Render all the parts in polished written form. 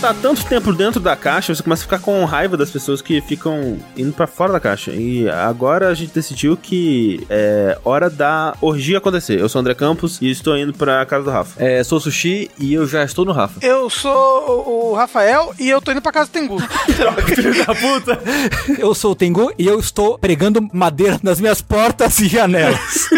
passar tanto tempo dentro da caixa, você começa a ficar com raiva das pessoas que ficam indo pra fora da caixa. E agora a gente decidiu que é hora da orgia acontecer. Eu sou o André Campos e estou indo pra casa do Rafa. Sou o Sushi e eu já estou no Rafa. Eu sou o Rafael e eu tô indo pra casa do Tengu. Filho da puta! Eu sou o Tengu e eu estou pregando madeira nas minhas portas e janelas.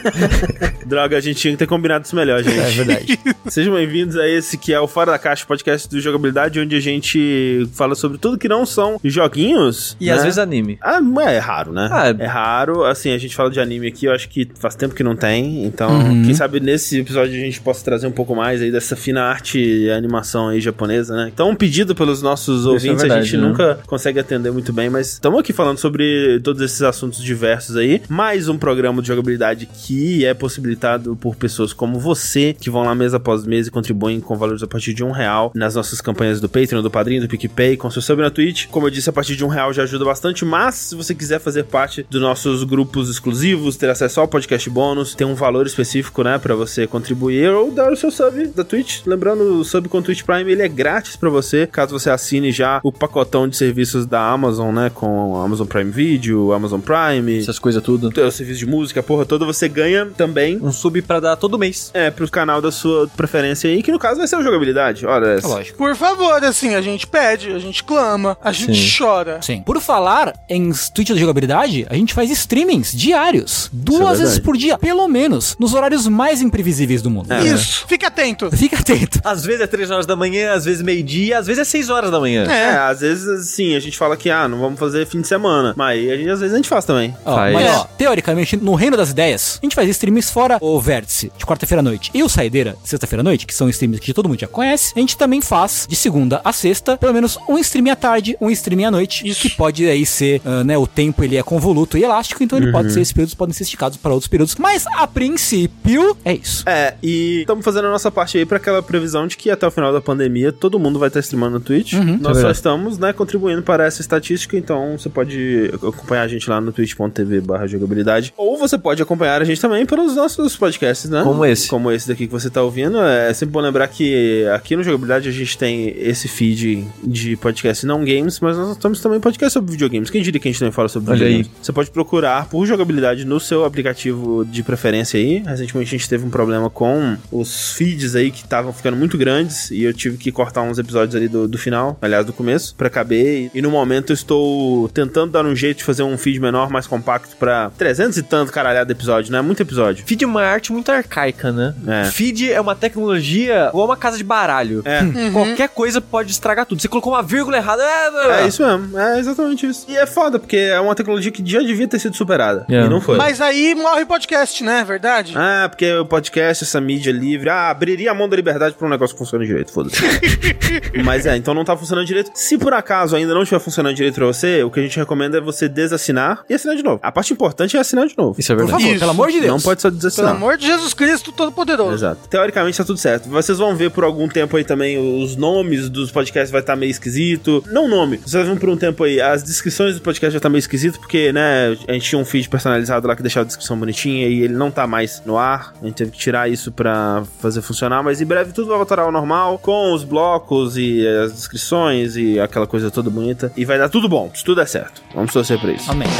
Droga, a gente tinha que ter combinado isso melhor, gente. É verdade. Sejam bem-vindos a esse que é o Fora da Caixa, podcast do Jogabilidade, onde a gente fala sobre tudo que não são joguinhos. E né? às vezes anime. É raro, né? É raro, assim, a gente fala de anime aqui, eu acho que faz tempo que não tem, então quem sabe nesse episódio a gente possa trazer um pouco mais aí dessa fina arte e animação aí japonesa, né? Então, um pedido pelos nossos ouvintes, verdade, a gente nunca consegue atender muito bem, mas estamos aqui falando sobre todos esses assuntos diversos aí. Mais um programa de jogabilidade que é possibilitado por pessoas como você, que vão lá mês após mês e contribuem com valores a partir de R$1 nas nossas campanhas do Patreon, do Padrinho, do PicPay, com seu sub na Twitch. Como eu disse, a partir de R$1 já ajuda bastante, mas se você quiser fazer parte dos nossos grupos exclusivos, ter acesso ao podcast bônus, tem um valor específico, né, pra você contribuir ou dar o seu sub da Twitch. Lembrando, o sub com Twitch Prime, ele é grátis pra você, caso você assine já o pacotão de serviços da Amazon, né, com Amazon Prime Video, Amazon Prime, essas coisas tudo. O serviço de música, a porra toda, você ganha também um sub pra dar todo mês. pro canal da sua preferência aí, que no caso vai ser o Jogabilidade. Olha essa. Lógico. Por favor, assim, a gente pede, a gente clama, a gente chora. Sim. Por falar em Twitch da Jogabilidade, a gente faz streamings diários. 2 vezes por dia, pelo menos, nos horários mais imprevisíveis do mundo. Isso, fica atento. Fica atento. Às vezes é 3 horas da manhã, às vezes meio-dia, às vezes é 6 horas da manhã. Às vezes, assim, a gente fala que, não vamos fazer fim de semana, mas aí, às vezes a gente faz também. Mas, teoricamente, no reino das ideias, a gente faz streams fora o Vértice, de quarta-feira à noite, e o Saideira, de sexta-feira à noite, que são streams que todo mundo já conhece. A gente também faz, de segunda a sexta, pelo menos um stream à tarde, um stream à noite. Isso. Que pode aí ser, né, o tempo ele é convoluto e elástico, então ele pode ser, esses períodos podem ser esticados para outros períodos. Mas, a princípio, é isso. E estamos fazendo a nossa parte aí pra aquela previsão de que até o final da pandemia todo mundo vai estar streamando no Twitch. Nós só estamos, né, contribuindo para essa estatística, então você pode acompanhar a gente lá no twitch.tv/jogabilidade, ou você pode acompanhar a gente também pelos nossos podcasts, né? Como esse daqui que você tá ouvindo. É sempre bom lembrar que aqui no Jogabilidade a gente tem esse feed de podcast não games, mas nós temos também podcast sobre videogames. Quem diria que a gente também fala sobre videogames? Você pode procurar por Jogabilidade no seu aplicativo de preferência aí. Recentemente a gente teve um problema com os feeds aí que estavam ficando muito grandes e eu tive que cortar uns episódios ali do final, aliás, do começo, pra caber. E no momento eu estou tentando dar um jeito de fazer um feed menor, mais compacto, pra 300 e tanto caralhado de episódio, né? Muito episódio. Feed é uma arte muito arcaica, né? Feed é uma tecnologia igual uma casa de baralho. Qualquer coisa pode estragar tudo. Você colocou uma vírgula errada. É isso mesmo. É exatamente isso. E é foda, porque é uma tecnologia que já devia ter sido superada. E não foi. Mas aí morre o podcast, né? Verdade? Porque o podcast, essa mídia livre, abriria a mão da liberdade pra um negócio que funciona direito, foda-se. Mas então não tá funcionando direito. Se por acaso ainda não estiver funcionando direito pra você, o que a gente recomenda é você desassinar e assinar de novo. A parte importante é assinar de novo. Isso é verdade. Por favor, pelo amor de Deus. Não pode só desassinar. Pelo amor de Jesus Cristo Todo-Poderoso. Exato. Teoricamente tá tudo certo. Vocês vão ver por algum tempo aí também os nomes dos podcasts vai estar meio esquisito. Não o nome. Vocês vão por um tempo aí. As descrições do podcast já tá meio esquisito porque, né, a gente tinha um feed personalizado lá que deixava a descrição bonitinha e ele não tá mais no ar. A gente teve que tirar isso pra fazer funcionar, mas em breve tudo vai voltar ao normal, com os blocos e as descrições e aquela coisa toda bonita. E vai dar tudo bom, se tudo der certo. Vamos torcer pra isso. Amém.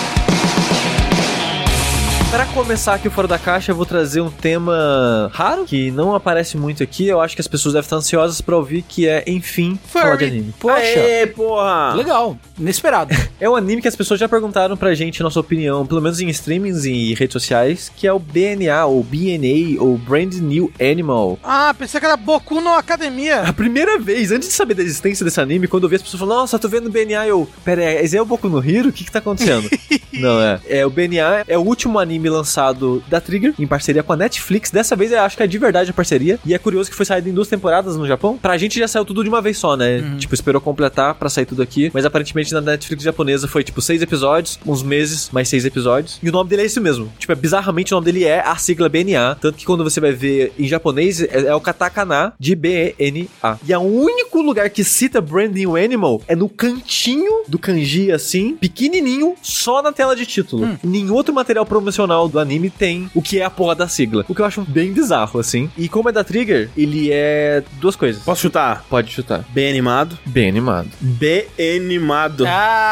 Pra começar aqui o Fora da Caixa, eu vou trazer um tema raro, que não aparece muito aqui. Eu acho que as pessoas devem estar ansiosas pra ouvir, que é, enfim, falar de anime. Poxa. Aê, porra! Legal. Inesperado. É um anime que as pessoas já perguntaram pra gente, nossa opinião, pelo menos em streamings e redes sociais, que é o BNA, ou BNA, ou Brand New Animal. Pensei que era Boku no Academia. A primeira vez, antes de saber da existência desse anime, quando eu vi as pessoas falando, nossa, tô vendo o BNA, pera aí, esse é o Boku no Hero? O que tá acontecendo? Não, o BNA é o último anime lançado da Trigger, em parceria com a Netflix. Dessa vez eu acho que é de verdade a parceria. E é curioso que foi saído em 2 temporadas no Japão. Pra gente já saiu tudo de uma vez só, né? Tipo, esperou completar pra sair tudo aqui. Mas aparentemente na Netflix japonesa foi, 6 episódios, uns meses, mais 6 episódios. E o nome dele é esse mesmo. Bizarramente o nome dele é a sigla BNA. Tanto que quando você vai ver em japonês, é o katakana de BNA. E é o único lugar que cita Brand New Animal é no cantinho do kanji, assim, pequenininho, só na tela tela de título. Nenhum outro material promocional do anime tem o que é a porra da sigla. O que eu acho bem bizarro, assim. E como é da Trigger, ele é duas coisas. Posso chutar? Pode chutar. Bem animado. Bem animado. Bem animado.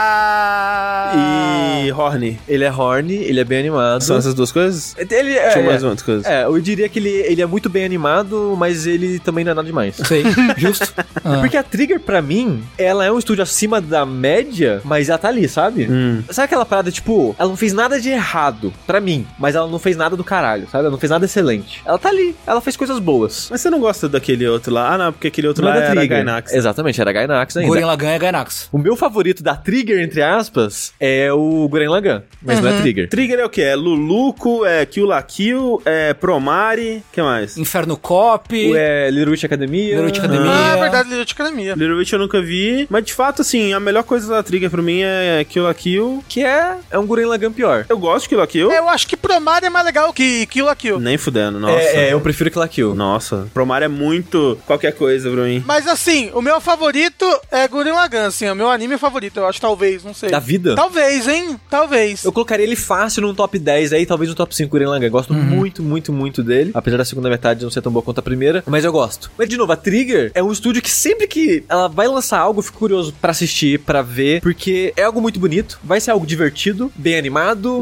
E horny. Ele é horny, ele é bem animado. São essas duas coisas? Ele Deixa eu mais outras coisas. eu diria que ele é muito bem animado, mas ele também não é nada demais. Sei, justo. Porque a Trigger, pra mim, ela é um estúdio acima da média, mas ela tá ali, sabe? Sabe aquela parada, tipo, ela não fez nada de errado, pra mim, mas ela não fez nada do caralho, sabe? Ela não fez nada excelente. Ela tá ali, ela fez coisas boas. Mas você não gosta daquele outro lá? Ah, não, porque aquele outro Não lá é da era Trigger. Gainax. Exatamente, era Gainax ainda. Gurren Lagann é Gainax. O meu favorito da Trigger, entre aspas, é o Gurren Lagann, mas não é Trigger. Trigger é o quê? É Luluco, é Kill la Kill, é Promare, o que mais? Inferno Cop. É Little Witch Academia. Little Witch Academia. Ah, é verdade, Little Witch Academia. Little Witch eu nunca vi, mas de fato, assim, a melhor coisa da Trigger pra mim é Kill la Kill. Que é um Gurren Lagann pior. Eu gosto de Kill la Kill. Eu acho que Promare é mais legal que Kill la Kill. Nem fudendo, nossa. Eu prefiro Kill la Kill. Nossa, Promare é muito qualquer coisa pra mim. Mas assim, o meu favorito é Gurren Lagann, assim, o meu anime favorito, eu acho, talvez, não sei. Da vida? Talvez, hein? Talvez. Eu colocaria ele fácil num top 10 aí, talvez no top 5 Gurren Lagann. Gosto muito, muito, muito dele. Apesar da segunda metade não ser tão boa quanto a primeira, mas eu gosto. Mas de novo, a Trigger é um estúdio que sempre que ela vai lançar algo, eu fico curioso pra assistir, pra ver, porque é algo muito bonito, vai ser algo divertido, bem animado,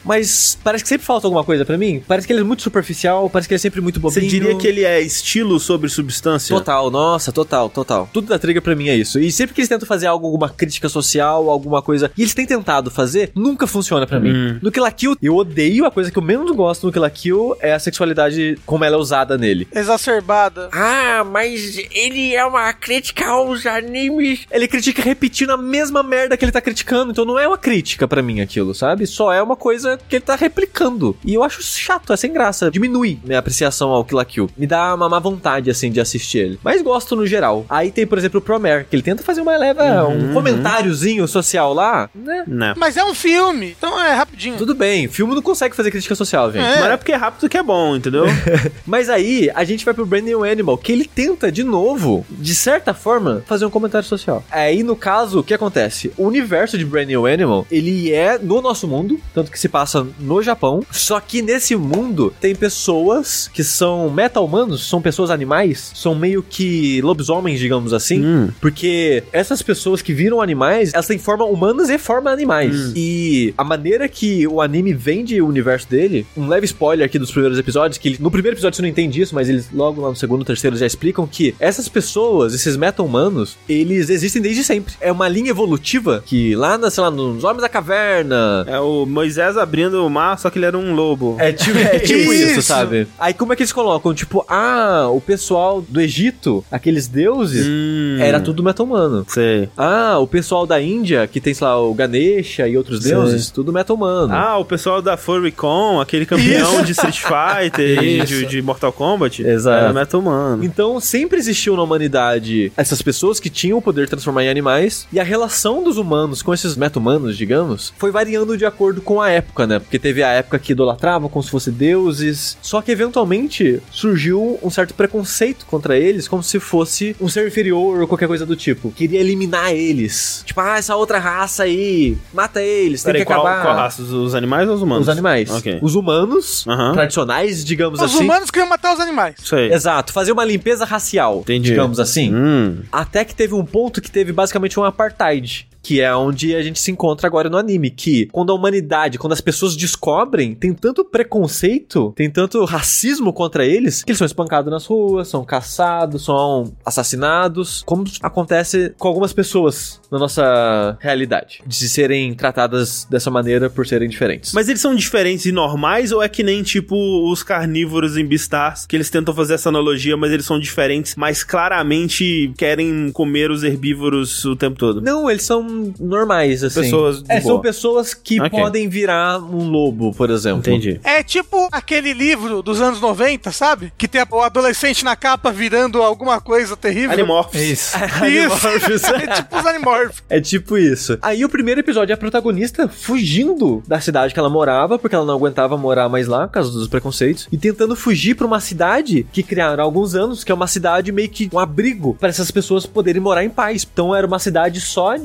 mas parece que sempre falta alguma coisa pra mim. Parece que ele é muito superficial, parece que ele é sempre muito bobinho. Você diria que ele é estilo sobre substância? Total, nossa, total. Tudo da Trigger pra mim é isso. E sempre que eles tentam fazer algo, alguma crítica social, alguma coisa, e eles têm tentado fazer, nunca funciona pra mim. No Kill la Kill, eu odeio, a coisa que eu menos gosto no Kill la Kill é a sexualidade como ela é usada nele. Exacerbada. Ah, mas ele é uma crítica aos animes. Ele critica repetindo a mesma merda que ele tá criticando, então não é uma crítica pra mim aquilo, sabe? Só é uma coisa que ele tá replicando. E eu acho chato, é sem graça. Diminui minha apreciação ao Kill la Kill. Me dá uma má vontade, assim, de assistir ele. Mas gosto no geral. Aí tem, por exemplo, o Promare, que ele tenta fazer uma um comentáriozinho social lá, né? Não. Mas é um filme, então é rapidinho. Tudo bem, filme não consegue fazer crítica social, gente. Mas é porque é rápido que é bom, entendeu? Mas aí, a gente vai pro Brand New Animal, que ele tenta, de novo, de certa forma, fazer um comentário social. Aí, no caso, o que acontece? O universo de Brand New Animal, ele é no nosso mundo, tanto que se passa no Japão, só que nesse mundo tem pessoas que são meta-humanos, são pessoas animais, são meio que lobisomens, digamos assim, porque essas pessoas que viram animais, elas têm forma humanas e forma animais. E a maneira que o anime vende o universo dele, um leve spoiler aqui dos primeiros episódios, que no primeiro episódio você não entende isso, mas eles logo lá no segundo, terceiro já explicam que essas pessoas, esses meta-humanos, eles existem desde sempre. É uma linha evolutiva que lá, sei lá, nos Homens da Caverna... É o Moisés abrindo o mar, só que ele era um lobo. É tipo isso, sabe? Aí como é que eles colocam? Tipo, o pessoal do Egito, aqueles deuses, era tudo meta-humano. Sei. O pessoal da Índia, que tem, sei lá, o Ganesha e outros deuses, tudo meta-humano. O pessoal da Furrycon, aquele campeão de Street Fighter e de Mortal Kombat. Exato. Era meta-humano. Então, sempre existiu na humanidade essas pessoas que tinham o poder de transformar em animais, e a relação dos humanos com esses meta-humanos, digamos, foi variando de acordo com a época, né? Porque teve a época que idolatravam como se fossem deuses, só que eventualmente surgiu um certo preconceito contra eles, como se fosse um ser inferior ou qualquer coisa do tipo. Queria eliminar eles. Tipo, essa outra raça aí, mata eles, tem que acabar. Qual raça? Os animais ou os humanos? Os animais. Okay. Os humanos, tradicionais, digamos assim. Os humanos queriam matar os animais. Sei. Exato, fazer uma limpeza racial, digamos assim. Até que teve um ponto que teve basicamente um apartheid, que é onde a gente se encontra agora no anime, que quando a humanidade, quando as pessoas descobrem, tem tanto preconceito, tem tanto racismo contra eles, que eles são espancados nas ruas, são caçados, são assassinados, como acontece com algumas pessoas na nossa realidade, de serem tratadas dessa maneira por serem diferentes. Mas eles são diferentes e normais, ou é que nem tipo os carnívoros em Beastars, que eles tentam fazer essa analogia, mas eles são diferentes, mas claramente querem comer os herbívoros o tempo todo? Não, eles são normais, assim. Pessoas de boa. São pessoas que podem virar um lobo, por exemplo. Entendi. É tipo aquele livro dos anos 90, sabe? Que tem o adolescente na capa virando alguma coisa terrível. Animorphs. Isso. Isso. É tipo os Animorphs. É tipo isso. Aí o primeiro episódio é a protagonista fugindo da cidade que ela morava, porque ela não aguentava morar mais lá, por causa dos preconceitos, e tentando fugir pra uma cidade que criaram há alguns anos, que é uma cidade meio que um abrigo para essas pessoas poderem morar em paz. Então era uma cidade só de metal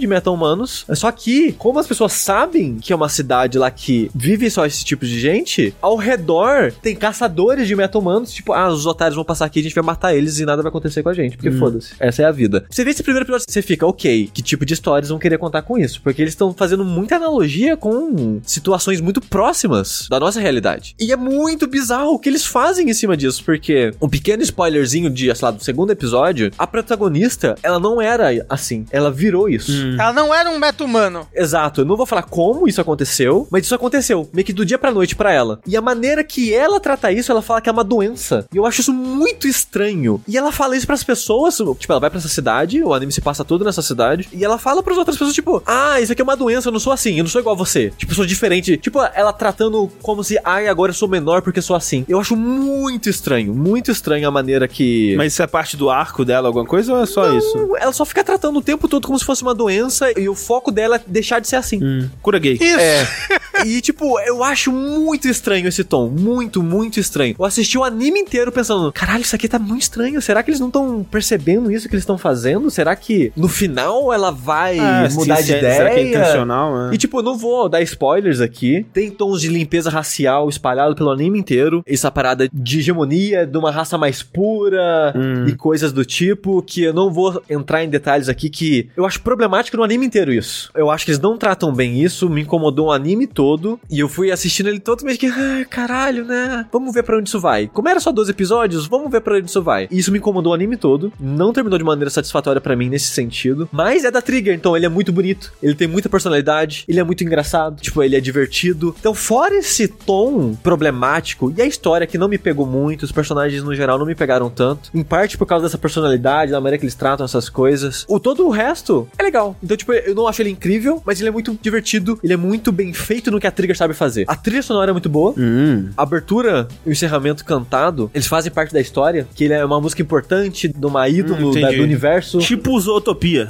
meta-humanos. Só que, como as pessoas sabem que é uma cidade lá que vive só esse tipo de gente, ao redor tem caçadores de meta-humanos, tipo, os otários vão passar aqui, a gente vai matar eles e nada vai acontecer com a gente, porque foda-se. Essa é a vida. Você vê esse primeiro episódio, você fica, ok, que tipo de histórias vão querer contar com isso? Porque eles estão fazendo muita analogia com situações muito próximas da nossa realidade. E é muito bizarro o que eles fazem em cima disso, porque um pequeno spoilerzinho de, sei lá, do segundo episódio, a protagonista, ela não era assim. Ela virou isso. Ela não era um meta-humano. Exato. Eu não vou falar como isso aconteceu, mas isso aconteceu. Meio que do dia pra noite pra ela. E a maneira que ela trata isso, ela fala que é uma doença. E eu acho isso muito estranho. E ela fala isso pras pessoas, tipo, ela vai pra essa cidade, o anime se passa todo nessa cidade, e ela fala pras outras pessoas, tipo, isso aqui é uma doença, eu não sou assim, eu não sou igual a você. Tipo, eu sou diferente. Tipo, ela tratando como se, agora eu sou menor porque sou assim. Eu acho muito estranho a maneira que... Mas isso é parte do arco dela, alguma coisa, ou é só isso? Ela só fica tratando o tempo todo como se fosse uma doença e o foco dela é deixar de ser assim. Cura gay. Isso. E, tipo, eu acho muito estranho esse tom. Muito, muito estranho. Eu assisti o anime inteiro pensando, caralho, isso aqui tá muito estranho. Será que eles não estão percebendo isso que eles estão fazendo? Será que no final ela vai mudar de ideia? Será que é intencional, né? E, tipo, eu não vou dar spoilers aqui. Tem tons de limpeza racial espalhado pelo anime inteiro. Essa parada de hegemonia de uma raça mais pura e coisas do tipo, que eu não vou entrar em detalhes aqui, que eu acho problemático no anime inteiro isso. Eu acho que eles não tratam bem isso, me incomodou o anime todo, e eu fui assistindo ele todo, mas que, caralho, né? Vamos ver pra onde isso vai. Como era só 12 episódios, vamos ver pra onde isso vai. E isso me incomodou o anime todo, não terminou de maneira satisfatória pra mim nesse sentido, mas é da Trigger, então ele é muito bonito, ele tem muita personalidade, ele é muito engraçado, tipo, ele é divertido. Então, fora esse tom problemático, e a história que não me pegou muito, os personagens no geral não me pegaram tanto, em parte por causa dessa personalidade, da maneira que eles tratam essas coisas, todo o resto é legal. Então, tipo, eu não acho ele incrível, mas ele é muito divertido, ele é muito bem feito no que a Trigger sabe fazer. A trilha sonora é muito boa, a abertura e o encerramento cantado, eles fazem parte da história, que ele é uma música importante de uma ídolo do universo. Tipo Zootopia.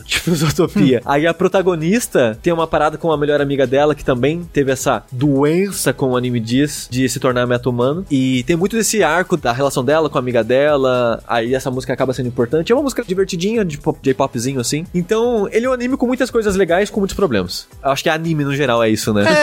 Aí a protagonista tem uma parada com a melhor amiga dela, que também teve essa doença, como o anime diz, de se tornar meta-humano. E tem muito desse arco da relação dela com a amiga dela, aí essa música acaba sendo importante. É uma música divertidinha, de J-popzinho assim. Então, ele é um anime com muitas coisas legais, com muitos problemas. Eu acho que anime no geral é isso, né?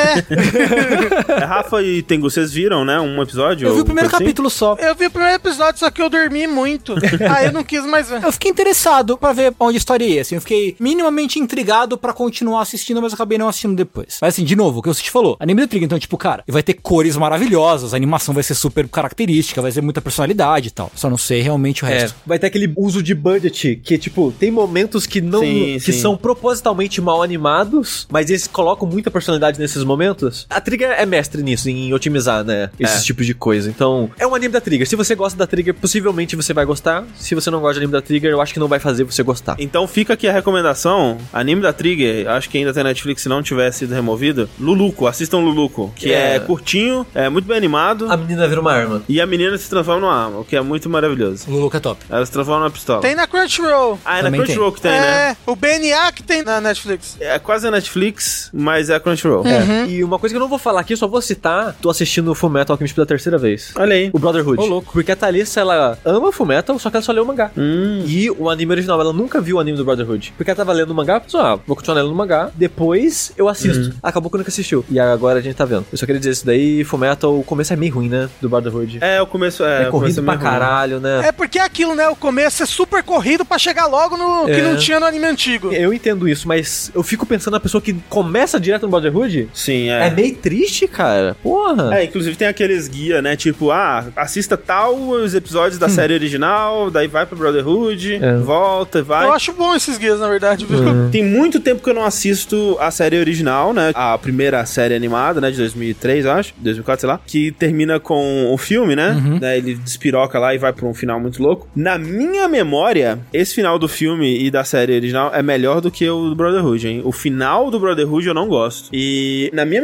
Rafa e Tengu, vocês viram, né? Um episódio? Eu vi o primeiro capítulo só. Eu vi o primeiro episódio, só que eu dormi muito. Eu não quis mais ver. Eu fiquei interessado pra ver onde a história ia, assim. Eu fiquei minimamente intrigado pra continuar assistindo, mas acabei não assistindo depois. Mas assim, de novo, o que você falou, anime da Trigger, então, tipo, cara, vai ter cores maravilhosas, a animação vai ser super característica, vai ter muita personalidade e tal. Só não sei realmente o resto. Vai ter aquele uso de budget, que, tipo, tem momentos que não... que são propositalmente mal animados, mas eles colocam muita personalidade nesses momentos. A Trigger é mestre nisso, em otimizar, né? Esses tipos de coisa. Então, é um anime da Trigger. Se você gosta da Trigger, possivelmente você vai gostar. Se você não gosta de anime da Trigger, eu acho que não vai fazer você gostar. Então fica aqui a recomendação. Anime da Trigger, acho que ainda tem Netflix, se não tiver sido removido. Luluco, assistam Luluco, que é curtinho, é muito bem animado. A menina vira uma arma. E a menina se transforma numa arma, o que é muito maravilhoso. O Luluco é top. Ela se transforma numa pistola. Tem na Crunchyroll. É na Crunchyroll que tem, né? O BNA que tem na Netflix. É quase a Netflix, mas é a Crunchyroll. E uma coisa que eu não vou falar aqui, eu só vou citar, tô assistindo Fullmetal Alchemist pela terceira vez. Olha aí. O Brotherhood. Ô, louco. Porque a Thalissa, ela ama Fullmetal, só que ela só leu o mangá. E o anime original, ela nunca viu o anime do Brotherhood. Porque ela tava lendo o mangá, pensou, vou continuar lendo o mangá, depois eu assisto. Acabou que nunca assistiu. E agora a gente tá vendo. Eu só queria dizer isso daí, Fullmetal, o começo é meio ruim, né? Do Brotherhood. O começo é corrido pra caralho, né? É porque é aquilo, né? O começo é super corrido pra chegar logo no que não tinha no anime antigo. Eu entendo isso, mas eu fico pensando na pessoa que começa direto no Brotherhood. Sim, é meio triste, cara. Porra. Inclusive tem aqueles guia, né? Tipo, assista tal os episódios da série original, daí vai pro Brotherhood, volta, vai. Eu acho bom esses guias, na verdade, viu? Tem muito tempo que eu não assisto a série original, né? A primeira série animada, né? De 2003, eu acho. 2004, sei lá. Que termina com o filme, né? Ele despiroca lá e vai pra um final muito louco. Na minha memória, esse final do filme e da série original é melhor do que o do Brotherhood, hein? O final do Brotherhood eu não gosto. E na minha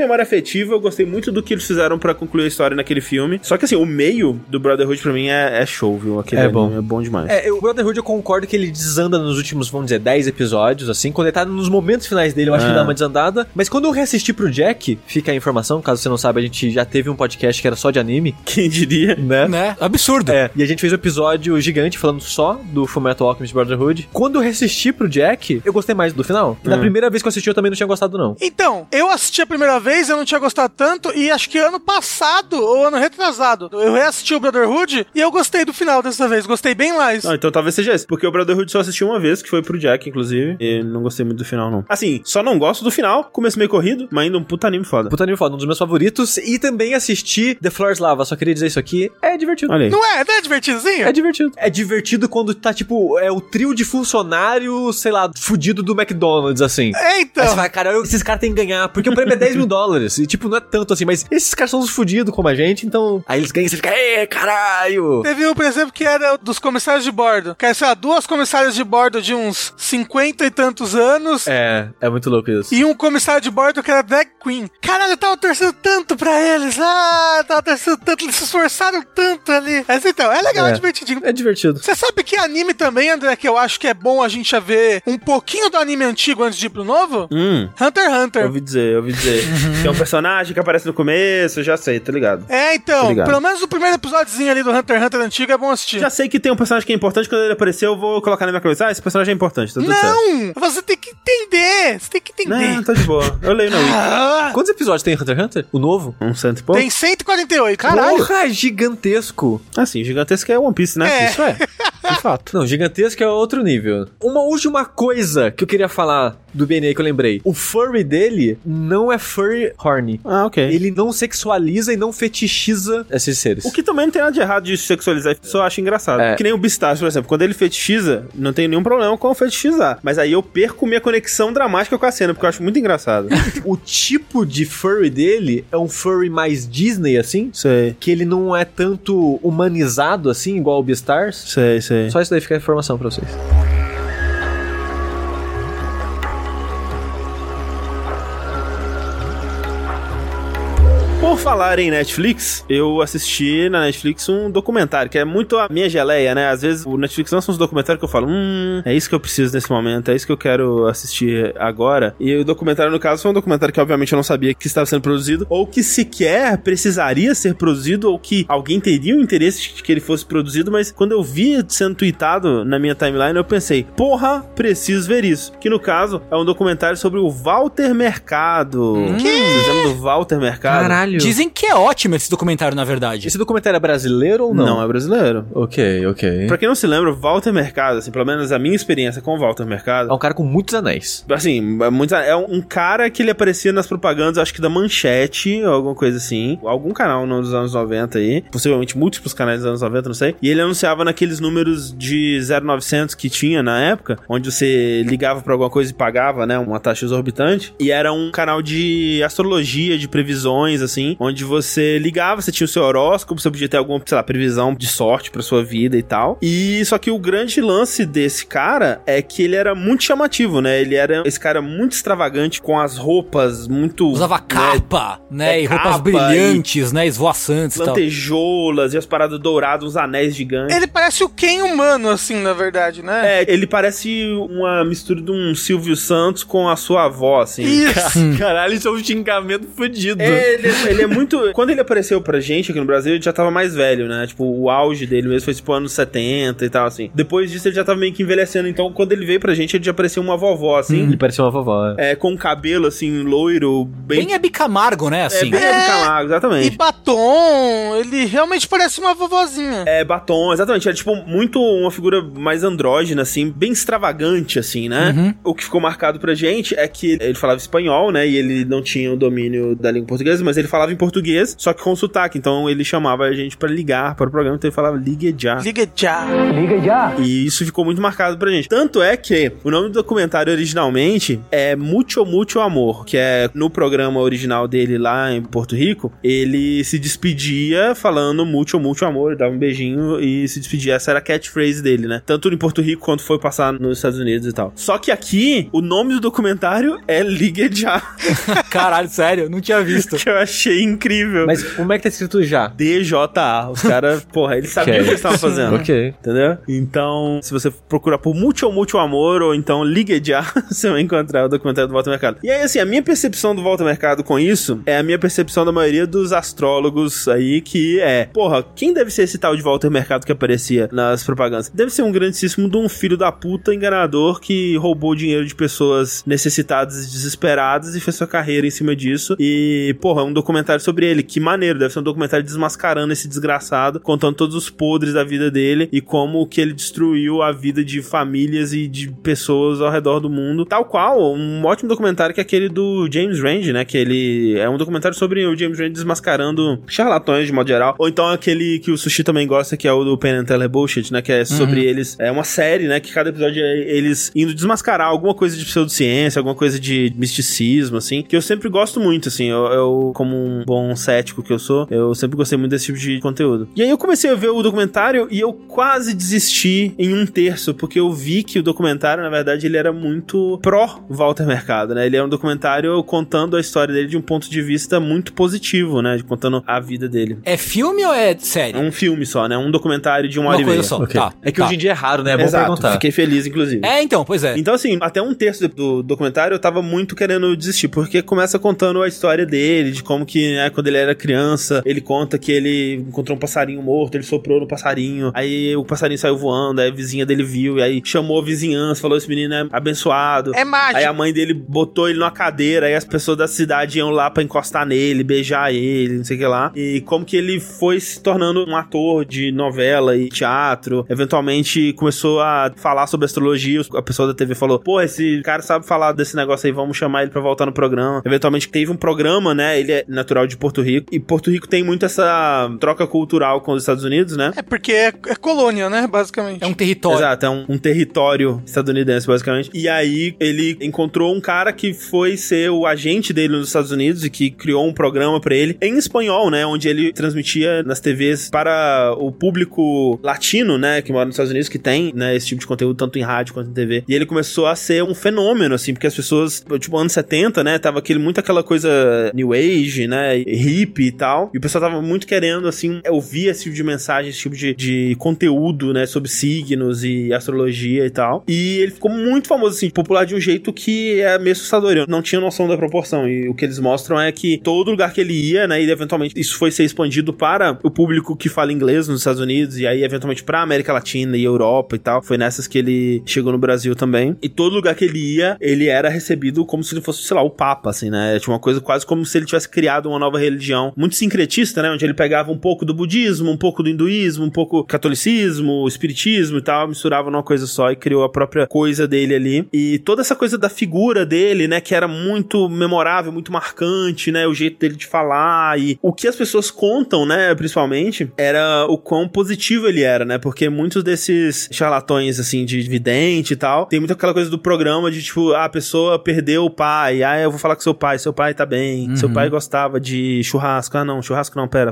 memória afetiva, eu gostei muito do que eles fizeram pra concluir a história naquele filme. Só que assim, o meio do Brotherhood pra mim é show, viu? Aquele anime é bom demais. O Brotherhood eu concordo que ele desanda nos últimos, vamos dizer, 10 episódios, assim. Quando ele tá nos momentos finais dele, eu acho que dá uma desandada. Mas quando eu reassisti pro Jack, fica a informação, caso você não saiba, a gente já teve um podcast que era só de anime. Quem diria? Né? Absurdo. E a gente fez um episódio gigante falando só do Fullmetal Alchemist Brotherhood. Quando eu reassisti pro Jack, eu gostei mais do final. Na primeira vez que eu assisti, eu também não tinha gostado, não. Então, eu assisti a primeira vez, eu não tinha gostado tanto, e acho que ano passado, ou ano retrasado, eu reassisti o Brotherhood e eu gostei do final dessa vez, gostei bem mais. Não, então talvez seja esse, porque o Brotherhood só assisti uma vez, que foi pro Jack, inclusive, e não gostei muito do final, não. Assim, só não gosto do final, começo meio corrido, mas ainda um puta anime foda. Puta anime foda, um dos meus favoritos, e também assisti The Floor is Lava, só queria dizer isso aqui, é divertido. Olha aí. Não é divertidozinho? É divertido. É divertido quando tá, tipo, o trio de funcionário, sei lá, fudido do McDonald's, assim. Então. Aí você fala, cara, esses caras têm que ganhar, porque o prêmio é $10 mil. E, tipo, não é tanto assim, mas esses caras são os fudidos como a gente, então... Aí eles ganham e você fica, caralho! Teve um, por exemplo, que era dos comissários de bordo. Que era, sei lá, 2 comissárias de bordo de uns 50 e tantos anos. É muito louco isso. E um comissário de bordo que era drag queen. Caralho, eu tava torcendo tanto pra eles. Tava torcendo tanto, eles se esforçaram tanto ali. Mas então, é legal, é divertidinho. É divertido. Você sabe que anime também, André, que eu acho que é bom a gente ver um pouquinho do anime antigo antes de ir pro novo? Hunter x Hunter. Eu ouvi dizer. Tem um personagem que aparece no começo, eu já sei, tá ligado? Então, pelo menos o primeiro episódiozinho ali do Hunter x Hunter antigo é bom assistir. Já sei que tem um personagem que é importante, quando ele aparecer eu vou colocar na minha cabeça, esse personagem é importante, tá tudo certo. Não! Você tem que entender! Não, tá de boa. Eu leio na Wiki. Quantos episódios tem Hunter x Hunter? O novo? Um cento e pouco? Tem 148. Caralho! Porra, gigantesco! Assim, gigantesco é One Piece, né? Isso é. De fato. Não, gigantesco é outro nível. Uma última coisa que eu queria falar do BNA que eu lembrei. O furry dele não é furry horny. Ah, ok. Ele não sexualiza e não fetichiza esses seres. O que também não tem nada de errado de sexualizar, só acho engraçado. Que nem o Beastars, por exemplo. Quando ele fetichiza, não tem nenhum problema com fetichizar. Mas aí eu perco minha conexão dramática com a cena, porque eu acho muito engraçado. O tipo de furry dele é um furry mais Disney, assim. Sei. Que ele não é tanto humanizado, assim, igual o Beastars. Sei. Só isso daí fica a informação pra vocês. Por falar em Netflix, eu assisti na Netflix um documentário, que é muito a minha geleia, né? Às vezes o Netflix lança uns documentários que eu falo, é isso que eu preciso nesse momento, é isso que eu quero assistir agora. E o documentário, no caso, foi um documentário que obviamente eu não sabia que estava sendo produzido, ou que sequer precisaria ser produzido, ou que alguém teria o interesse de que ele fosse produzido, mas quando eu vi sendo tweetado na minha timeline, eu pensei, porra, preciso ver isso. Que no caso, é um documentário sobre o Walter Mercado. Vocês lembram do Walter Mercado? Caralho. Dizem que é ótimo esse documentário, na verdade. Esse documentário é brasileiro ou não? Não, é brasileiro. Ok. Pra quem não se lembra, Walter Mercado, assim, pelo menos a minha experiência com o Walter Mercado... É um cara com muitos anéis. Assim, é um cara que ele aparecia nas propagandas, acho que da Manchete, ou alguma coisa assim. Algum canal nos anos 90 aí. Possivelmente múltiplos canais dos anos 90, não sei. E ele anunciava naqueles números de 0900 que tinha na época, onde você ligava pra alguma coisa e pagava, né, uma taxa exorbitante. E era um canal de astrologia, de previsões, assim, onde você ligava, você tinha o seu horóscopo, você podia ter alguma, sei lá, previsão de sorte pra sua vida e tal. E só que o grande lance desse cara é que ele era muito chamativo, né? Ele era esse cara muito extravagante, com as roupas muito... Usava capa, né? E roupas brilhantes, né? Esvoaçantes e tal. Lantejoulas e as paradas douradas, uns anéis gigantes. Ele parece o Ken humano, assim, na verdade, né? Ele parece uma mistura de um Silvio Santos com a sua avó, assim. Isso! Caralho, isso é um xingamento fodido. Ele é muito... Quando ele apareceu pra gente aqui no Brasil, ele já tava mais velho, né? Tipo, o auge dele mesmo foi, tipo, anos 70 e tal, assim. Depois disso, ele já tava meio que envelhecendo. Então, quando ele veio pra gente, ele já parecia uma vovó, assim. Ele parecia uma vovó. Com um cabelo, assim, loiro, bem... Bem Hebe Camargo, né? Assim. Bem Hebe Camargo, exatamente. E batom, ele realmente parece uma vovozinha. Batom, exatamente. Era, tipo, muito uma figura mais andrógena, assim, bem extravagante, assim, né? O que ficou marcado pra gente é que ele falava espanhol, né? E ele não tinha o domínio da língua portuguesa, mas ele falava falava em português, só que com sotaque. Então ele chamava a gente pra ligar para o programa, então ele falava ligue já. Liga já. Liga já. E isso ficou muito marcado pra gente. Tanto é que o nome do documentário originalmente é Mucho Mucho Amor, que é no programa original dele lá em Porto Rico, ele se despedia falando Mucho Mucho Amor, dava um beijinho e se despedia. Essa era a catchphrase dele, né? Tanto em Porto Rico quanto foi passar nos Estados Unidos e tal. Só que aqui, o nome do documentário é Ligue já. Caralho, sério, não tinha visto. Que eu achei incrível. Mas como é que tá escrito já? DJA. Os caras, porra, eles sabiam o que eles estavam fazendo. Ok. Entendeu? Então, se você procurar por Mucho Mucho Amor ou então Ligue já, você vai encontrar o documentário do Volta ao Mercado. E aí, assim, a minha percepção do Volta ao Mercado com isso é a minha percepção da maioria dos astrólogos aí, que é, porra, quem deve ser esse tal de Volta ao Mercado que aparecia nas propagandas? Deve ser um grandíssimo de um filho da puta enganador que roubou dinheiro de pessoas necessitadas e desesperadas e fez sua carreira em cima disso. E, porra, é um documentário sobre ele. Que maneiro, deve ser um documentário desmascarando esse desgraçado, contando todos os podres da vida dele e como que ele destruiu a vida de famílias e de pessoas ao redor do mundo. Tal qual, um ótimo documentário que é aquele do James Randi, né? Que ele é um documentário sobre o James Randi desmascarando charlatões de modo geral. Ou então aquele que o Sushi também gosta, que é o do Penn and Teller Bullshit, né? Que é sobre eles. É uma série, né? Que cada episódio é eles indo desmascarar alguma coisa de pseudociência, alguma coisa de misticismo, assim. Que eu sempre gosto muito, assim. Eu como um bom cético que eu sou, eu sempre gostei muito desse tipo de conteúdo. E aí eu comecei a ver o documentário e eu quase desisti em um terço, porque eu vi que o documentário, na verdade, ele era muito pró-Walter Mercado, né? Ele é um documentário contando a história dele de um ponto de vista muito positivo, né? Contando a vida dele. É filme ou é série? É um filme só, né? Um documentário de 1 hora e meia. Só. Okay. Tá. É que hoje em dia é raro, né? É bom Exato, perguntar. Fiquei feliz, inclusive. É, então, pois é. Então, assim, até um terço do documentário eu tava muito querendo desistir, porque começa contando a história dele, de como que, né, quando ele era criança, ele conta que ele encontrou um passarinho morto, ele soprou no passarinho, aí o passarinho saiu voando, aí a vizinha dele viu, e aí chamou a vizinhança, falou, esse menino é abençoado. É mágico. Aí a mãe dele botou ele numa cadeira, aí as pessoas da cidade iam lá pra encostar nele, beijar ele, não sei o que lá. E como que ele foi se tornando um ator de novela e teatro, eventualmente começou a falar sobre astrologia, a pessoa da TV falou, pô, esse cara sabe falar desse negócio aí, vamos chamar ele pra voltar no programa. Eventualmente teve um programa, né, ele é natural de Porto Rico, e Porto Rico tem muito essa troca cultural com os Estados Unidos, né? É porque é colônia, né, basicamente. É um território. Exato, é um território estadunidense, basicamente. E aí ele encontrou um cara que foi ser o agente dele nos Estados Unidos e que criou um programa pra ele em espanhol, né, onde ele transmitia nas TVs para o público latino, né, que mora nos Estados Unidos, que tem, né, esse tipo de conteúdo tanto em rádio quanto em TV. E ele começou a ser um fenômeno, assim, porque as pessoas, tipo, anos 70, né, tava muito aquela coisa New Age, né, hippie e tal, e o pessoal tava muito querendo, assim, ouvir esse tipo de mensagem, esse tipo de conteúdo, né, sobre signos e astrologia e tal. E ele ficou muito famoso, assim, popular de um jeito que é meio assustador. Eu não tinha noção da proporção, e o que eles mostram é que todo lugar que ele ia, né, e eventualmente isso foi ser expandido para o público que fala inglês nos Estados Unidos, e aí eventualmente pra América Latina e Europa e tal. Foi nessas que ele chegou no Brasil também. E todo lugar que ele ia, ele era recebido como se ele fosse, sei lá, o Papa, assim, né? Tinha uma coisa quase como se ele tivesse criado uma nova religião muito sincretista, né? Onde ele pegava um pouco do budismo, um pouco do hinduísmo, um pouco do catolicismo, espiritismo e tal, misturava numa coisa só e criou a própria coisa dele ali. E toda essa coisa da figura dele, né? Que era muito memorável, muito marcante, né? O jeito dele de falar e o que as pessoas contam, né? Principalmente, era o quão positivo ele era, né? Porque muitos desses charlatões, assim, de vidente e tal, tem muito aquela coisa do programa de, tipo, a pessoa perdeu o pai, eu vou falar com seu pai tá bem, seu pai gostava de churrasco, não, pera,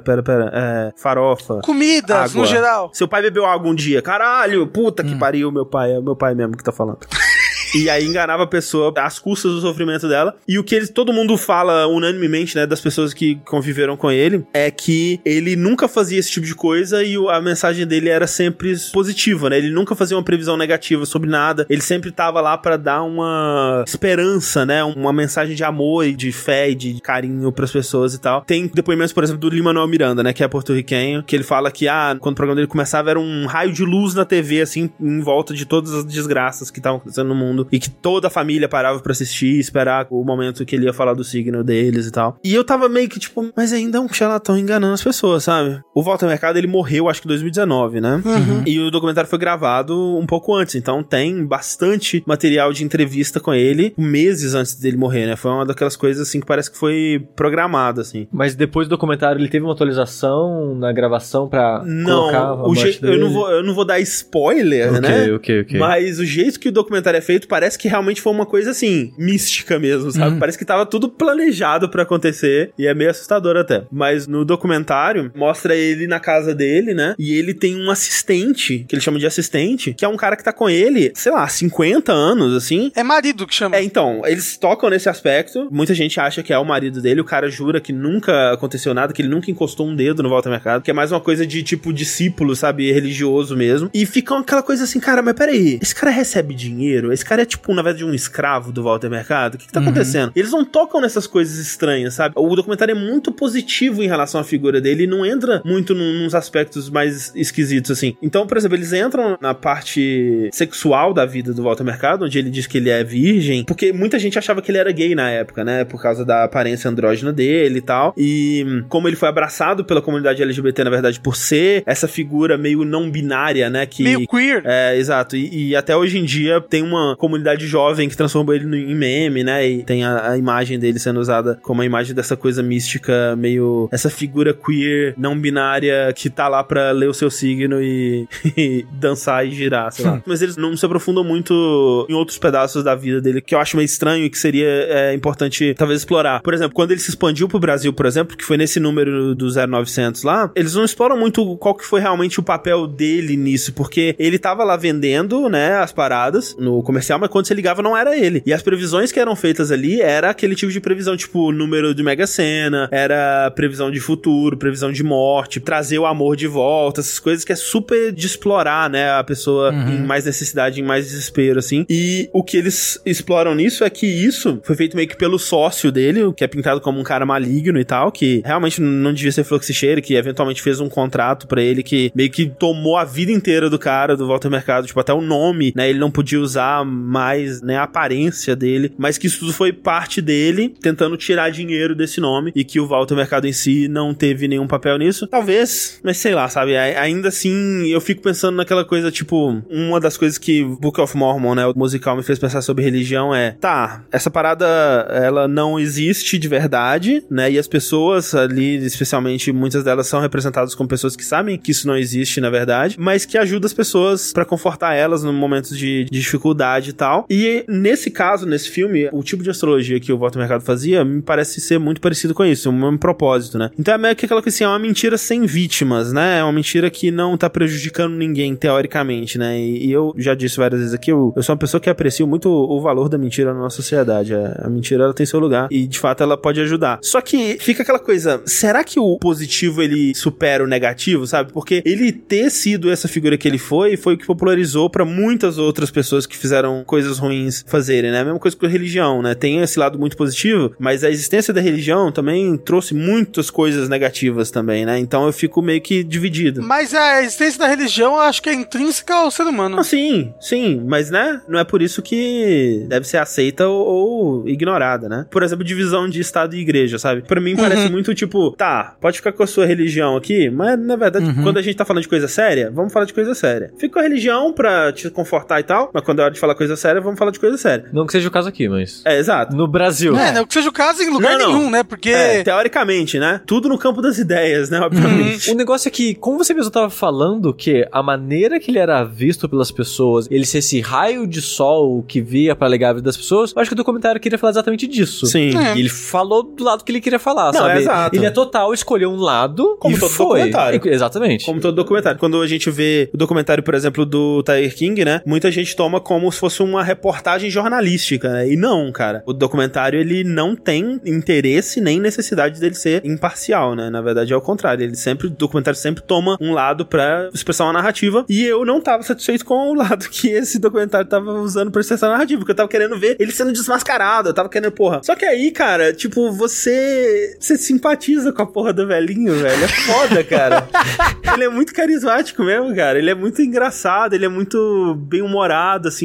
farofa. Comidas, água. No geral. Seu pai bebeu água um dia, caralho, puta que pariu, meu pai, é o meu pai mesmo que tá falando. E aí enganava a pessoa às custas do sofrimento dela. E o que todo mundo fala unanimemente, né, das pessoas que conviveram com ele, é que ele nunca fazia esse tipo de coisa e a mensagem dele era sempre positiva, né? Ele nunca fazia uma previsão negativa sobre nada. Ele sempre tava lá pra dar uma esperança, né? Uma mensagem de amor e de fé e de carinho pras pessoas e tal. Tem depoimentos, por exemplo, do Lin-Manuel Miranda, né, que é porto-riquenho, que ele fala que, quando o programa dele começava, era um raio de luz na TV, assim, em volta de todas as desgraças que estavam acontecendo no mundo. mundo, e que toda a família parava pra assistir, esperar o momento que ele ia falar do signo deles e tal. E eu tava meio que tipo, mas ainda é um charlatão enganando as pessoas, sabe? O Walter Mercado, ele morreu acho que em 2019, né? E o documentário foi gravado um pouco antes, então tem bastante material de entrevista com ele meses antes dele morrer, né? Foi uma daquelas coisas assim que parece que foi programada, assim. Mas depois do documentário ele teve uma atualização na gravação pra colocar a morte dele? Eu não vou dar spoiler, né? Ok. Mas o jeito que o documentário é feito parece que realmente foi uma coisa assim, mística mesmo, sabe? Parece que tava tudo planejado pra acontecer e é meio assustador até. Mas no documentário mostra ele na casa dele, né? E ele tem um assistente, que ele chama de assistente, que é um cara que tá com ele, sei lá, 50 anos, assim. É marido que chama. Então, eles tocam nesse aspecto. Muita gente acha que é o marido dele, o cara jura que nunca aconteceu nada, que ele nunca encostou um dedo no Walter Mercado, que é mais uma coisa de tipo discípulo, sabe, religioso mesmo. E fica aquela coisa assim, cara, mas peraí, esse cara recebe dinheiro? Esse cara é tipo, na verdade, um escravo do Walter Mercado? O que tá acontecendo? Eles não tocam nessas coisas estranhas, sabe? O documentário é muito positivo em relação à figura dele e não entra muito nos aspectos mais esquisitos, assim. Então, por exemplo, eles entram na parte sexual da vida do Walter Mercado, onde ele diz que ele é virgem, porque muita gente achava que ele era gay na época, né? Por causa da aparência andrógena dele e tal. E como ele foi abraçado pela comunidade LGBT, na verdade, por ser essa figura meio não binária, né? Meio queer. É, exato. E até hoje em dia tem uma comunidade jovem que transformou ele em meme, né? E tem a imagem dele sendo usada como a imagem dessa coisa mística, meio essa figura queer, não binária, que tá lá pra ler o seu signo e dançar e girar, sei lá. Mas eles não se aprofundam muito em outros pedaços da vida dele, que eu acho meio estranho e que seria importante, talvez, explorar. Por exemplo, quando ele se expandiu pro Brasil, por exemplo, que foi nesse número do 0900 lá, eles não exploram muito qual que foi realmente o papel dele nisso, porque ele tava lá vendendo, né, as paradas no comercial, mas quando você ligava não era ele. E as previsões que eram feitas ali era aquele tipo de previsão, tipo, número de Mega Sena, era previsão de futuro, previsão de morte, trazer o amor de volta, essas coisas que é super de explorar, né, a pessoa em mais necessidade, em mais desespero, assim. E o que eles exploram nisso é que isso foi feito meio que pelo sócio dele, que é pintado como um cara maligno e tal, que realmente não devia ser fluxicheiro, que eventualmente fez um contrato pra ele que meio que tomou a vida inteira do cara, do Walter Mercado, tipo, até o nome, né, ele não podia usar mais, né, a aparência dele, mas que isso tudo foi parte dele, tentando tirar dinheiro desse nome, e que o Walter Mercado em si não teve nenhum papel nisso. Talvez, mas sei lá, sabe, ainda assim, eu fico pensando naquela coisa, tipo, uma das coisas que Book of Mormon, né, o musical me fez pensar sobre religião é, tá, essa parada, ela não existe de verdade, né, e as pessoas ali, especialmente muitas delas são representadas como pessoas que sabem que isso não existe, na verdade, mas que ajuda as pessoas pra confortar elas no momentos de dificuldade e tal. E nesse caso, nesse filme, o tipo de astrologia que o Walter Mercado fazia me parece ser muito parecido com isso, o mesmo propósito, né? Então é meio que aquela coisa assim, é uma mentira sem vítimas, né? É uma mentira que não tá prejudicando ninguém, teoricamente, né? E eu já disse várias vezes aqui, eu sou uma pessoa que aprecio muito o valor da mentira na nossa sociedade. A mentira, ela tem seu lugar e, de fato, ela pode ajudar. Só que fica aquela coisa, será que o positivo, ele supera o negativo, sabe? Porque ele ter sido essa figura que ele foi o que popularizou pra muitas outras pessoas que fizeram coisas ruins fazerem, né? A mesma coisa com a religião, né? Tem esse lado muito positivo, mas a existência da religião também trouxe muitas coisas negativas também, né? Então eu fico meio que dividido. Mas a existência da religião, eu acho que é intrínseca ao ser humano. Ah, sim, mas, né? Não é por isso que deve ser aceita ou ignorada, né? Por exemplo, divisão de Estado e Igreja, sabe? Pra mim parece muito tipo, tá, pode ficar com a sua religião aqui, mas na verdade, quando a gente tá falando de coisa séria, vamos falar de coisa séria. Fica com a religião pra te confortar e tal, mas quando é hora de falar coisa séria, vamos falar de coisa séria. Não que seja o caso aqui, mas... É, exato. No Brasil. Não que seja o caso em lugar nenhum, né? Porque... teoricamente, né? Tudo no campo das ideias, né? Obviamente. O negócio é que, como você mesmo tava falando, que a maneira que ele era visto pelas pessoas, ele ser esse raio de sol que via pra alegar a vida das pessoas, eu acho que o documentário queria falar exatamente disso. Sim. E ele falou do lado que ele queria falar, sabe? Exato. Ele é total, escolheu um lado como todo documentário. Exatamente. Como todo documentário. Quando a gente vê o documentário, por exemplo, do Tiger King, né? Muita gente toma como se fosse uma reportagem jornalística, né? E não, cara. O documentário, ele não tem interesse nem necessidade dele ser imparcial, né? Na verdade, é o contrário. O documentário sempre toma um lado pra expressar uma narrativa, e eu não tava satisfeito com o lado que esse documentário tava usando pra expressar a narrativa, porque eu tava querendo ver ele sendo desmascarado, eu tava querendo, porra. Só que aí, cara, tipo, você simpatiza com a porra do velhinho, velho. É foda, cara. Ele é muito carismático mesmo, cara. Ele é muito engraçado, ele é muito bem-humorado, assim, tipo, velhinho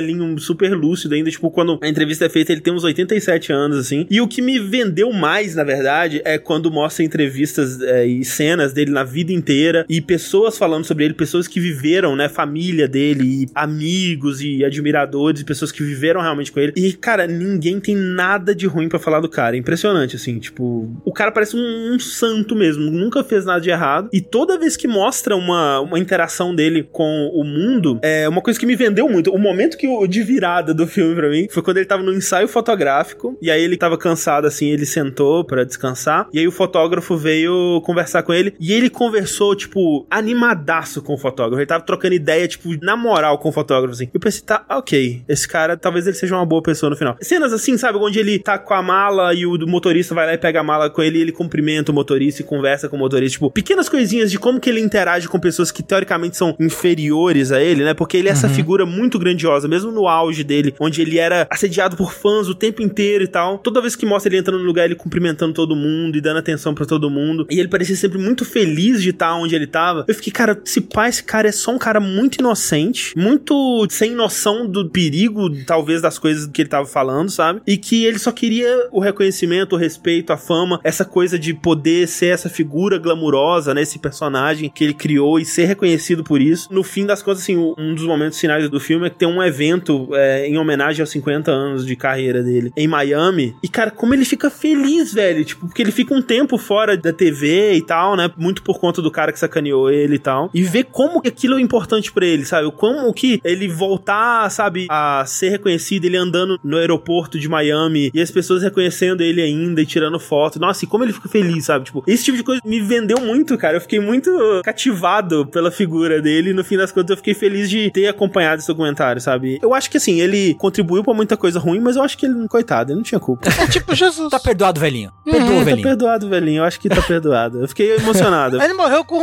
velhinho super lúcido ainda, tipo, quando a entrevista é feita, ele tem uns 87 anos, assim. E o que me vendeu mais, na verdade, é quando mostra entrevistas e cenas dele na vida inteira e pessoas falando sobre ele, pessoas que viveram, né, família dele, e amigos e admiradores, pessoas que viveram realmente com ele. E, cara, ninguém tem nada de ruim pra falar do cara. É impressionante, assim, tipo, o cara parece um santo mesmo, nunca fez nada de errado. E toda vez que mostra uma interação dele com o mundo, é uma coisa que me vendeu muito. O momento de virada do filme pra mim foi quando ele tava no ensaio fotográfico, e aí ele tava cansado, assim, ele sentou pra descansar, e aí o fotógrafo veio conversar com ele, e ele conversou, tipo, animadaço com o fotógrafo. Ele tava trocando ideia, tipo, na moral com o fotógrafo, assim. Eu pensei, tá, ok, esse cara, talvez ele seja uma boa pessoa no final. Cenas assim, sabe, onde ele tá com a mala e o motorista vai lá e pega a mala com ele e ele cumprimenta o motorista e conversa com o motorista, tipo, pequenas coisinhas de como que ele interage com pessoas que teoricamente são inferiores a ele, né, porque ele é essa figura muito grandiosa, mesmo no auge dele, onde ele era assediado por fãs o tempo inteiro e tal. Toda vez que mostra ele entrando no lugar, ele cumprimentando todo mundo e dando atenção pra todo mundo, e ele parecia sempre muito feliz de estar onde ele tava. Eu fiquei, cara, esse cara é só um cara muito inocente, muito sem noção do perigo, talvez, das coisas que ele tava falando, sabe? E que ele só queria o reconhecimento, o respeito, a fama, essa coisa de poder ser essa figura glamurosa, né? Esse personagem que ele criou e ser reconhecido por isso. No fim das contas, assim, um dos momentos finais do filme é que tem um evento em homenagem aos 50 anos de carreira dele em Miami. E, cara, como ele fica feliz, velho. Tipo, porque ele fica um tempo fora da TV e tal, né? Muito por conta do cara que sacaneou ele e tal. E ver como que aquilo é importante pra ele, sabe? Como que ele voltar, sabe, a ser reconhecido, ele andando no aeroporto de Miami e as pessoas reconhecendo ele ainda e tirando foto. Nossa, e como ele fica feliz, sabe? Tipo, esse tipo de coisa me vendeu muito, cara. Eu fiquei muito cativado pela figura dele e no fim das contas eu fiquei feliz de ter acompanhado esse documentário, sabe? Eu acho que, assim, ele contribuiu pra muita coisa ruim, mas eu acho que ele, coitado, ele não tinha culpa. É tipo Jesus. Tá perdoado, velhinho. Perdoa, velhinho. Tá perdoado, velhinho. Eu acho que tá perdoado. Eu fiquei emocionado. Ele morreu com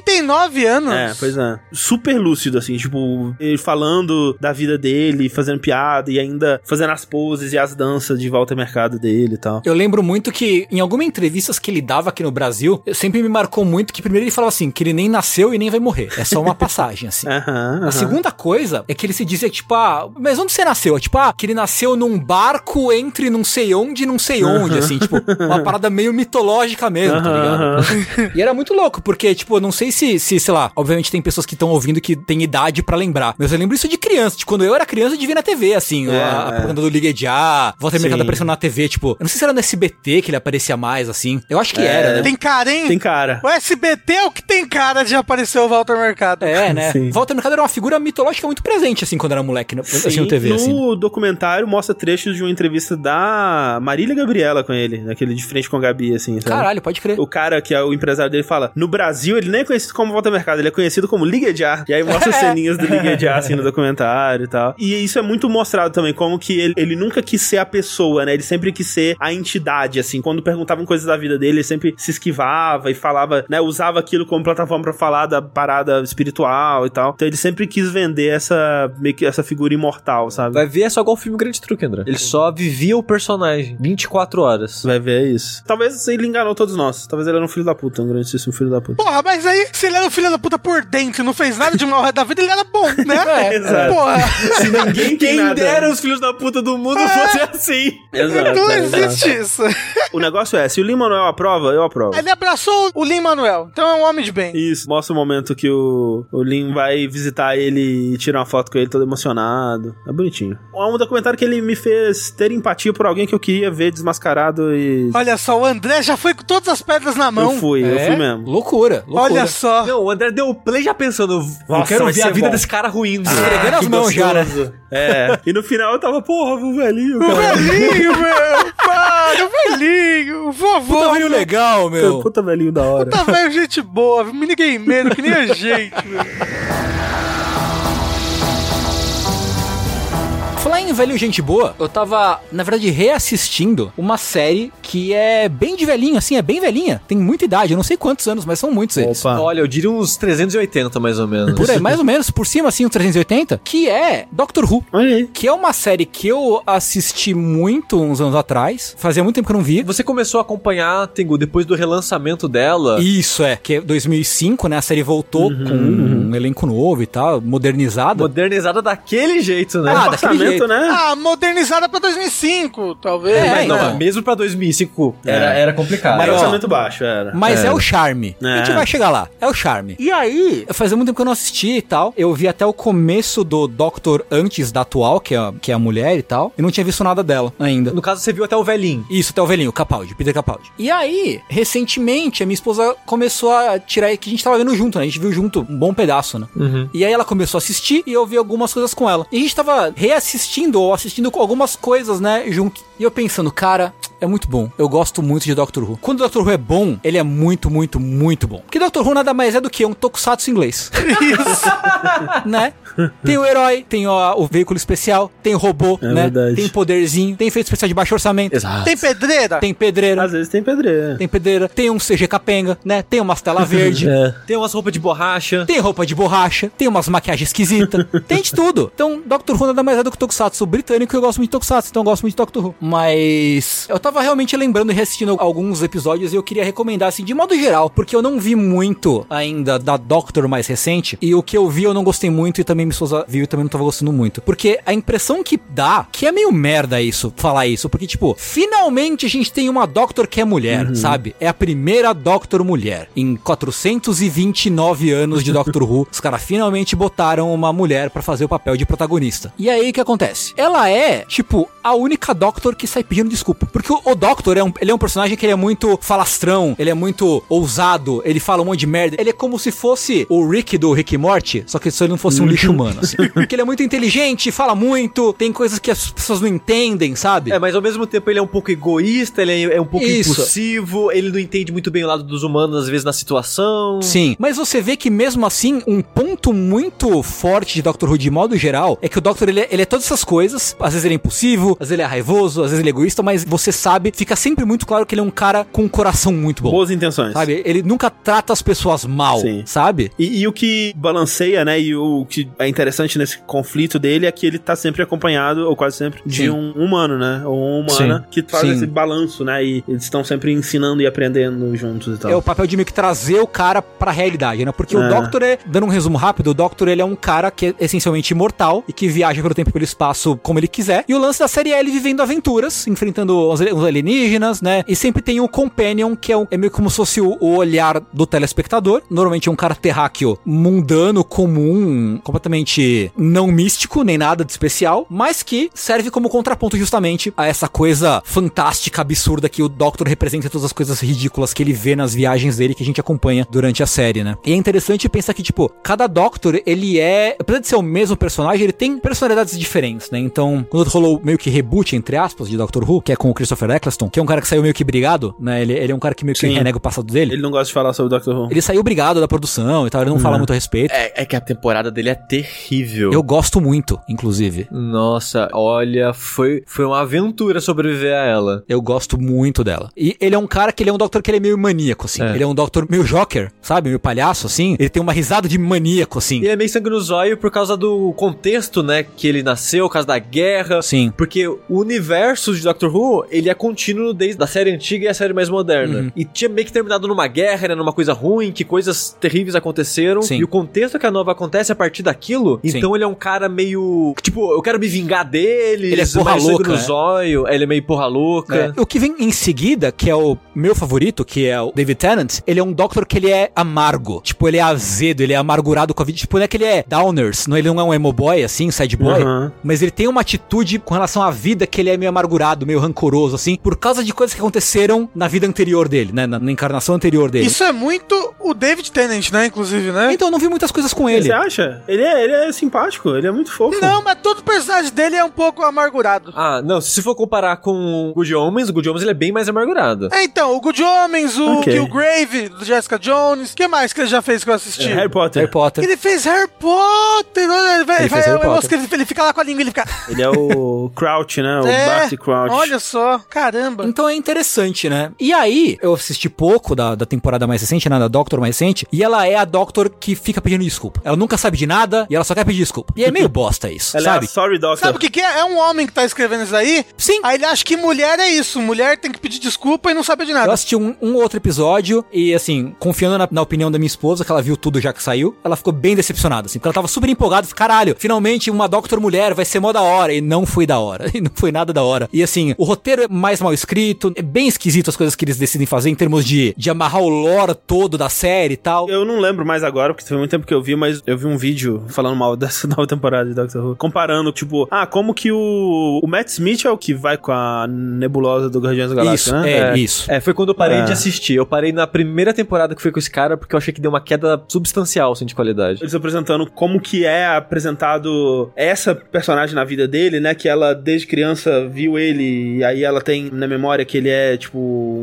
89 anos. É, pois é. Super lúcido, assim, tipo, ele falando da vida dele, fazendo piada e ainda fazendo as poses e as danças de volta ao mercado dele e tal. Eu lembro muito que em algumas entrevistas que ele dava aqui no Brasil, sempre me marcou muito que primeiro ele falava assim, que ele nem nasceu e nem vai morrer. É só uma passagem, assim. A segunda coisa é que ele se dizia, tipo, mas onde você nasceu? Tipo, que ele nasceu num barco entre não sei onde e não sei onde, assim, tipo, uma parada meio mitológica mesmo, tá ligado? E era muito louco, porque, tipo, eu não sei se, sei lá, obviamente tem pessoas que estão ouvindo que tem idade pra lembrar, mas eu lembro isso de criança, de quando eu era criança eu devia na TV, assim, a propaganda do Ligue Já, Volta ao Mercado aparecendo na TV, tipo, eu não sei se era no SBT que ele aparecia mais, assim, eu acho que era, né? Tem cara, hein? Tem cara. O SBT é o que tem cara de aparecer o Walter Mercado. É, né? Sim. Walter Mercado era uma figura mitológica muito presente, assim, quando era moleque, assim, no TV, no assim. documentário mostra trechos de uma entrevista da Marília Gabriela com ele, naquele de frente com a Gabi, assim, sabe? Caralho, pode crer. O cara que é o empresário dele fala, no Brasil ele nem é conhecido como Walter Mercado, ele é conhecido como Ligue Já. E aí mostra as ceninhas do Ligue Já, assim, no documentário e tal. E isso é muito mostrado também, como que ele nunca quis ser a pessoa, né? Ele sempre quis ser a entidade, assim. Quando perguntavam coisas da vida dele, ele sempre se esquivava e falava, né? Usava aquilo como plataforma pra falar da parada espiritual e tal. Então ele sempre quis vender meio que essa figura imortal, sabe? Vai ver, é só igual o filme Grande Truque, André. Ele só vivia o personagem 24 horas. Vai ver isso. Talvez ele enganou todos nós. Talvez ele era um filho da puta, um grandíssimo filho da puta. Porra, mas aí, se ele era um filho da puta por dentro e não fez nada de mal ao resto da vida, ele era bom, né? Exato. Porra. Se ninguém tem Quem nada. dera os filhos da puta do mundo fossem assim. Exato. Não existe isso. O negócio é, se o Lin-Manuel aprova, eu aprovo. Ele abraçou o Lin-Manuel, então é um homem de bem. Isso, mostra o momento que o Lin vai visitar ele e tirar uma foto com ele todo emocionado. É bonitinho. É um documentário que ele me fez ter empatia por alguém que eu queria ver desmascarado e... Olha só, o André já foi com todas as pedras na mão. Eu fui mesmo. Loucura. Olha só. Não, o André deu o play já pensando, eu Nossa, quero vai ver a ser vida bom. desse cara ruindo. Esfregando as mãos já, né? É. E no final eu tava, porra, o velhinho, O cara. velhinho, meu. Mano, o velhinho. O vovô. Puta velho legal, meu. Puta velhinho da hora. Puta velho, gente boa. Minigameiro, que nem a gente, meu. Falar em velho gente boa, eu tava, na verdade, reassistindo uma série que é bem de velhinho, assim, é bem velhinha. Tem muita idade, eu não sei quantos anos, mas são muitos eles. Opa. Olha, eu diria uns 380, mais ou menos. Por aí, mais ou menos, por cima, assim, uns 380, que é Doctor Who. Olha aí. Que é uma série que eu assisti muito uns anos atrás. Fazia muito tempo que eu não vi. Você começou a acompanhar, Tengu, depois do relançamento dela. Isso, que é 2005, né? A série voltou com um elenco novo e tal, modernizada. Modernizada daquele jeito, né? Daquele jeito, né? Modernizada pra 2005, talvez. Mas não, então. mesmo pra 2005 era complicado. Mas ó, orçamento baixo, era. Mas é o charme. A gente vai chegar lá. É o charme. E aí, fazia muito tempo que eu não assisti e tal. Eu vi até o começo do Doctor antes da atual, que é a mulher e tal. E não tinha visto nada dela ainda. No caso, você viu até o velhinho. Isso, até o velhinho, o Capaldi, Peter Capaldi. E aí, recentemente, a minha esposa começou a tirar, que a gente tava vendo junto, né? A gente viu junto um bom pedaço, né? E aí ela começou a assistir e eu vi algumas coisas com ela. E a gente tava reassistindo ou assistindo algumas coisas, né, junto. E eu pensando, cara, é muito bom. Eu gosto muito de Doctor Who. Quando o Doctor Who é bom, ele é muito, muito, muito bom. Porque Doctor Who nada mais é do que um tokusatsu inglês. Isso. Né? Tem o herói, tem o veículo especial, tem o robô, né? Verdade. Tem poderzinho, tem efeito especial de baixo orçamento. Exato. Tem pedreira? Tem pedreira. Às vezes tem pedreira. Tem pedreira. Tem um CG capenga, né? Tem umas tela verde. Tem umas roupas de borracha. Tem roupa de borracha, tem umas maquiagens esquisitas, tem de tudo. Então, Doctor Who nada mais é do que Tokusatsu britânico, eu gosto muito de Tokusatsu, então eu gosto muito de Doctor Who. Mas eu tava realmente lembrando e reassistindo alguns episódios e eu queria recomendar, assim, de modo geral, porque eu não vi muito ainda da Doctor mais recente, e o que eu vi eu não gostei muito e também minha esposa viu e também não tava gostando muito. Porque a impressão que dá, que é meio merda isso, falar isso, porque, tipo, finalmente a gente tem uma Doctor que é mulher, sabe? É a primeira Doctor mulher. Em 429 anos de Doctor Who, os caras finalmente botaram uma mulher pra fazer o papel de protagonista. E aí, o que acontece? Ela é, tipo, a única Doctor que sai pedindo desculpa. Porque o Doctor, ele é um personagem que ele é muito falastrão, ele é muito ousado, ele fala um monte de merda. Ele é como se fosse o Rick do Rick e Morty, só que se ele não fosse um lixo humano, assim. Porque ele é muito inteligente, fala muito, tem coisas que as pessoas não entendem, sabe? Mas ao mesmo tempo ele é um pouco egoísta, ele é um pouco impulsivo, ele não entende muito bem o lado dos humanos, às vezes, na situação. Sim, mas você vê que mesmo assim, um ponto muito forte de Doctor Who de modo geral, é que o Doctor, ele é todas essas coisas, às vezes ele é impulsivo, às vezes ele é raivoso, às vezes ele é egoísta, mas você sabe, fica sempre muito claro que ele é um cara com um coração muito bom. Boas intenções. Sabe? Ele nunca trata as pessoas mal, Sim. sabe? E o que balanceia, né, e o que é interessante nesse conflito dele é que ele tá sempre acompanhado, ou quase sempre, de um humano, né, ou uma humana que faz esse balanço, né, e eles estão sempre ensinando e aprendendo juntos e tal. É o papel de meio que trazer o cara pra realidade, né? Porque o Doctor dando um resumo rápido, o Doctor, ele é um cara que é essencialmente imortal e que viaja pelo tempo e pelo espaço como ele quiser. E o lance da série é ele vivendo aventuras, enfrentando os alienígenas, né? E sempre tem o Companion, que é meio como se fosse o olhar do telespectador. Normalmente é um cara terráqueo, mundano, comum, completamente não místico, nem nada de especial, mas que serve como contraponto justamente a essa coisa fantástica, absurda que o Doctor representa, todas as coisas ridículas que ele vê nas viagens dele, que a gente acompanha durante a série, né? E é interessante pensar que, tipo, cada Doctor, ele apesar de ser o mesmo personagem, ele tem personalidades diferentes, né? Então, quando rolou meio que reboot, entre aspas, de Doctor Who, que é com o Christopher Eccleston, que é um cara que saiu meio que brigado, né? Ele é um cara que meio que renega o passado dele. Ele não gosta de falar sobre Doctor Who. Ele saiu brigado da produção e tal, ele não fala muito a respeito. É que a temporada dele é terrível. Eu gosto muito, inclusive. Nossa, olha, foi uma aventura sobreviver a ela. Eu gosto muito dela. E ele é um cara que ele é um Doctor que ele é meio maníaco, assim. Ele é um Doctor meio Joker, sabe? Meio palhaço, assim. Ele tem uma risada de maníaco, assim. E ele é meio sangue no zóio por causa do contexto, né? Que ele nasceu, por causa da guerra. Sim. Porque o universo de Doctor Who, ele é contínuo desde a série antiga e a série mais moderna. E tinha meio que terminado numa guerra, né? Numa coisa ruim, que coisas terríveis aconteceram. Sim. E o contexto que a nova acontece a partir daquilo. Sim. Então ele é um cara meio... Tipo, eu quero me vingar deles. Ele é porra louca, no zóio. Ele é meio porra louca. O que vem em seguida, que é o meu favorito, que é o David Tennant, ele é um Doctor que ele é amargo. Tipo, ele é azedo, ele é amargurado com a vida. Tipo, não é que ele é downers, ele não é um emo boy, assim, sad boy, mas ele tem uma atitude com relação à vida que ele é meio amargurado, meio rancoroso, assim, por causa de coisas que aconteceram na vida anterior dele, né, na encarnação anterior dele. Isso é muito o David Tennant, né, inclusive, né? Então, eu não vi muitas coisas com ele. Você acha? Ele é ele é simpático, ele é muito fofo. Não, mas todo personagem dele é um pouco amargurado. Ah, não, se for comparar com o Good Omens ele é bem mais amargurado. Então, o Good Omens, o Killgrave, do Jessica Jones, o que mais que ele já fez que eu assisti? Harry Potter. Ele fez Harry Potter, olha, ele fica lá com a língua, ele fica... Ele é o Crouch, né? O Barty Crouch. Olha só, caramba. Então é interessante, né? E aí, eu assisti pouco da temporada mais recente, né? Da Doctor mais recente, e ela é a Doctor que fica pedindo desculpa. Ela nunca sabe de nada e ela só quer pedir desculpa. E é meio bosta isso, ela sabe? É a Sorry Doctor. Sabe o que é? É um homem que tá escrevendo isso aí. Sim. Aí ele acha que mulher é isso. Mulher tem que pedir desculpa e não sabe de nada. Eu assisti um outro episódio e, assim, confiando na opinião da minha esposa, que ela viu tudo já que saiu, ela ficou bem decepcionada, assim, porque ela tava super empolgada, caralho, finalmente uma Doctor mulher vai ser mó da hora, e não foi da hora, e não foi nada da hora. E, assim, o roteiro é mais mal escrito, é bem esquisito as coisas que eles decidem fazer em termos de amarrar o lore todo da série e tal. Eu não lembro mais agora, porque foi muito tempo que eu vi, mas eu vi um vídeo falando mal dessa nova temporada de Doctor Who, comparando, tipo, como que o Matt Smith é o que vai com a nebulosa do Guardiões da Galáxia, né? Isso. Foi quando eu parei de assistir. Eu parei na primeira temporada que foi com esse cara, porque eu achei que deu uma queda substancial, assim, de qualidade. Eles apresentando como que é apresentado essa personagem na vida dele, né? Que ela, desde criança, viu ele, e aí ela tem na memória que ele é, tipo,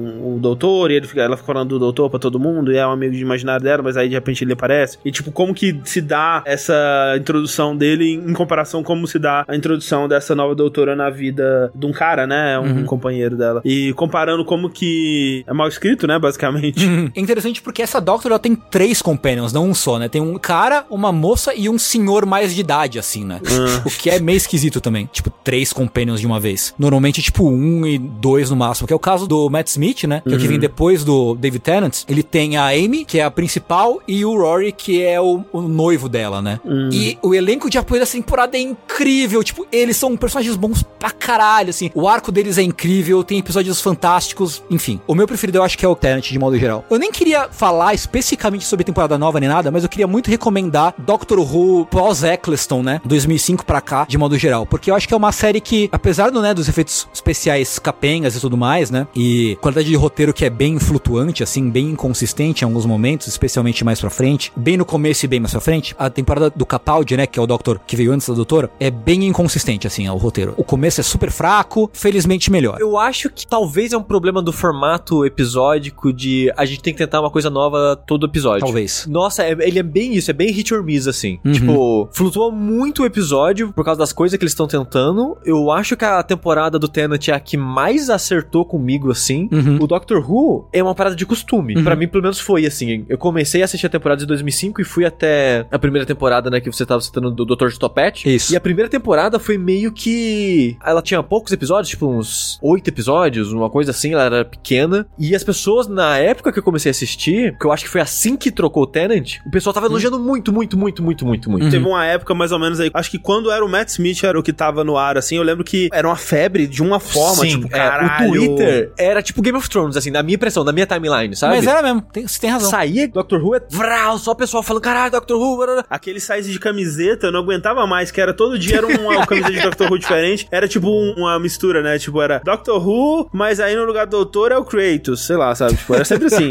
o doutor, e ela fica falando do doutor pra todo mundo, e é um amigo de imaginário dela, mas aí de repente ele aparece. E, tipo, como que se dá essa introdução dele em comparação como se dá a introdução dessa nova doutora na vida de um cara, né? Um companheiro dela. E comparando como que é mal escrito, né? Basicamente. É interessante porque essa Doctor, ela tem 3 companions, não um só, né? Tem um cara, uma moça e um senhor mais de idade, assim, né? O que é meio esquisito também. Tipo, 3 companions de uma vez. Normalmente, tipo, 1 e 2 no máximo. Que é o caso do Matt Smith, né? Que é o que vem depois do David Tennant. Ele tem a Amy, que é a principal, e o Rory, que é o noivo dela, né? E o elenco de apoio dessa temporada é incrível. Tipo, eles são personagens bons pra caralho, assim. O arco deles é incrível, tem episódios fantásticos, enfim. O meu preferido eu acho que é o Tennant, de modo geral. Eu nem queria falar especificamente sobre a temporada nova nem nada, mas eu queria muito recomendar Doctor Who pós-Eccleston, né? 2005 pra cá, de modo geral. Porque eu acho que é uma série que, apesar dos efeitos especiais capengas e tudo mais, né? E qualidade de roteiro que é bem flutuante, assim, bem inconsistente em alguns momentos, especialmente mais pra frente. Bem no começo e bem mais pra frente. A temporada do Capaldi, né? Que é o Doctor que veio antes da Doutora, é bem inconsistente, assim, o roteiro. O começo é super fraco, felizmente melhor. Eu acho que talvez é um problema do formato episódico de a gente tem que tentar uma coisa nova todo episódio. Talvez. Nossa, ele é bem isso, é bem hit or miss, assim. Tipo, flutua muito o episódio por causa das coisas que eles estão tentando. Eu acho que a temporada do Tennant é a que mais acertou comigo, assim. O Doctor Who é uma parada de costume. Pra mim, pelo menos, foi, assim. Eu comecei a assistir a temporada de 2005 e fui até a primeira temporada, né, que você tava citando do Dr. Stopette. Isso. E a primeira temporada foi meio que... Ela tinha poucos episódios, tipo uns 8 episódios, uma coisa assim, ela era pequena. E as pessoas, na época que eu comecei a assistir, que eu acho que foi assim que trocou o Tennant, o pessoal tava elogiando muito. Teve uma época, mais ou menos aí, acho que quando era o Matt Smith, era o que tava no ar, assim, eu lembro que era uma febre de uma forma, sim, tipo, caralho. O Twitter era tipo Game of Thrones, assim, na minha impressão, na minha timeline, sabe? Mas era mesmo, você tem razão. Saía Doctor Who, só o pessoal falando, caralho, Doctor Who, aquele size de camiseta, eu não aguentava mais, que era todo dia era uma camiseta de Doctor Who diferente, era tipo uma mistura, né, tipo, era Doctor Who, mas aí no lugar do doutor é o Kratos, sei lá, sabe, tipo, era sempre assim.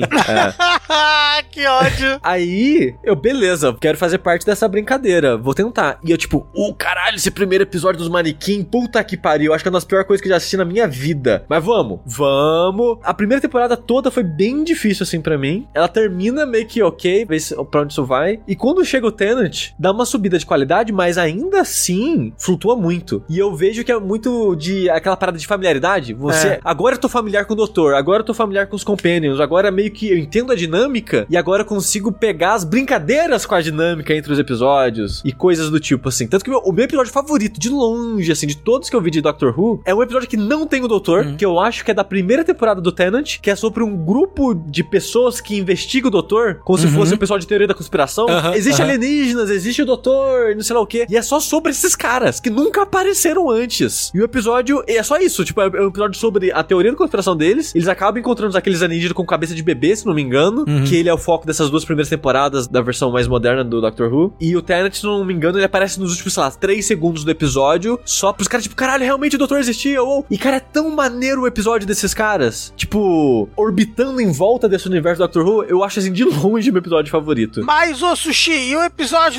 Que ódio. Aí, beleza, quero fazer parte dessa brincadeira, vou tentar. E eu, tipo, caralho, esse primeiro episódio dos manequim, puta que pariu, acho que é uma das piores coisas que eu já assisti na minha vida. Mas vamos. A primeira temporada toda foi bem difícil, assim, pra mim. Ela termina meio que ok, ver pra onde isso vai. E quando chega o Tennant, dá uma subida de qualidade, mas ainda assim, flutua muito. E eu vejo que é muito de aquela parada de familiaridade. Agora eu tô familiar com o doutor, agora eu tô familiar com os companions, agora meio que eu entendo a dinâmica e agora eu consigo pegar as brincadeiras com a dinâmica entre os episódios e coisas do tipo, assim. Tanto que o meu episódio favorito, de longe, assim, de todos que eu vi de Doctor Who, é um episódio que não tem o doutor, que eu acho que é da primeira temporada do Tennant, que é sobre um grupo de pessoas que investigam o doutor, como se fosse o pessoal de teoria da conspiração. Existe alienígenas, existe o doutor, não sei lá o quê. E é só sobre esses caras, que nunca apareceram antes. E o episódio é só isso, tipo, é um episódio sobre a teoria da conspiração deles. Eles acabam encontrando aqueles alienígenas com cabeça de bebê, se não me engano, que ele é o foco dessas 2 primeiras temporadas da versão mais moderna do Doctor Who. E o Tennant, se não me engano, ele aparece nos últimos, sei lá, 3 segundos do episódio, só pros caras, tipo, caralho, realmente o doutor existia, E, cara, é tão maneiro o episódio desses caras, tipo, orbitando em volta desse universo do Doctor Who, eu acho, assim, de longe meu episódio favorito. Mas, Sushi, e o episódio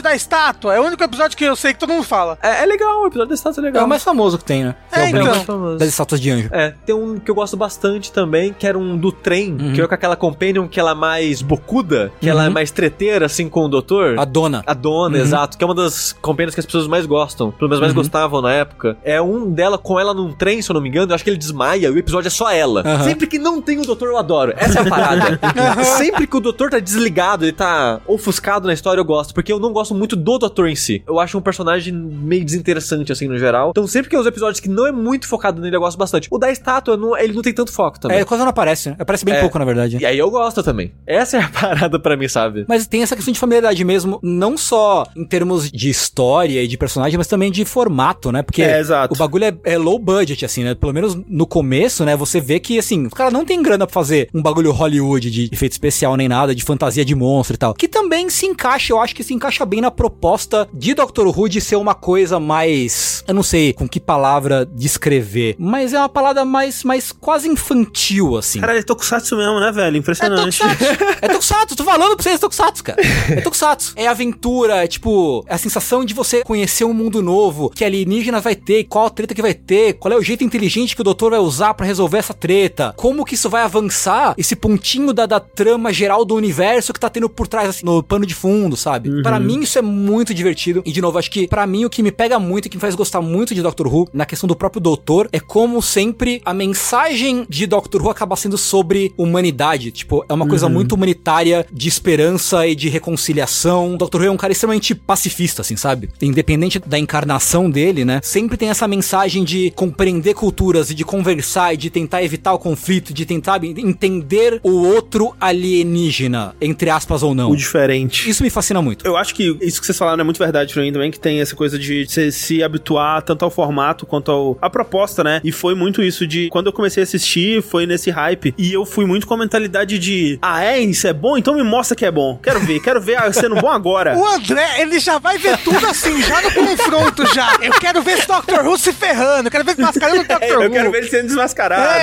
da estátua. É o único episódio que eu sei que todo mundo fala. É legal, o episódio da estátua é legal. É o mais famoso que tem, né? Então. Das estátuas de anjo. Tem um que eu gosto bastante também, que era um do trem, que é com aquela companion que ela é mais bocuda, que ela é mais treteira, assim, com o doutor. A dona. A dona, exato, que é uma das companions que as pessoas mais gostam, pelo menos mais gostavam na época. É um dela com ela num trem, se eu não me engano, eu acho que ele desmaia e o episódio é só ela. Sempre que não tem o doutor, eu adoro. Essa é a parada. Sempre que o doutor tá desligado, ele tá ofuscado na história, eu gosto, porque eu não gosto muito do doutor em si. Eu acho um personagem meio desinteressante, assim, no geral. Então, sempre que é os episódios que não é muito focado nele, eu gosto bastante. O da estátua, ele não tem tanto foco também. Quase não aparece, né? Aparece bem pouco, na verdade. E aí eu gosto também. Essa é a parada pra mim, sabe? Mas tem essa questão de familiaridade mesmo, não só em termos de história e de personagem, mas também de formato, né? Porque exato. O bagulho é low budget, assim, né? Pelo menos no começo, né? Você vê que, assim, o cara não tem grana pra fazer um bagulho Hollywood de efeito especial nem nada, de fantasia de monstro e tal. Que também se encaixa, eu acho que se encaixa bem na proposta de Doctor Who de ser uma coisa mais... Eu não sei com que palavra descrever, mas é uma palavra mais quase infantil, assim. Cara, é Tokusatsu mesmo, né, velho? Impressionante. É Tokusatsu, tô falando pra vocês, é Tokusatsu, cara. É Tokusatsu. É aventura, é tipo, a sensação de você conhecer um mundo novo, que alienígenas vai ter, qual a treta que vai ter, qual é o jeito inteligente que o doutor vai usar pra resolver essa treta, como que isso vai avançar, esse pontinho da trama geral do universo que tá tendo por trás, assim, no pano de fundo, sabe? Pra mim isso é muito divertido, e de novo, acho que pra mim o que me pega muito e que me faz gostar muito de Doctor Who, na questão do próprio doutor, é como sempre a mensagem de Doctor Who acaba sendo sobre humanidade, tipo, é uma coisa muito humanitária, de esperança e de reconciliação. O Doctor Who é um cara extremamente pacifista, assim, sabe? Independente da encarnação dele, né? Sempre tem essa mensagem de compreender culturas e de conversar e de tentar evitar o conflito, de tentar entender o outro alienígena, entre aspas ou não. O diferente. Isso me fascina muito. Eu acho que isso que vocês falaram é muito verdade pra mim também, que tem essa coisa de você se habituar tanto ao formato quanto à proposta, né? E foi muito isso de... Quando eu comecei a assistir, foi nesse hype. E eu fui muito com a mentalidade de... Isso é bom? Então me mostra que é bom. Quero ver sendo bom agora. O André, ele já vai ver tudo assim, já no confronto, já. Eu quero ver esse Doctor Who se ferrando. Eu quero ver ele mascarando o Doctor Who. Eu quero ver ele sendo desmascarado.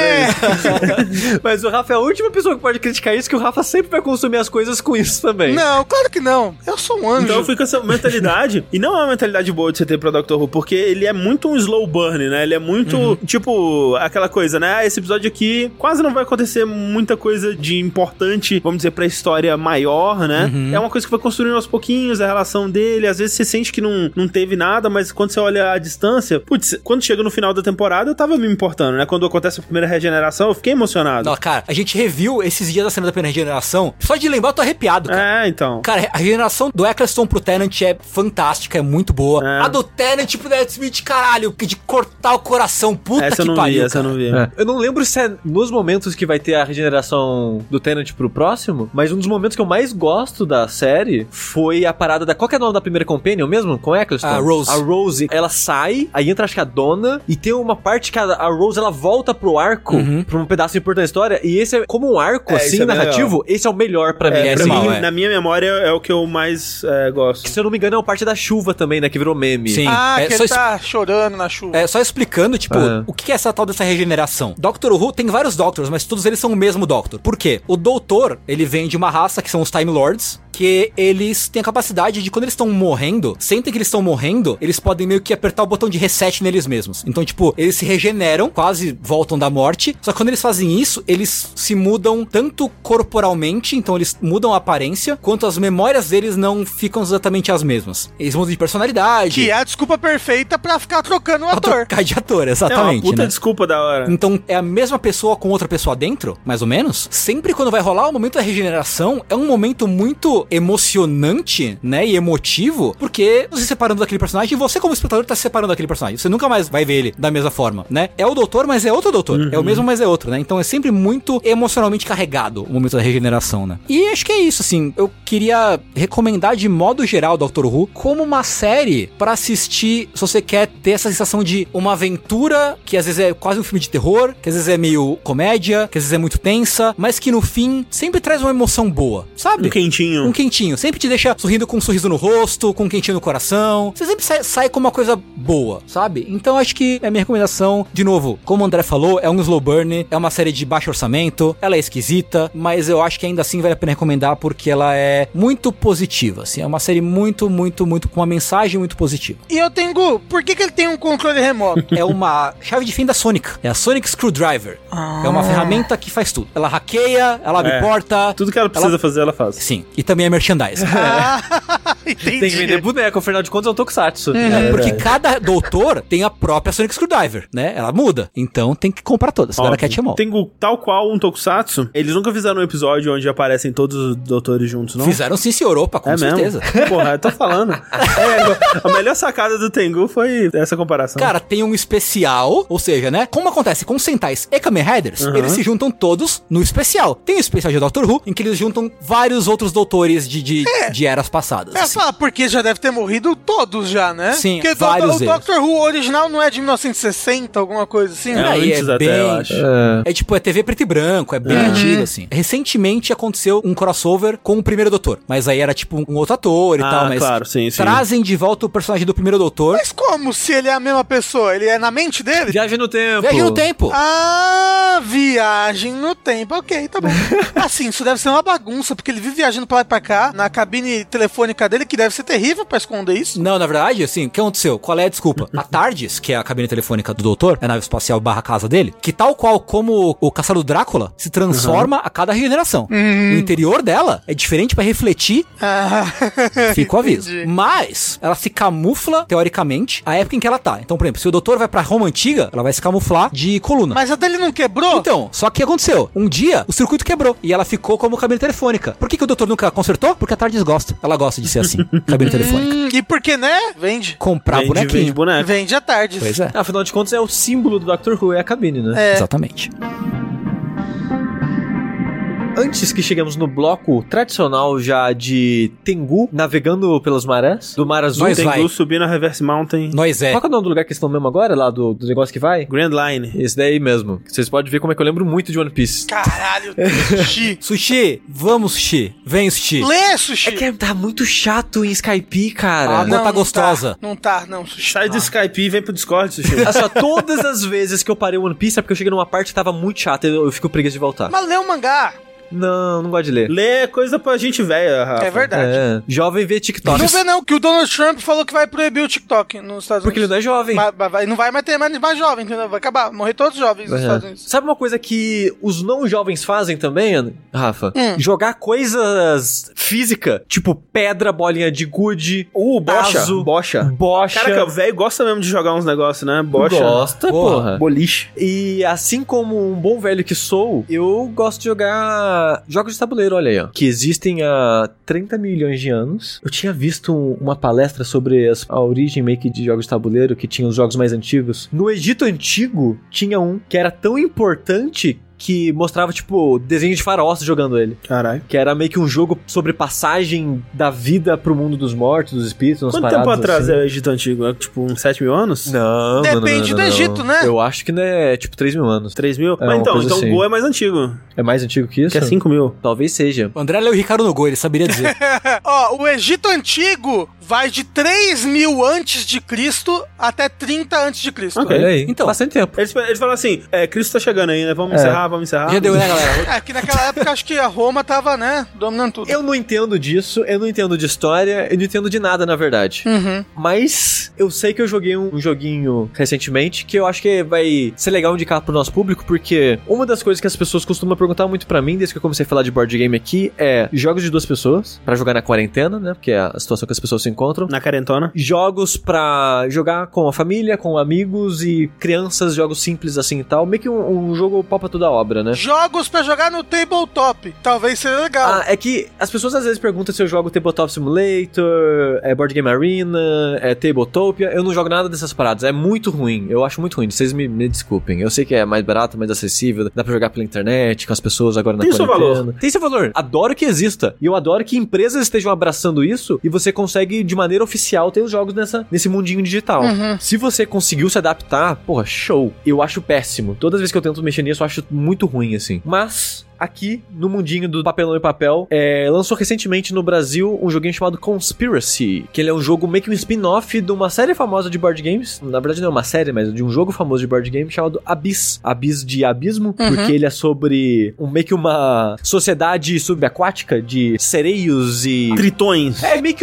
Mas o Rafa é a última pessoa que pode criticar isso, que o Rafa sempre vai consumir as coisas com isso também. Não, claro que não. Eu sou um anjo. Então eu fui com essa mentalidade. E não é uma mentalidade boa de você ter pra Doctor Who, porque ele é muito um slow burn, né? Ele é muito, tipo, aquela coisa, né? Esse episódio aqui quase não vai acontecer muita coisa de importante, vamos dizer, pra história maior, né? É uma coisa que vai construindo aos pouquinhos a relação dele. Às vezes você sente que não teve nada, mas quando você olha a distância, putz, quando chega no final da temporada, eu tava me importando, né? Quando acontece a primeira regeneração, eu fiquei emocionado. Não, cara, a gente reviu esses dias da cena da primeira regeneração. Só de lembrar, eu tô arrepiado, cara. Então. Cara, a regeneração do Eccleston pro Tennant é fantástica, é muito boa. A do Tennant pro Matt Smith, caralho, de cortar o coração. Puta que pariu. Essa eu não vi. Eu não lembro se é nos momentos que vai ter a regeneração do Tennant pro próximo, mas um dos momentos que eu mais gosto da série foi a parada da... Qual que é o nome da primeira companion mesmo? Com Eccleston? A Rose. A Rose, ela sai, aí entra acho que a Donna, e tem uma parte que a Rose, ela volta pro arco, pra um pedaço importante da história, e esse é como um arco, assim, narrativo, esse é o melhor pra mim. Pra mim, na minha memória, é o que eu mais gosto. Que, se eu não me engano, é uma parte da chuva também, né, que virou meme. Sim. Que ele tá chorando na chuva. Só explicando, tipo, o que é essa tal dessa regeneração? Doctor Who tem vários Doctors, mas todos eles são o mesmo Doctor. Por quê? O Doutor, ele vem de uma raça que são os Time Lords, que eles têm a capacidade de, quando eles estão morrendo, sentem que eles estão morrendo, eles podem meio que apertar o botão de reset neles mesmos. Então, tipo, eles se regeneram, quase voltam da morte, só que quando eles fazem isso, eles se mudam tanto corporalmente, então eles mudam a aparência, quanto as memórias deles não ficam exatamente as mesmas. Eles mudam de personalidade. Que é a desculpa perfeita pra ficar trocando o ator. Trocar de ator, exatamente. É uma puta desculpa da hora. Então, é a mesma pessoa com outra pessoa dentro, mais ou menos. Sempre quando vai rolar o momento da regeneração, é um momento muito emocionante, né, e emotivo, porque você se separando daquele personagem e você como espectador tá se separando daquele personagem. Você nunca mais vai ver ele da mesma forma, né? É o doutor, mas é outro doutor. É o mesmo, mas é outro, né? Então é sempre muito emocionalmente carregado o momento da regeneração, né? E acho que é isso, assim. Eu queria recomendar de modo geral Doctor Who como uma série pra assistir se você quer ter essa sensação de uma aventura que às vezes é quase um filme de terror, que às vezes é meio comédia, que às vezes é muito tensa, mas que no fim sempre traz uma emoção boa, sabe? Um quentinho. quentinho. Sempre te deixa sorrindo com um sorriso no rosto, com um quentinho no coração. Você sempre sai com uma coisa boa, sabe? Então acho que é a minha recomendação. De novo, como o André falou, é um slow burn, é uma série de baixo orçamento, ela é esquisita, mas eu acho que ainda assim vale a pena recomendar porque ela é muito positiva, assim. É uma série muito, muito, muito, com uma mensagem muito positiva. E eu tenho, por que ele tem um controle remoto? É uma chave de fenda Sonic. É a Sonic Screwdriver. É uma ferramenta que faz tudo. Ela hackeia, ela abre porta. Tudo que ela precisa fazer, ela faz. Sim. E também é merchandising. Entendi. Tem que vender boneco, afinal de contas é um tokusatsu. Porque cada doutor tem a própria Sonic Screwdriver, né? Ela muda. Então tem que comprar todas. Agora Cat Mall. Tengu, tal qual um tokusatsu, eles nunca fizeram um episódio onde aparecem todos os doutores juntos, não? Fizeram sim, senhor. Opa, com certeza. Mesmo? Porra, eu tô falando. A melhor sacada do Tengu foi essa comparação. Cara, tem um especial, ou seja, né? Como acontece com Sentais e Kamen Riders, eles se juntam todos no especial. Tem o especial de Doctor Who, em que eles juntam vários outros doutores de eras passadas. Assim. Porque já deve ter morrido todos já, né? Sim, porque vários o Doctor Who original não é de 1960, alguma coisa assim? Antes até, bem, eu acho. É tipo, é TV preto e branco, é bem antigo, assim. Recentemente aconteceu um crossover com o primeiro doutor, mas aí era tipo um outro ator e tal, mas claro, sim. Trazem de volta o personagem do primeiro doutor. Mas como se ele é a mesma pessoa? Ele é na mente dele? Viagem no tempo. Viagem no tempo. Viagem no tempo. Ok, tá bom. Assim, isso deve ser uma bagunça, porque ele vive viajando pra lá e pra cá, na cabine telefônica dele, que deve ser terrível pra esconder isso. Não, na verdade, assim, o que aconteceu? Qual é a desculpa? A TARDIS, que é a cabine telefônica do doutor, é a nave espacial / casa dele, que tal qual como o caçador Drácula se transforma a cada regeneração. O interior dela é diferente pra refletir. Fica o aviso. Entendi. Mas ela se camufla, teoricamente, a época em que ela tá. Então, por exemplo, se o doutor vai pra Roma Antiga, ela vai se camuflar de coluna. Mas a dele não quebrou? Então, só que o que aconteceu? Um dia, o circuito quebrou e ela ficou como cabine telefônica. Por que o doutor nunca consertou? Porque a TARDIS gosta. Ela gosta de ser assim, cabine telefônica. E porque, né? Vende. Comprar bonequinho. Vende boneco. Vende a tarde. Pois é. Afinal de contas, é o símbolo do Doctor Who, é a cabine, né? Exatamente. Antes que chegamos no bloco tradicional já de Tengu navegando pelas marés, do Mar Azul. Nós Tengu subindo a Reverse Mountain. Nós Qual que é o nome do lugar que eles estão mesmo agora, lá do negócio que vai? Grand Line. Esse daí mesmo. Vocês podem ver como é que eu lembro muito de One Piece. Caralho, Sushi. Sushi, vamos, Sushi. Vem, Sushi. Lê, Sushi. É que tá muito chato em Skype, cara. Não tá gostosa. Não tá, Sushi. Sai do Skype e vem pro Discord, Sushi. Olha só, todas as vezes que eu parei o One Piece é porque eu cheguei numa parte que tava muito chata e eu fico preguiça de voltar. Mas lê o mangá. Não gosto de ler. Ler é coisa pra gente velha, Rafa. É verdade. É. Jovem vê TikTok. Não vê não, que o Donald Trump falou que vai proibir o TikTok nos Estados Unidos. Porque ele não é jovem. Não vai mais ter mais jovem, entendeu? Vai acabar, morrer todos os jovens nos Estados Unidos. Sabe uma coisa que os não jovens fazem também, Rafa? Jogar coisas físicas, tipo pedra, bolinha de gude, bocha. Caraca, o velho gosta mesmo de jogar uns negócios, né? Bocha. Gosta, porra. Boliche. E assim como um bom velho que sou, eu gosto de jogar jogos de tabuleiro, olha aí, ó. Que existem há 30 milhões de anos. Eu tinha visto uma palestra sobre a origem meio que de jogos de tabuleiro, que tinha os jogos mais antigos. No Egito Antigo, tinha um que era tão importante que mostrava, tipo, desenho de faraós jogando ele. Caralho. Que era meio que um jogo sobre passagem da vida pro mundo dos mortos, dos espíritos, umas paradas. Quanto tempo atrás assim. é o Egito Antigo? É tipo uns 7 mil anos? Não. Depende do Egito, né? Eu acho que é tipo 3 mil anos. 3 mil? É, mas então assim. o Go é mais antigo. É mais antigo que isso? Que é 5 mil. Talvez seja. O André leu o Ricardo no Go, ele saberia dizer. Ó, o Egito Antigo vai de 3 mil antes de Cristo até 30 antes de Cristo. Ok. Olha aí. Então. Bastante tempo. Eles falam assim, Cristo tá chegando aí, né? Vamos encerrar. Já deu, né, galera? É que naquela época acho que a Roma tava, né, dominando tudo. Eu não entendo disso, eu não entendo de história, eu não entendo de nada, na verdade. Mas eu sei que eu joguei um joguinho recentemente que eu acho que vai ser legal indicar pro nosso público, porque uma das coisas que as pessoas costumam perguntar muito pra mim, desde que eu comecei a falar de board game aqui, é jogos de 2 pessoas, pra jogar na quarentena, né, porque é a situação que as pessoas se encontram. Na quarentona. Jogos pra jogar com a família, com amigos e crianças, jogos simples assim e tal. Meio que um jogo pau pra toda a obra, né? Jogos pra jogar no tabletop. Talvez seja legal. É que as pessoas às vezes perguntam se eu jogo Tabletop Simulator, Board Game Arena, Tabletopia. Eu não jogo nada dessas paradas. É muito ruim. Eu acho muito ruim. Vocês me desculpem. Eu sei que é mais barato, mais acessível. Dá pra jogar pela internet, com as pessoas agora na quarentena. Tem seu valor. Tem seu valor. Adoro que exista. E eu adoro que empresas estejam abraçando isso e você consegue, de maneira oficial, ter os jogos nesse mundinho digital. Se você conseguiu se adaptar, porra, show. Eu acho péssimo. Todas as vezes que eu tento mexer nisso, eu acho muito ruim, assim. Mas aqui no mundinho do papelão e papel, lançou recentemente no Brasil um joguinho chamado Conspiracy, que ele é um jogo meio que um spin-off de uma série famosa de board games. Na verdade não é uma série, mas de um jogo famoso de board game chamado Abyss. Abyss de abismo, porque ele é sobre meio que uma sociedade subaquática de sereios e... tritões. É meio que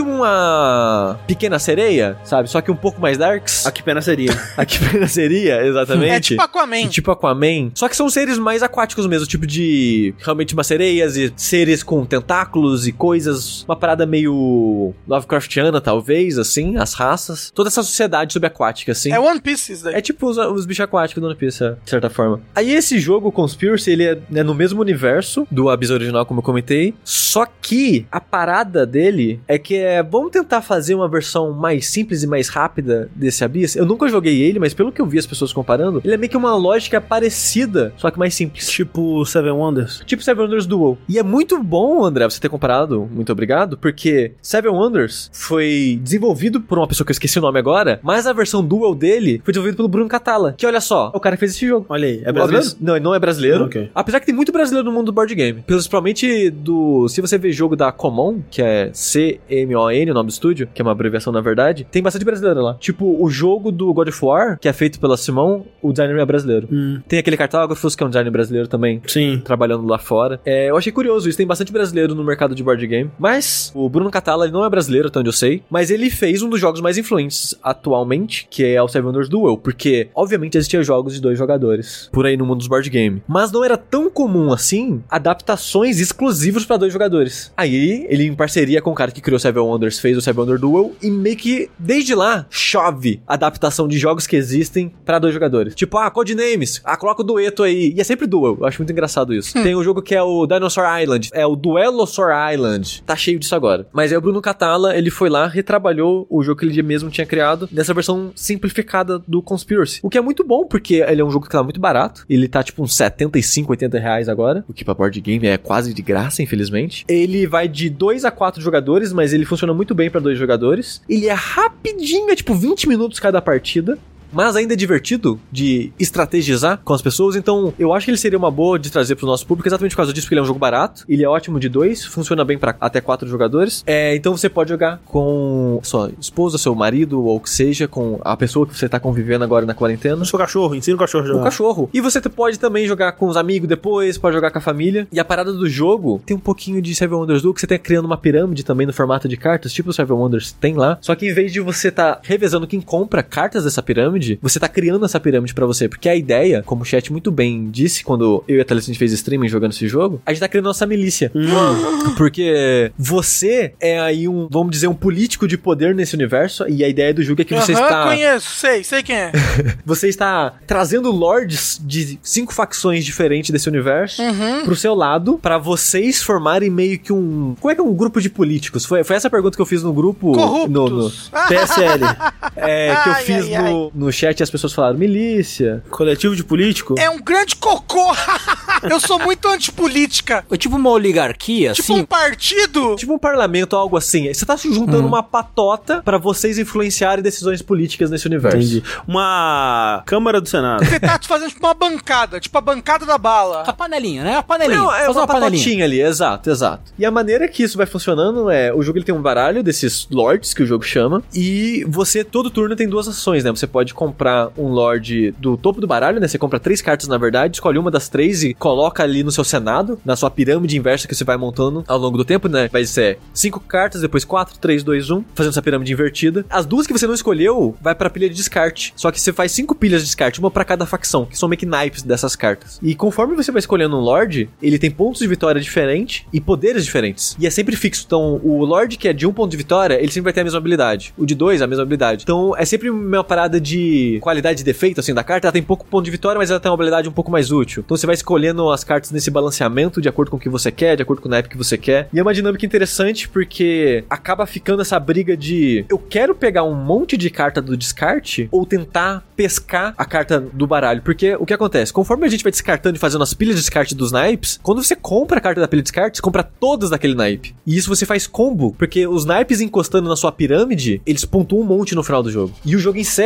uma pequena sereia, sabe? Só que um pouco mais darks. A que pena seria. A que pena seria, exatamente. É tipo Aquaman. Tipo Aquaman. Só que são seres mais aquáticos mesmo, tipo de... realmente umas sereias e seres com tentáculos e coisas. Uma parada meio Lovecraftiana, talvez, assim, as raças. Toda essa sociedade subaquática, assim. É One Piece isso daí. É tipo os bichos aquáticos do One Piece, de certa forma. Aí esse jogo, Conspiracy, ele é no mesmo universo do Abyss original, como eu comentei. Só que a parada dele é que vamos tentar fazer uma versão mais simples e mais rápida desse Abyss. Eu nunca joguei ele, mas pelo que eu vi as pessoas comparando, ele é meio que uma lógica parecida, só que mais simples. Tipo Seven Wonders. Tipo Seven Wonders Duel. E é muito bom, André, você ter comparado, muito obrigado, porque Seven Wonders foi desenvolvido por uma pessoa que eu esqueci o nome agora, mas a versão Duel dele foi desenvolvida pelo Bruno Catala, que olha só, é o cara que fez esse jogo. Olha aí, é brasileiro? Não, ele não é brasileiro. Okay. Apesar que tem muito brasileiro no mundo do board game. Principalmente se você ver jogo da Common, que é CMON, o nome do estúdio, que é uma abreviação na verdade, tem bastante brasileiro lá. Tipo, o jogo do God of War, que é feito pela Simon, o designer é brasileiro. Tem aquele Cartógrafos, que é um designer brasileiro também. Sim. Trabalhando lá fora. Eu achei curioso isso, tem bastante brasileiro no mercado de board game. Mas o Bruno Catala, ele não é brasileiro, até onde eu sei, mas ele fez um dos jogos mais influentes atualmente, que é o Seven Wonders Duel, porque, obviamente, existia jogos de 2 jogadores por aí no mundo dos board game. Mas não era tão comum assim adaptações exclusivas pra 2 jogadores. Aí, ele em parceria com o cara que criou Seven Wonders, fez o Seven Wonders Duel, e meio que, desde lá, chove adaptação de jogos que existem pra 2 jogadores. Tipo, Codenames, coloca o dueto aí. E é sempre duel, eu acho muito engraçado isso. Tem um jogo que é o Dinosaur Island, é o Duelosaur Island. Tá cheio disso agora. Mas aí o Bruno Catala, ele foi lá, retrabalhou o jogo que ele mesmo tinha criado, nessa versão simplificada do Conspiracy. O que é muito bom, porque ele é um jogo que tá muito barato. Ele tá tipo uns 75, 80 reais agora, o que pra board game é quase de graça, infelizmente. Ele vai de 2 a 4 jogadores, mas ele funciona muito bem pra 2 jogadores. Ele é rapidinho, é tipo 20 minutos cada partida, mas ainda é divertido de estrategizar com as pessoas, então eu acho que ele seria uma boa de trazer pro nosso público, exatamente por causa disso, porque ele é um jogo barato, ele é ótimo de 2, funciona bem pra até 4 jogadores, então você pode jogar com sua esposa, seu marido, ou o que seja, com a pessoa que você tá convivendo agora na quarentena. O seu cachorro, ensina o cachorro a jogar. O cachorro. E você pode também jogar com os amigos depois, pode jogar com a família. E a parada do jogo tem um pouquinho de Seven Wonders Duel, que você tá criando uma pirâmide também no formato de cartas, tipo o Seven Wonders tem lá, só que em vez de você tá revezando quem compra cartas dessa pirâmide, você tá criando essa pirâmide pra você, porque a ideia, como o chat muito bem disse quando eu e a Thalys a gente fez streaming jogando esse jogo, a gente tá criando nossa milícia. Porque você é aí vamos dizer, um político de poder nesse universo, e a ideia do jogo é que você está... conheço, sei quem é. Você está trazendo lords de 5 facções diferentes desse universo pro seu lado, pra vocês formarem meio que como é que é um grupo de políticos? Foi essa pergunta que eu fiz no grupo... Corruptos. No TSL. Que eu fiz no chat e as pessoas falaram, milícia. Coletivo de político? É um grande cocô. Eu sou muito antipolítica. É tipo uma oligarquia, tipo assim? Um partido. Tipo um parlamento, algo assim. Você tá se juntando uma patota pra vocês influenciarem decisões políticas nesse universo. Entendi. Uma Câmara do Senado. Você tá fazendo tipo uma bancada, tipo a bancada da bala. A panelinha, né? A panelinha. Não, é uma patotinha ali, exato. E a maneira que isso vai funcionando o jogo ele tem um baralho desses lords, que o jogo chama, e você, todo turno tem 2 ações, né? Você pode comprar um lord do topo do baralho, né? Você compra 3 cartas, na verdade, escolhe uma das 3 e coloca ali no seu senado, na sua pirâmide inversa que você vai montando ao longo do tempo, né? Vai ser 5 cartas, depois 4, 3, 2, 1, fazendo essa pirâmide invertida. As 2 que você não escolheu, vai pra pilha de descarte. Só que você faz 5 pilhas de descarte, uma pra cada facção, que são meio que naipes dessas cartas. E conforme você vai escolhendo um lord, ele tem pontos de vitória diferentes e poderes diferentes. E é sempre fixo. Então, o lord que é de 1 ponto de vitória, ele sempre vai ter a mesma habilidade. O de 2, a mesma habilidade. Então, é sempre uma parada de qualidade de defeito, assim, da carta. Ela tem pouco ponto de vitória, mas ela tem uma habilidade um pouco mais útil. Então, você vai escolhendo as cartas nesse balanceamento de acordo com o que você quer, de acordo com o naipe que você quer. E é uma dinâmica interessante porque acaba ficando essa briga de eu quero pegar um monte de carta do descarte ou tentar pescar a carta do baralho. Porque o que acontece? Conforme a gente vai descartando e fazendo as pilhas de descarte dos naipes, quando você compra a carta da pilha de descarte, você compra todas daquele naipe. E isso você faz combo, porque os naipes encostando na sua pirâmide, eles pontuam um monte no final do jogo. E o jogo encerra quando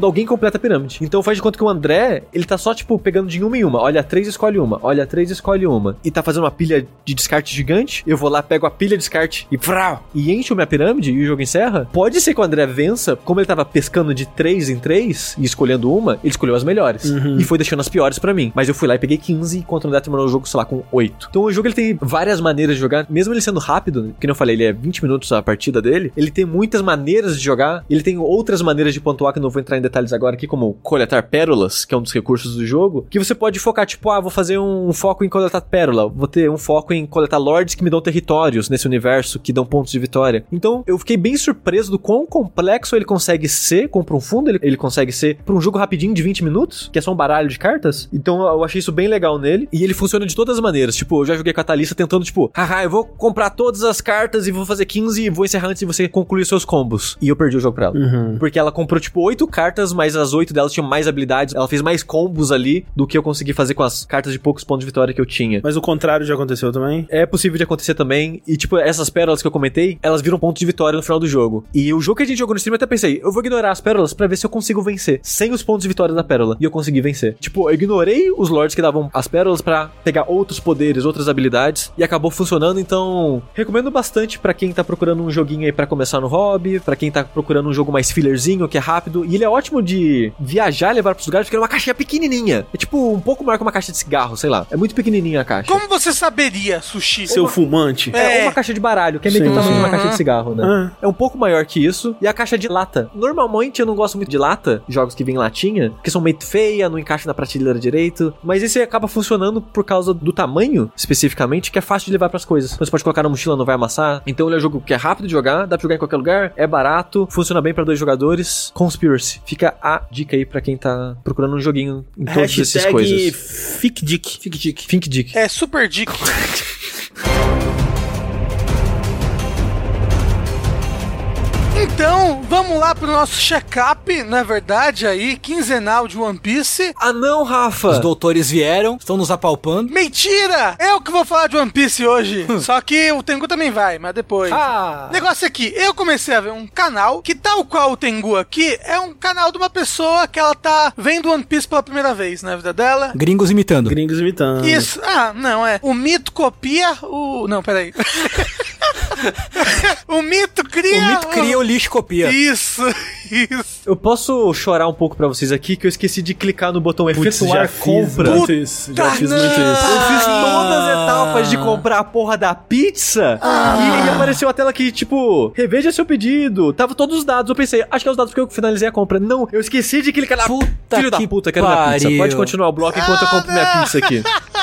alguém completa a pirâmide. Então faz de conta que o André, ele tá só, tipo, pegando de uma em uma. Olha 3, escolhe uma. Olha 3, escolhe uma. E tá fazendo uma pilha de descarte gigante. Eu vou lá, pego a pilha de descarte e encho minha pirâmide e o jogo encerra. Pode ser que o André vença, como ele tava pescando de 3 em 3 e escolhendo uma, ele escolheu as melhores. E foi deixando as piores pra mim. Mas eu fui lá e peguei 15, enquanto o André terminou o jogo, sei lá, com 8. Então o jogo, ele tem várias maneiras de jogar. Mesmo ele sendo rápido, que eu falei, ele é 20 minutos a partida dele, ele tem muitas maneiras de jogar. Ele tem outras maneiras de pontuar, que eu não vou entrar em detalhes agora aqui, como coletar pérolas, que é um dos recursos do jogo, que você pode focar, tipo, vou fazer um foco em coletar pérola, vou ter um foco em coletar lords que me dão territórios nesse universo, que dão pontos de vitória. Então, eu fiquei bem surpreso do quão complexo ele consegue ser, como pra um fundo, ele consegue ser pra um jogo rapidinho de 20 minutos, que é só um baralho de cartas. Então, eu achei isso bem legal nele, e ele funciona de todas as maneiras. Tipo, eu já joguei com a Thalissa tentando, tipo, eu vou comprar todas as cartas e vou fazer 15 e vou encerrar antes de você concluir seus combos. E eu perdi o jogo pra ela. Porque ela comprou, tipo, 8 cartas, mas as 8 delas tinham mais habilidades. Ela fez mais combos ali do que eu consegui fazer com as cartas de poucos pontos de vitória que eu tinha. Mas o contrário já aconteceu também? É possível de acontecer também. E, tipo, essas pérolas que eu comentei, elas viram pontos de vitória no final do jogo. E o jogo que a gente jogou no stream, eu até pensei, eu vou ignorar as pérolas pra ver se eu consigo vencer, sem os pontos de vitória da pérola. E eu consegui vencer. Tipo, eu ignorei os lords que davam as pérolas pra pegar outros poderes, outras habilidades, e acabou funcionando. Então, recomendo bastante pra quem tá procurando um joguinho aí pra começar no hobby, pra quem tá procurando um jogo mais fillerzinho, que é rápido. E ele é ótimo de viajar e levar pros lugares, porque ele é uma caixinha pequenininha. É tipo um pouco maior que uma caixa de cigarro, sei lá. É muito pequenininha a caixa. Como você saberia, Sushi? Seu fumante. É uma caixa de baralho, que é meio que o tamanho de uma caixa de cigarro, né? É um pouco maior que isso. E a caixa de lata. Normalmente eu não gosto muito de lata, jogos que vêm em latinha, porque são meio feia, não encaixa na prateleira direito. Mas esse acaba funcionando por causa do tamanho, especificamente, que é fácil de levar pras coisas. Então você pode colocar na mochila, não vai amassar. Então ele é um jogo que é rápido de jogar, dá pra jogar em qualquer lugar, é barato, funciona bem pra 2 jogadores. Conspiracy. Fica a dica aí pra quem tá procurando um joguinho em todas essas coisas. Finkdick. É super dick. Então, vamos lá pro nosso check-up, na verdade, aí, quinzenal de One Piece. Ah não, Rafa! Os doutores vieram, estão nos apalpando. Mentira! Eu que vou falar de One Piece hoje. Só que o Tengu também vai, mas depois. Negócio aqui, eu comecei a ver um canal que, tal qual o Tengu aqui, é um canal de uma pessoa que ela tá vendo One Piece pela primeira vez na vida dela. Gringos imitando. Isso. Não, o mito copia o... Não, peraí. O mito cria, o lixo copia. Isso. Eu posso chorar um pouco pra vocês aqui, que eu esqueci de clicar no botão efetuar compra. Já fiz muito isso. Eu fiz todas as etapas de comprar a porra da pizza e apareceu a tela que, tipo, reveja seu pedido. Tava todos os dados. Eu pensei, acho que é os dados porque eu finalizei a compra. Não, eu esqueci de clicar na filho da puta, quero minha pizza. Pode continuar o bloco enquanto eu compro minha pizza aqui.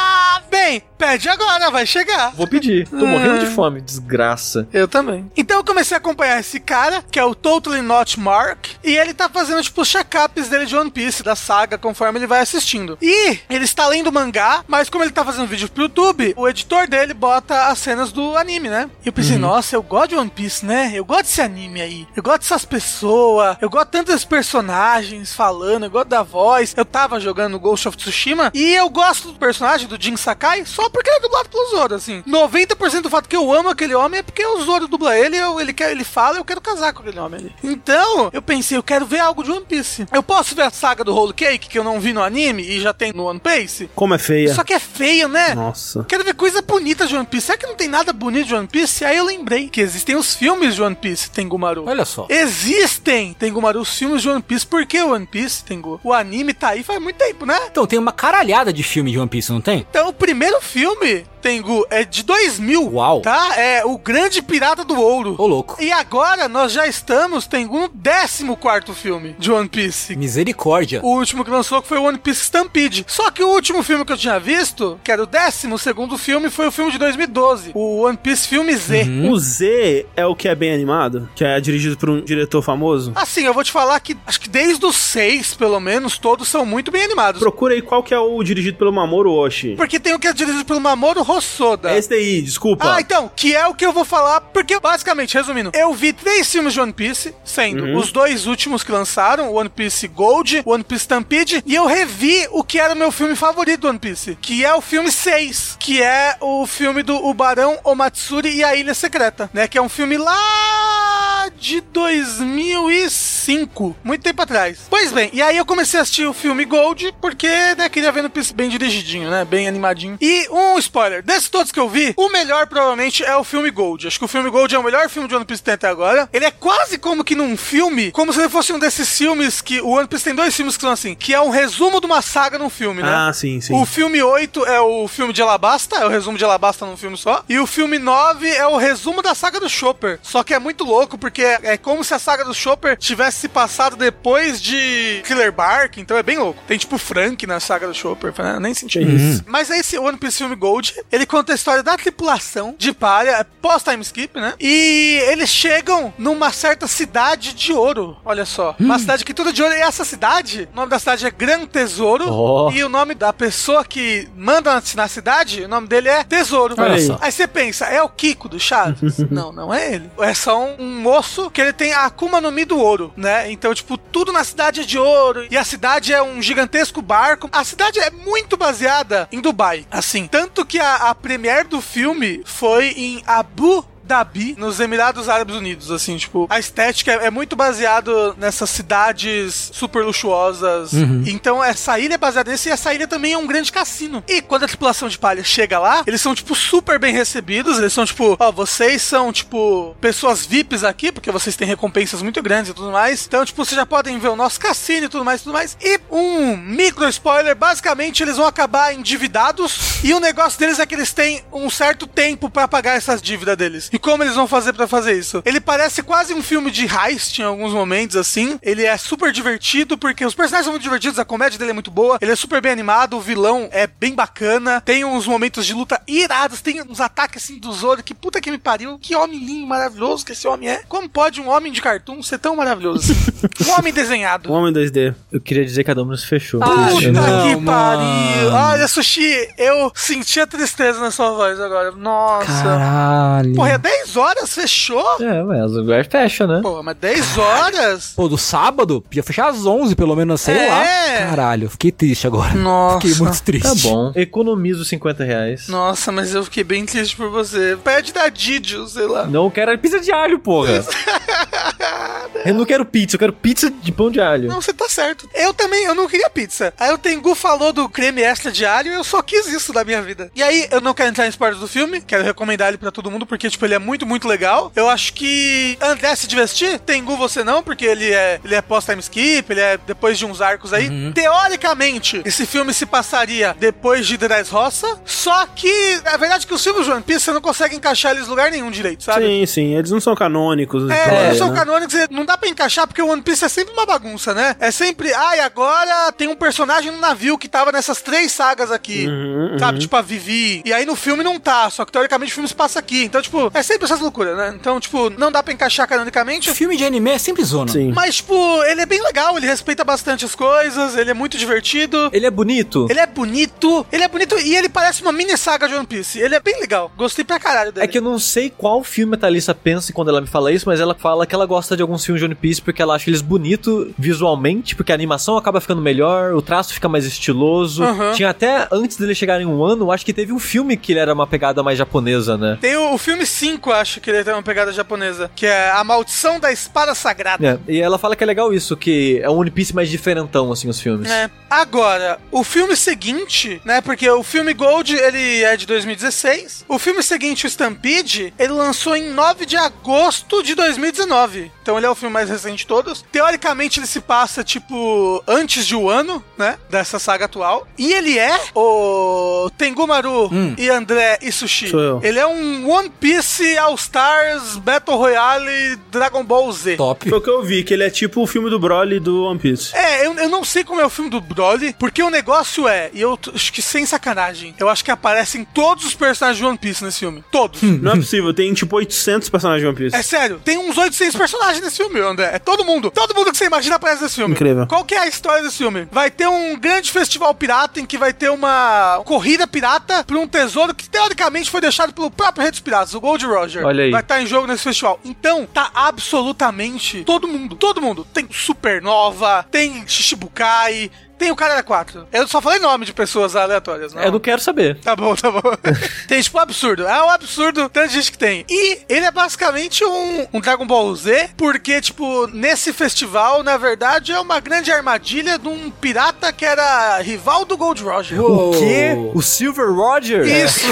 Bem, pede agora, vai chegar. Vou pedir. Tô morrendo de fome, desgraça. Eu também. Então eu comecei a acompanhar esse cara, que é o Totally Not Mark, e ele tá fazendo, tipo, os check-ups dele de One Piece, da saga, conforme ele vai assistindo. E ele está lendo mangá, mas como ele tá fazendo vídeo pro YouTube, o editor dele bota as cenas do anime, né? E eu pensei, nossa, eu gosto de One Piece, né? Eu gosto desse anime aí. Eu gosto dessas pessoas, eu gosto tanto desses personagens falando, eu gosto da voz. Eu tava jogando Ghost of Tsushima, e eu gosto do personagem, do Jin Sakai, só porque ele é dublado pelo Zoro, assim. 90% do fato que eu amo aquele homem é porque o Zoro dubla ele, ele fala, eu quero casar com aquele homem ali. Então, eu pensei, eu quero ver algo de One Piece. Eu posso ver a saga do Whole Cake, que eu não vi no anime e já tem no One Piece? Como é feia. Só que é feio, né? Nossa. Quero ver coisa bonita de One Piece. Será que não tem nada bonito de One Piece? Aí eu lembrei que existem os filmes de One Piece, Tengumaru. Olha só. Existem, Tengumaru, os filmes de One Piece. Por que One Piece, Tengu? O anime tá aí faz muito tempo, né? Então, tem uma caralhada de filme de One Piece, não tem? Então, o primeiro filme, Tengu, é de 2000. Uau. Tá? É O Grande Pirata do Ouro. Ô, louco. E agora nós já estamos, Tengu, no 14º filme de One Piece. Misericórdia. O último que lançou foi o One Piece Stampede. Só que o último filme que eu tinha visto, que era o 12º filme, foi o filme de 2012. O One Piece Filme Z. O Z é o que é bem animado? Que é dirigido por um diretor famoso? Assim, eu vou te falar que acho que desde os 6, pelo menos, todos são muito bem animados. Procura aí qual que é o dirigido pelo Mamoru Oshii. Porque tem o que é dirigido pelo Mamoru Hosoda. É esse daí, desculpa. Então, que é o que eu vou falar, porque basicamente, resumindo, eu vi 3 filmes de One Piece, sendo os 2 últimos que lançaram, One Piece Gold, One Piece Stampede, e eu revi o que era o meu filme favorito do One Piece, que é o filme 6, que é o filme do O Barão Omatsuri e a Ilha Secreta, né, que é um filme lá de 2005, muito tempo atrás. Pois bem, e aí eu comecei a assistir o filme Gold, porque, né, queria ver no One Piece bem dirigidinho, né, bem animadinho. E um spoiler, desses todos que eu vi, o melhor provavelmente é o filme Gold. Acho que o filme Gold é o melhor filme de One Piece que tem até agora. Ele é quase como que num filme, como se ele fosse um desses filmes que... O One Piece tem 2 filmes que são assim, que é um resumo de uma saga num filme, né? Ah, sim, sim. O filme 8 é o filme de Alabasta, é o resumo de Alabasta num filme só. E o filme 9 é o resumo da saga do Chopper. Só que é muito louco, porque é como se a saga do Chopper tivesse se passado depois de Killer Bark, então é bem louco. Tem tipo Frank na saga do Chopper, né? Nem senti isso. Mas esse One Piece filme Gold, ele conta a história da tripulação de Palha, pós-time skip, né? E eles chegam numa certa cidade de ouro, olha só. Uma cidade que tudo de ouro, e essa cidade, o nome da cidade é Gran Tesouro, e o nome da pessoa que manda na cidade, o nome dele é Tesouro. Olha só. Aí você pensa, é o Kiko do Chaves? Não, não é ele. É só um moço que ele tem a Akuma no Mi do ouro, né? Então, tipo, tudo na cidade é de ouro, e a cidade é um gigantesco barco. A cidade é muito baseada em Dubai, assim. Tanto que a premiere do filme foi em Abu Dhabi, nos Emirados Árabes Unidos, assim, tipo, a estética é muito baseado nessas cidades super luxuosas. Então essa ilha é baseada nisso, e essa ilha também é um grande cassino. E quando a tripulação de Palha chega lá, eles são, tipo, super bem recebidos. Eles são, tipo, ó, vocês são, tipo, pessoas VIPs aqui, porque vocês têm recompensas muito grandes e tudo mais. Então, tipo, vocês já podem ver o nosso cassino e tudo mais, E um micro spoiler, basicamente eles vão acabar endividados, e o negócio deles é que eles têm um certo tempo pra pagar essas dívidas deles. E como eles vão fazer pra fazer isso? Ele parece quase um filme de heist em alguns momentos, assim. Ele é super divertido, porque os personagens são muito divertidos, a comédia dele é muito boa, ele é super bem animado, o vilão é bem bacana, tem uns momentos de luta irados, tem uns ataques assim do Zoro, que puta que me pariu, que homem lindo, maravilhoso que esse homem é. Como pode um homem de cartoon ser tão maravilhoso assim? Um homem desenhado. Um homem 2D. Eu queria dizer que a Dominus fechou. Puta que pariu. Olha, Sushi, eu senti a tristeza na sua voz agora. Nossa. Caralho. Porra, é 10 horas, fechou? É, mas o lugar fecha, né? Pô, mas 10 horas? Pô, do sábado, podia fechar às 11, pelo menos, sei lá. Caralho, fiquei triste agora. Nossa. Fiquei muito triste. Tá bom. Economizo R$50. Nossa, mas eu fiquei bem triste por você. Pede da Didio, sei lá. Não quero pizza de alho, porra. Eu não quero pizza, eu quero pizza de pão de alho. Não, você tá certo. Eu também, eu não queria pizza. Aí o Tengu falou do creme extra de alho e eu só quis isso da minha vida. E aí, eu não quero entrar em spoilers do filme, quero recomendar ele pra todo mundo, porque, tipo, ele é muito, muito legal. Eu acho que André se divertir, Tengu você não, porque ele é pós-time skip, ele é depois de uns arcos aí. Teoricamente, esse filme se passaria depois de Dressrosa, só que a verdade é que os filmes de One Piece você não consegue encaixar eles em lugar nenhum direito, sabe? Sim, sim, eles não são canônicos. Não são canônicos, não dá pra encaixar, porque o One Piece é sempre uma bagunça, né? É sempre, e agora tem um personagem no navio que tava nessas 3 sagas aqui, sabe? Tipo a Vivi. E aí no filme não tá, só que teoricamente o filme se passa aqui. Então, tipo, é sempre essas loucuras, né? Então, tipo, não dá pra encaixar canonicamente. O filme de anime é sempre zona. Sim. Mas, tipo, ele é bem legal, ele respeita bastante as coisas, ele é muito divertido. Ele é bonito? Ele é bonito e ele parece uma mini saga de One Piece. Ele é bem legal. Gostei pra caralho dele. É que eu não sei qual filme a Thalissa pensa quando ela me fala isso, mas ela fala que ela gosta de alguns filmes de One Piece porque ela acha eles bonitos visualmente, porque a animação acaba ficando melhor, o traço fica mais estiloso. Tinha até, antes dele chegar em um ano, acho que teve um filme que ele era uma pegada mais japonesa, né? Tem o filme 5, acho que ele tem uma pegada japonesa, que é A Maldição da Espada Sagrada. E ela fala que é legal isso, que é um One Piece mais diferentão, assim, os filmes. Agora, o filme seguinte, né, porque o filme Gold, ele é de 2016, o filme seguinte, o Stampede, ele lançou em 9 de agosto de 2019, então ele é o filme mais recente de todos. Teoricamente, ele se passa, tipo, antes de um ano, né, dessa saga atual, e ele é o Tengu Maru e André e Sushi. Sou eu. Ele é um One Piece All Stars Battle Royale Dragon Ball Z. Top. Foi o que eu vi, que ele é tipo o filme do Broly do One Piece. Eu não sei como é o filme do Broly, porque o negócio e eu acho que sem sacanagem, eu acho que aparecem todos os personagens de One Piece nesse filme. Todos. Não é possível, tem tipo 800 personagens de One Piece. É sério, tem uns 800 personagens nesse filme, André. É todo mundo. Todo mundo que você imagina aparece nesse filme. Incrível. Qual que é a história desse filme? Vai ter um grande festival pirata em que vai ter uma corrida pirata por um tesouro que teoricamente foi deixado pelo próprio Rei dos Piratas, o Gold Roger. Olha aí. Vai estar em jogo nesse festival. Então, tá absolutamente todo mundo. Todo mundo. Tem Supernova, tem Shichibukai, tem o Karate 4. Eu só falei nome de pessoas aleatórias, não? Eu não quero saber. Tá bom. Tem, tipo, um absurdo. É um absurdo, tanta gente que tem. E ele é basicamente um Dragon Ball Z, porque, tipo, nesse festival, na verdade, é uma grande armadilha de um pirata que era rival do Gold Roger. O quê? O Silver Roger? Isso.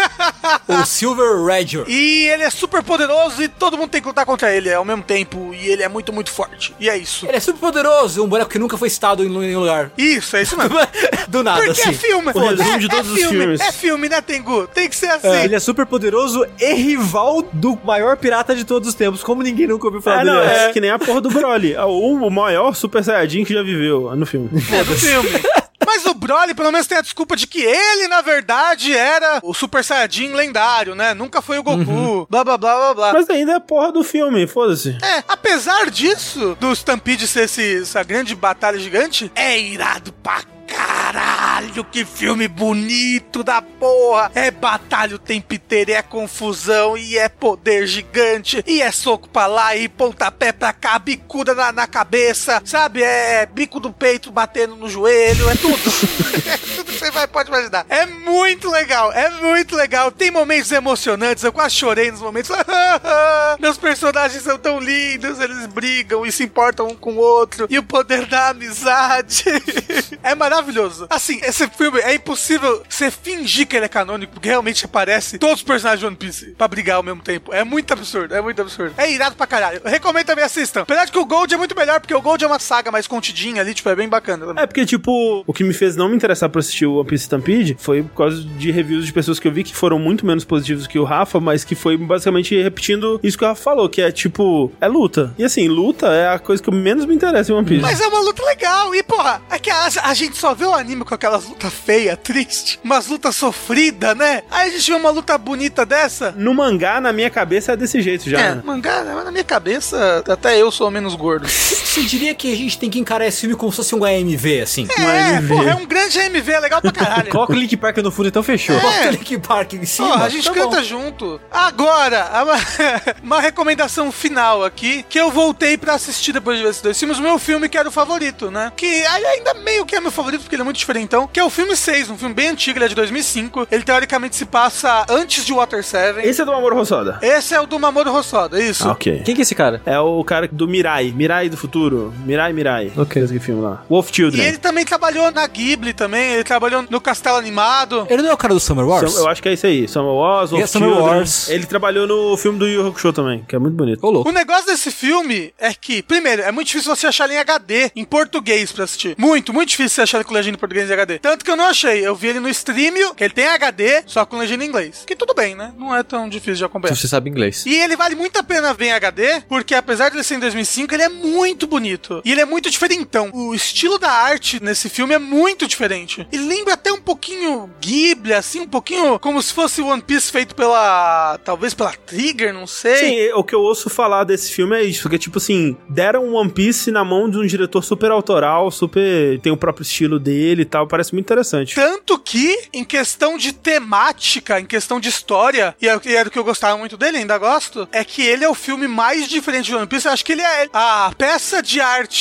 O Silver Roger. E ele é super poderoso e todo mundo tem que lutar contra ele ao mesmo tempo. E ele é muito, muito forte. E é isso. Ele é super poderoso, um boneco que nunca foi citado em nenhum lugar. Isso, é isso mesmo. Do nada, Porque assim. é filme. O resumo de todos os filmes. É filme, né, Tengu? Tem que ser assim. Ele é super poderoso e rival do maior pirata de todos os tempos. Como ninguém nunca ouviu falar dele. É que nem a porra do Broly. O maior Super Saiyajin que já viveu no filme. É do filme. Mas o Broly, pelo menos, tem a desculpa de que ele, na verdade, era o Super Saiyajin lendário, né? Nunca foi o Goku, blá, blá, blá, blá, blá. Mas ainda é a porra do filme, foda-se. Apesar disso, do Stampede ser essa grande batalha gigante, é irado pra caralho, que filme bonito da porra. É batalha o tempo inteiro, é confusão, e é poder gigante, e é soco pra lá, e pontapé pra cá, bicuda na cabeça, sabe? É bico do peito batendo no joelho, é tudo. É tudo que você pode imaginar. É muito legal, é muito legal. Tem momentos emocionantes, eu quase chorei nos momentos. Meus personagens são tão lindos, eles brigam e se importam um com o outro, e o poder da amizade. É maravilhoso. Assim, esse filme é impossível você fingir que ele é canônico, porque realmente aparece todos os personagens de One Piece pra brigar ao mesmo tempo. É muito absurdo, é muito absurdo. É irado pra caralho. Eu recomendo também assistam. Apesar de que o Gold é muito melhor, porque o Gold é uma saga mais contidinha ali, tipo, é bem bacana também. É porque, tipo, o que me fez não me interessar pra assistir o One Piece Stampede foi por causa de reviews de pessoas que eu vi que foram muito menos positivos que o Rafa, mas que foi basicamente repetindo isso que o Rafa falou, que é, tipo, é luta. E assim, luta é a coisa que menos me interessa em One Piece. Mas é uma luta legal. E, porra, é que a gente só vê o anime com aquelas lutas feias, tristes, umas lutas sofridas, né? Aí a gente vê uma luta bonita dessa. No mangá, na minha cabeça, é desse jeito já. Mangá, na minha cabeça, até eu sou menos gordo. Você diria que a gente tem que encarar esse filme como se fosse um AMV, assim? Porra, é um grande AMV, é legal pra caralho. Coloca o Link Park no fundo, então fechou. Bota o Link Park em cima. Porra, a gente canta junto. Agora, uma recomendação final aqui, que eu voltei pra assistir depois de ver esses dois filmes, o meu filme que era o favorito, né? Que ainda meio que é meu favorito, porque ele é muito diferentão, que é o filme 6, um filme bem antigo, ele é de 2005. Ele teoricamente se passa antes de Water 7. Esse é do Mamoru Hosoda. Esse é o do Mamoru Hosoda, isso. Ok. Quem que é esse cara? É o cara do Mirai do futuro. Mirai. Ok. Esse filme lá. Wolf Children. E ele também trabalhou na Ghibli também, ele trabalhou no Castelo Animado. Ele não é o cara do Summer Wars? Eu acho que é isso aí. Summer Wars, Wolf Summer Children. Wars. Ele trabalhou no filme do Yu Yu Hakusho também, que é muito bonito. Ô, louco. O negócio desse filme é que, primeiro, é muito difícil você achar ele em HD, em português pra assistir. Muito, muito difícil você achar ele com legenda em português e HD. Tanto que eu não achei. Eu vi ele no Streamio, que ele tem HD, só com legenda em inglês. Que tudo bem, né? Não é tão difícil de acompanhar. Se você sabe inglês. E ele vale muito a pena ver em HD, porque apesar de ele ser em 2005, ele é muito bonito. E ele é muito diferentão. O estilo da arte nesse filme é muito diferente. Ele lembra até um pouquinho Ghibli, assim, um pouquinho como se fosse One Piece feito talvez pela Trigger, não sei. Sim, o que eu ouço falar desse filme é isso, porque tipo assim, deram One Piece na mão de um diretor super autoral, tem o próprio estilo dele e tal, parece muito interessante. Tanto que, em questão de temática, em questão de história, e é do que eu gostava muito dele, ainda gosto, é que ele é o filme mais diferente de One Piece. Eu acho que ele é a peça de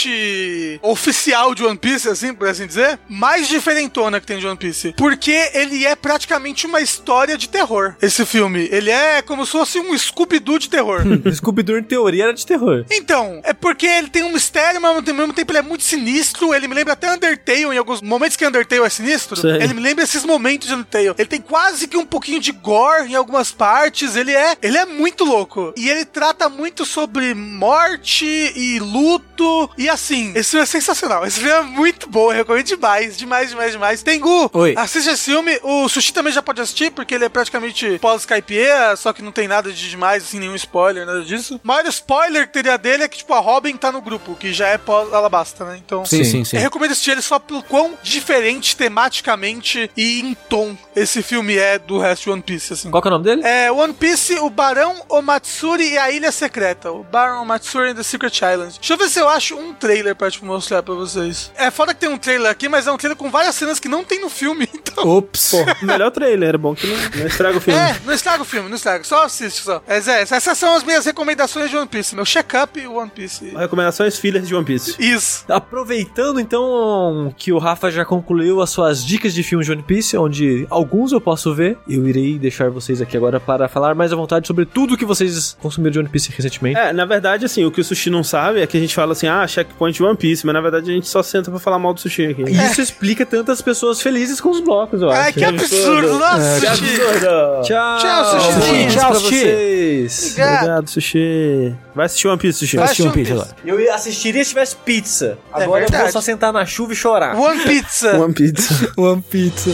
arte oficial de One Piece, assim, por assim dizer, mais diferentona que tem de One Piece. Porque ele é praticamente uma história de terror, esse filme. Ele é como se fosse um Scooby-Doo de terror. Scooby-Doo, em teoria, era de terror. Então, é porque ele tem um mistério, mas ao mesmo tempo ele é muito sinistro. Ele me lembra até Undertale, em alguns momentos que Undertale é sinistro. Sei. Ele me lembra esses momentos de Undertale. Ele tem quase que um pouquinho de gore em algumas partes. Ele é muito louco. E ele trata muito sobre morte e luto. E assim, esse filme é sensacional. Esse filme é muito bom. Eu recomendo demais. Tengu, Oi. assiste esse filme. O Sushi também já pode assistir, porque ele é praticamente pós-Skype, só que não tem nada de demais, assim, nenhum spoiler, nada disso. O maior spoiler que teria dele é que, tipo, a Robin tá no grupo, que já é pós-Alabasta, né? Então, Sim. eu recomendo assistir ele só pelo quão diferente tematicamente e em tom esse filme é do resto de One Piece, assim. Qual que é o nome dele? É One Piece, o Barão Omatsuri e a Ilha Secreta. O Barão Omatsuri and the Secret Island. Deixa eu ver se eu acho um trailer pra, tipo, mostrar pra vocês. É foda que tem um trailer aqui, mas é um trailer com várias cenas que não não tem no filme, então... Ops. Pô, melhor trailer, é bom que não estraga o filme. Não estraga o filme, não estraga. Só assiste, só. Essas são as minhas recomendações de One Piece. Meu check-up e One Piece. Recomendações fillers de One Piece. Isso. Aproveitando, então, que o Rafa já concluiu as suas dicas de filmes de One Piece, onde alguns eu posso ver, eu irei deixar vocês aqui agora para falar mais à vontade sobre tudo que vocês consumiram de One Piece recentemente. Na verdade, assim, o que o Sushi não sabe é que a gente fala assim, checkpoint de One Piece, mas na verdade a gente só senta pra falar mal do Sushi aqui. Isso explica tantas pessoas felizes com os blocos, eu acho. Ai, que absurdo. Nossa, Que Sushi. absurdo. Tchau, Sushi. Tchau, pra Sushi. vocês. Obrigado, Sushi. Vai assistir One Piece, Sushi. Vai assistir One One Piece Piece. agora. Eu assistiria se tivesse pizza. Agora eu verdade. vou só sentar na chuva e chorar. One Pizza. One Piece. One Pizza.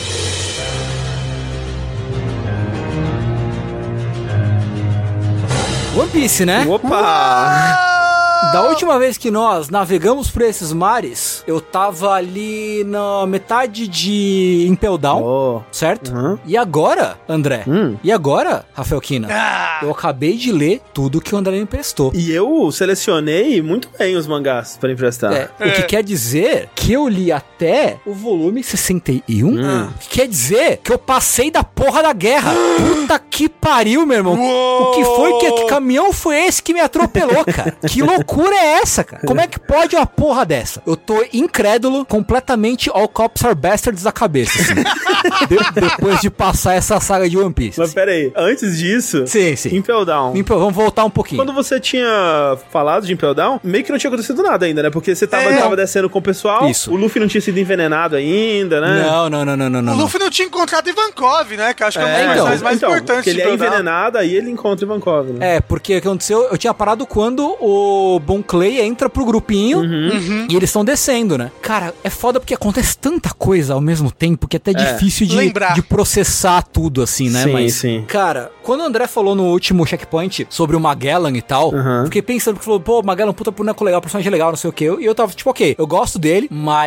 One Piece, né? Opa! Da última vez que nós navegamos por esses mares, eu tava ali na metade de Impel Down, Oh. certo? Uhum. E agora, André? E agora, Rafael Kina? Eu acabei de ler tudo que o André me emprestou. E eu selecionei muito bem os mangás pra emprestar. O que quer dizer que eu li até o volume 61. O que quer dizer que eu passei da porra da guerra. Puta que pariu, meu irmão. O que foi que caminhão foi esse que me atropelou, cara? Que loucura é essa, cara? Como é que pode uma porra dessa? Eu tô incrédulo, completamente all cops are bastards da cabeça, assim. Depois de passar essa saga de One Piece. Mas pera aí, antes disso, Sim. Impel Down. Vamos voltar um pouquinho. Quando você tinha falado de Impel Down, meio que não tinha acontecido nada ainda, né? Porque você tava descendo com o pessoal, Isso. o Luffy não tinha sido envenenado ainda, né? Não. O Luffy não tinha encontrado Ivankov, né? Que eu acho que é uma das coisas mais importantes porque ele de é Impel Down. envenenado, aí ele encontra Ivankov, né? Porque o que aconteceu, eu tinha parado quando o Bon Clay entra pro grupinho e eles estão descendo, né? Cara, é foda porque acontece tanta coisa ao mesmo tempo que é até difícil de processar tudo, assim, né? Sim, Mas, sim. cara, quando o André falou no último checkpoint sobre o Magellan e tal, fiquei pensando, porque falou, pô, Magellan, puta boneco legal, personagem legal, não sei o que. E eu tava tipo, ok, eu gosto dele,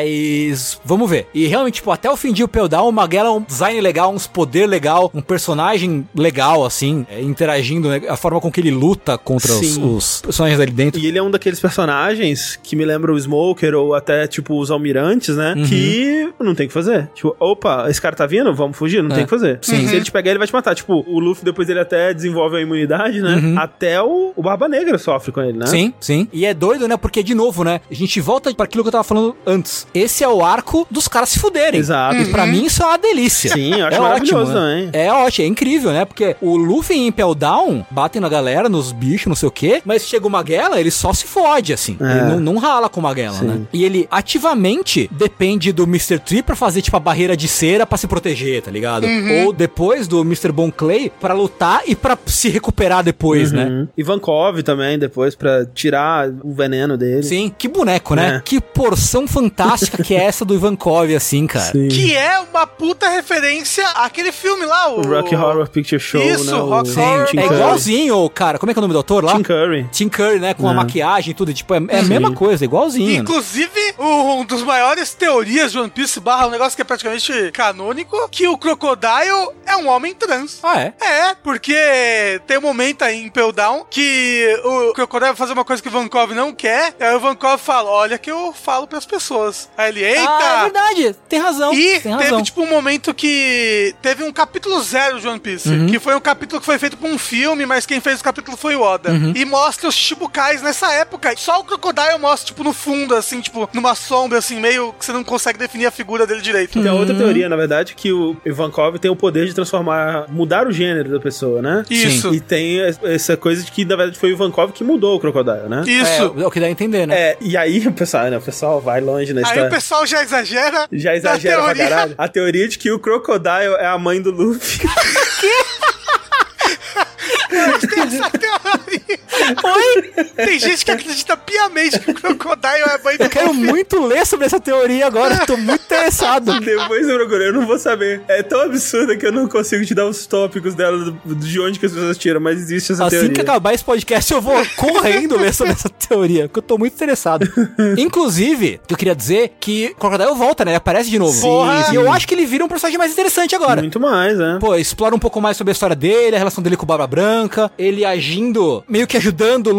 mas vamos ver. E realmente, tipo, até o fim de Impel Down, o Magellan, um design legal, uns poder legal, um personagem legal, assim, interagindo, né? A forma com que ele luta contra os personagens ali dentro. E ele é um daqueles personagens que me lembra o Smoker ou até, tipo, os almirantes, né? Que não tem o que fazer. Tipo, opa, esse cara tá vindo? Vamos fugir? Não tem o que fazer. Sim. Se ele te pegar, ele vai te matar. Tipo, o Luffy, depois ele até desenvolve a imunidade, né? Até o Barba Negra sofre com ele, né? Sim. E é doido, né? Porque, de novo, né? A gente volta para aquilo que eu tava falando antes. Esse é o arco dos caras se fuderem. Exato. E pra mim isso é uma delícia. Sim, eu acho maravilhoso ótimo, né? também. É ótimo, é incrível, né? Porque o Luffy em Impel Down batem na galera, nos bichos, não sei o quê, mas chega o Magellan, ele só se fode, assim. Ele não rala com o Magellan, né? E ele ativamente depende do Mr. Tree pra fazer, tipo, a barreira de cera pra se proteger, tá ligado? Ou depois do Mr. Bon Clay pra lutar e pra se recuperar depois, né? Ivankov também, depois, pra tirar o veneno dele. Sim, que boneco, né? Que porção fantástica que é essa do Ivankov, assim, cara. Sim. Que é uma puta referência àquele filme lá, o Rocky Horror Picture Show, Isso, né? Rocky Sim, Horror. Tim É Curry. igualzinho, cara. Como é que é o nome do autor lá? Tim Curry. Tim Curry, né? Com a maquiagem e tudo. Tipo, é a mesma coisa, igualzinho. Né? Inclusive, um dos maiores teorias de One Piece barra um negócio que é praticamente canônico, que o Crocodile é um homem trans. Ah, é? É, porque tem um momento aí em Impel Down que o Crocodile vai fazer uma coisa que o Ivankov não quer, e aí o Ivankov fala, olha que eu falo pras pessoas. Aí ele, eita! Ah, é verdade. Tem razão. E tem teve, razão. tipo, um momento que teve um capítulo 0 de One Piece, que foi um capítulo que foi feito pra um filme, mas quem fez o capítulo foi o Oda. E mostra os Shichibukais nessa época. Só o Crocodile mostra, tipo, no fundo, assim, tipo, numa sombra, assim, meio que você não consegue definir a figura dele direito. Tem outra teoria, na verdade, que o Ivankov tem o poder de mudar o gênero da pessoa, né? Isso. E tem essa coisa de que, na verdade, foi o Ivankov que mudou o Crocodile, né? Isso. É o que dá a entender, né? E aí o pessoal vai longe na Aí história. o pessoal já exagera. Já exagera pra caralho. A teoria de que o Crocodile é a mãe do Luffy. Tem essa teoria. Oi? Tem gente que acredita piamente que o Crocodile é a mãe do Eu quero muito ler sobre essa teoria agora. Tô muito interessado. Depois eu procurei, eu não vou saber. É tão absurda que eu não consigo te dar os tópicos dela, de onde que as pessoas tiram, mas existe essa teoria. Assim que acabar esse podcast, eu vou correndo ler sobre essa teoria, porque eu tô muito interessado. Inclusive, que eu queria dizer que o Crocodile volta, né? Ele aparece de novo. Porra! E eu acho que ele vira um personagem mais interessante agora. Muito mais, né? Pô, explora um pouco mais sobre a história dele, a relação dele com o Barba Branca, ele agindo, meio que ajudando o Luffy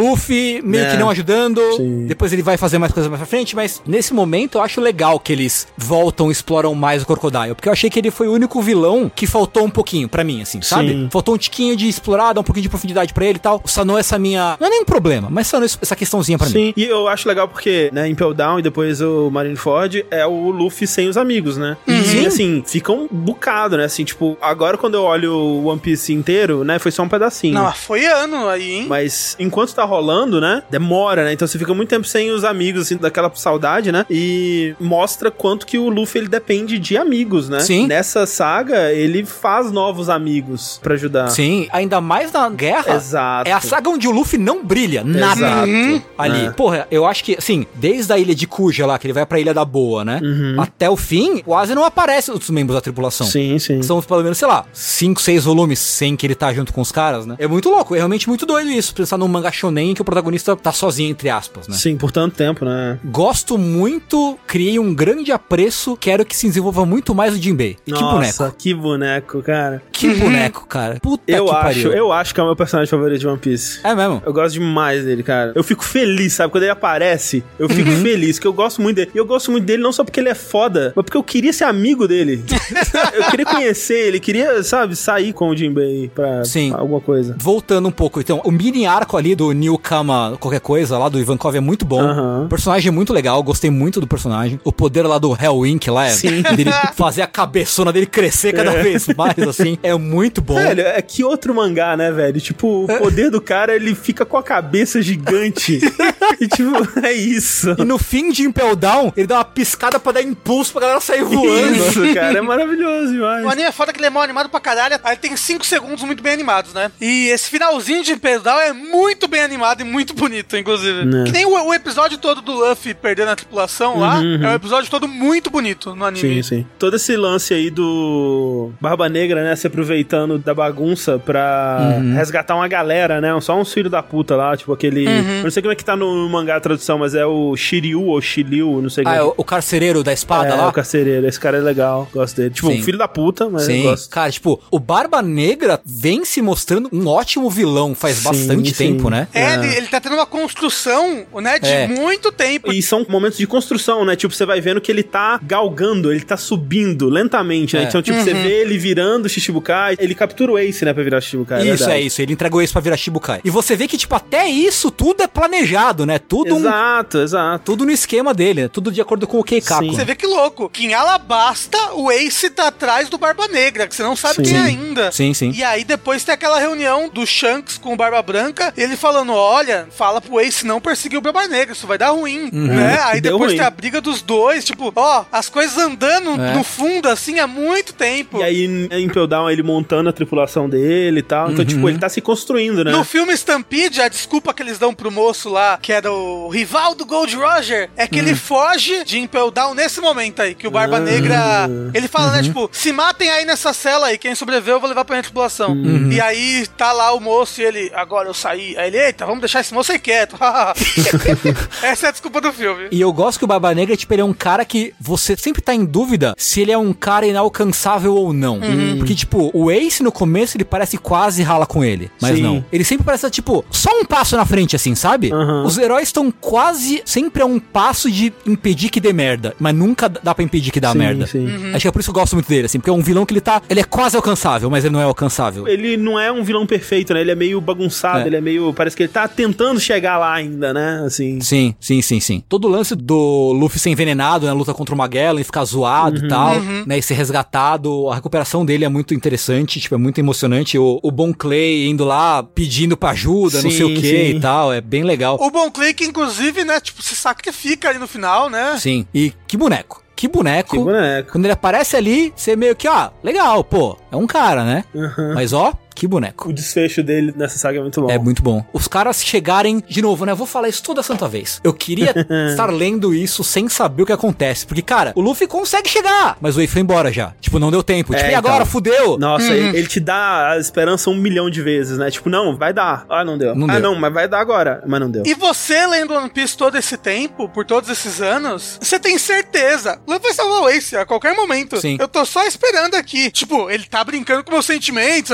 ali, meio que não ajudando. Sim. Depois ele vai fazer mais coisas mais pra frente, mas nesse momento eu acho legal que eles voltam e exploram mais o Crocodile, porque eu achei que ele foi o único vilão que faltou um pouquinho pra mim, assim, sabe? Sim. Faltou um tiquinho de explorar, dar um pouquinho de profundidade pra ele e tal. Sanou essa minha... Não é nem um problema, mas sanou essa questãozinha pra mim. Sim, e eu acho legal porque, né, Impel Down e depois o Marineford é o Luffy sem os amigos, né? E, assim, fica um bocado, né? Assim, tipo, agora quando eu olho o One Piece inteiro, né, foi só um pedacinho. Não, foi ano aí, hein? Mas enquanto tá rolando, né, demora, né? Então você fica muito tempo sem os amigos, assim, daquela saudade, né? E mostra quanto que o Luffy, ele depende de amigos, né? Sim. Nessa saga, ele faz novos amigos pra ajudar. Sim, ainda mais na guerra. Exato. É a saga onde o Luffy não brilha, nada. Exato. Ali. Porra, eu acho que, assim, desde a ilha de Kuja lá, que ele vai pra Ilha da Boa, né? Até o fim, quase não aparecem os membros da tripulação. Sim, sim. São pelo menos, sei lá, 5, 6 volumes sem que ele tá junto com os caras, né? É muito louco, é realmente muito doido isso, pensar num mangá shonen em que o protagonista tá sozinho, entre aspas, né? Sim, por tanto tempo, né? Gosto muito, criei um grande apreço, quero que se desenvolva muito mais o Jinbei. Nossa, que boneco. Que boneco, cara. Que boneco, cara. Puta que pariu. Eu acho que é o meu personagem favorito de One Piece. É mesmo? Eu gosto demais dele, cara. Eu fico feliz, sabe? Quando ele aparece, eu fico feliz, que eu gosto muito dele. E eu gosto muito dele não só porque ele é foda, mas porque eu queria ser amigo dele. Eu queria conhecer ele, queria, sabe, sair com o Jinbei pra alguma coisa. Voltando um pouco, então, o mini arco ali do Newkama, qualquer coisa, lá do Ivankov é muito bom. O personagem é muito legal, gostei muito do personagem. O poder lá do Hellwink lá, dele fazer a cabeçona dele crescer cada vez mais, assim, é muito bom. Velho, é que outro mangá, né, velho? Tipo, o poder do cara, ele fica com a cabeça gigante. E tipo, é isso. E no fim de Impel Down, ele dá uma piscada pra dar impulso pra galera sair voando. Isso, cara, é maravilhoso demais. O anime é foda que ele é mal animado pra caralho, aí tem 5 segundos muito bem animados, né? E esse finalzinho de Impel Down é muito bem animado e muito bonito, inclusive. Que nem o episódio todo do Luffy perdendo a tripulação lá, é um episódio todo muito bonito no anime. Sim, sim. Todo esse lance aí do Barba Negra, né, se aproveitando da bagunça pra resgatar uma galera, né, só uns filhos da puta lá, tipo aquele... Eu não sei como é que tá no mangá a tradução, mas é o Shiryu ou Shiryu, não sei como é. O carcereiro da espada lá? É, o carcereiro. Esse cara é legal, gosto dele. Tipo, um filho da puta, mas eu gosto. Cara, tipo, o Barba Negra vem se mostrando um ótimo vilão faz bastante tempo, né? Ele tá tendo uma construção, né, de muito tempo. E são momentos de construção, né? Tipo, você vai vendo que ele tá galgando, ele tá subindo lentamente, né? Então, tipo, você vê ele virando o Shichibukai, ele captura o Ace, né, pra virar o Shichibukai. Isso, é isso. Ele entrega o Ace pra virar Shichibukai. E você vê que, tipo, até isso tudo é planejado, né? Tudo exato. Tudo no esquema dele, né? Tudo de acordo com o Keikaku. Você vê que louco, que em Alabasta o Ace tá atrás do Barba Negra, que você não sabe quem é ainda. Sim. E aí depois tem aquela reunião do Shanks com o Barba Branca, ele falando, olha, fala pro Ace não perseguir o Barba Negra, isso vai dar ruim, né? Aí depois tem a briga dos dois, tipo, as coisas andando no fundo, assim, há muito tempo. E aí em Impel Down ele montando a tripulação dele e tal, então, tipo, ele tá se construindo, né? No filme Stampede, a desculpa que eles dão pro moço lá, que era o rival do Gold Roger, é que ele foge de Impel Down nesse momento aí, que o Barba Negra, ele fala, né, tipo, se matem aí nessa cela aí, quem sobreviveu eu vou levar pra minha tripulação. E aí tá lá o moço e ele, agora eu saí. Aí ele, eita, vamos deixar esse moço aí quieto. Essa é a desculpa do filme. E eu gosto que o Barba Negra, tipo, ele é um cara que você sempre tá em dúvida se ele é um cara inalcançável ou não. Porque, tipo, o Ace no começo ele parece quase rala com ele, mas não. Ele sempre parece, tipo, só um passo na frente, assim, sabe? Os heróis estão quase sempre a um passo de impedir que dê merda, mas nunca dá pra impedir que dá merda. Acho que é por isso que eu gosto muito dele, assim, porque é um vilão que ele é quase alcançável, mas ele não é alcançável. Ele não é um vilão perfeito, né? Ele é meio bagunçado, ele é meio... Parece que ele tá tentando chegar lá ainda, né? Assim. Sim. Todo o lance do Luffy ser envenenado, né? Luta contra o Magellan e ficar zoado e tal, né? E ser resgatado, a recuperação dele é muito interessante, tipo, é muito emocionante. O Bon Clay indo lá pedindo pra ajuda, não sei o que e tal, é bem legal. O Bon Clay que, inclusive, né? Tipo, se sacrifica ali no final, né? Sim. E que boneco. Que boneco. Quando ele aparece ali, você meio que, legal, pô, é um cara, né? Mas, que boneco. O desfecho dele nessa saga é muito bom. É muito bom. Os caras chegarem, de novo, né? Eu vou falar isso toda santa vez. Eu queria estar lendo isso sem saber o que acontece. Porque, cara, o Luffy consegue chegar, mas o Wei foi embora já. Tipo, não deu tempo. Tipo, e agora? Fudeu. Nossa, ele te dá a esperança 1 milhão de vezes, né? Tipo, não, vai dar. Não deu. Não, mas vai dar agora. Mas não deu. E você, lendo One Piece todo esse tempo, por todos esses anos, você tem certeza. O Luffy vai salvar o Ace a qualquer momento. Sim. Eu tô só esperando aqui. Tipo, ele tá brincando com meus sentimentos aqui.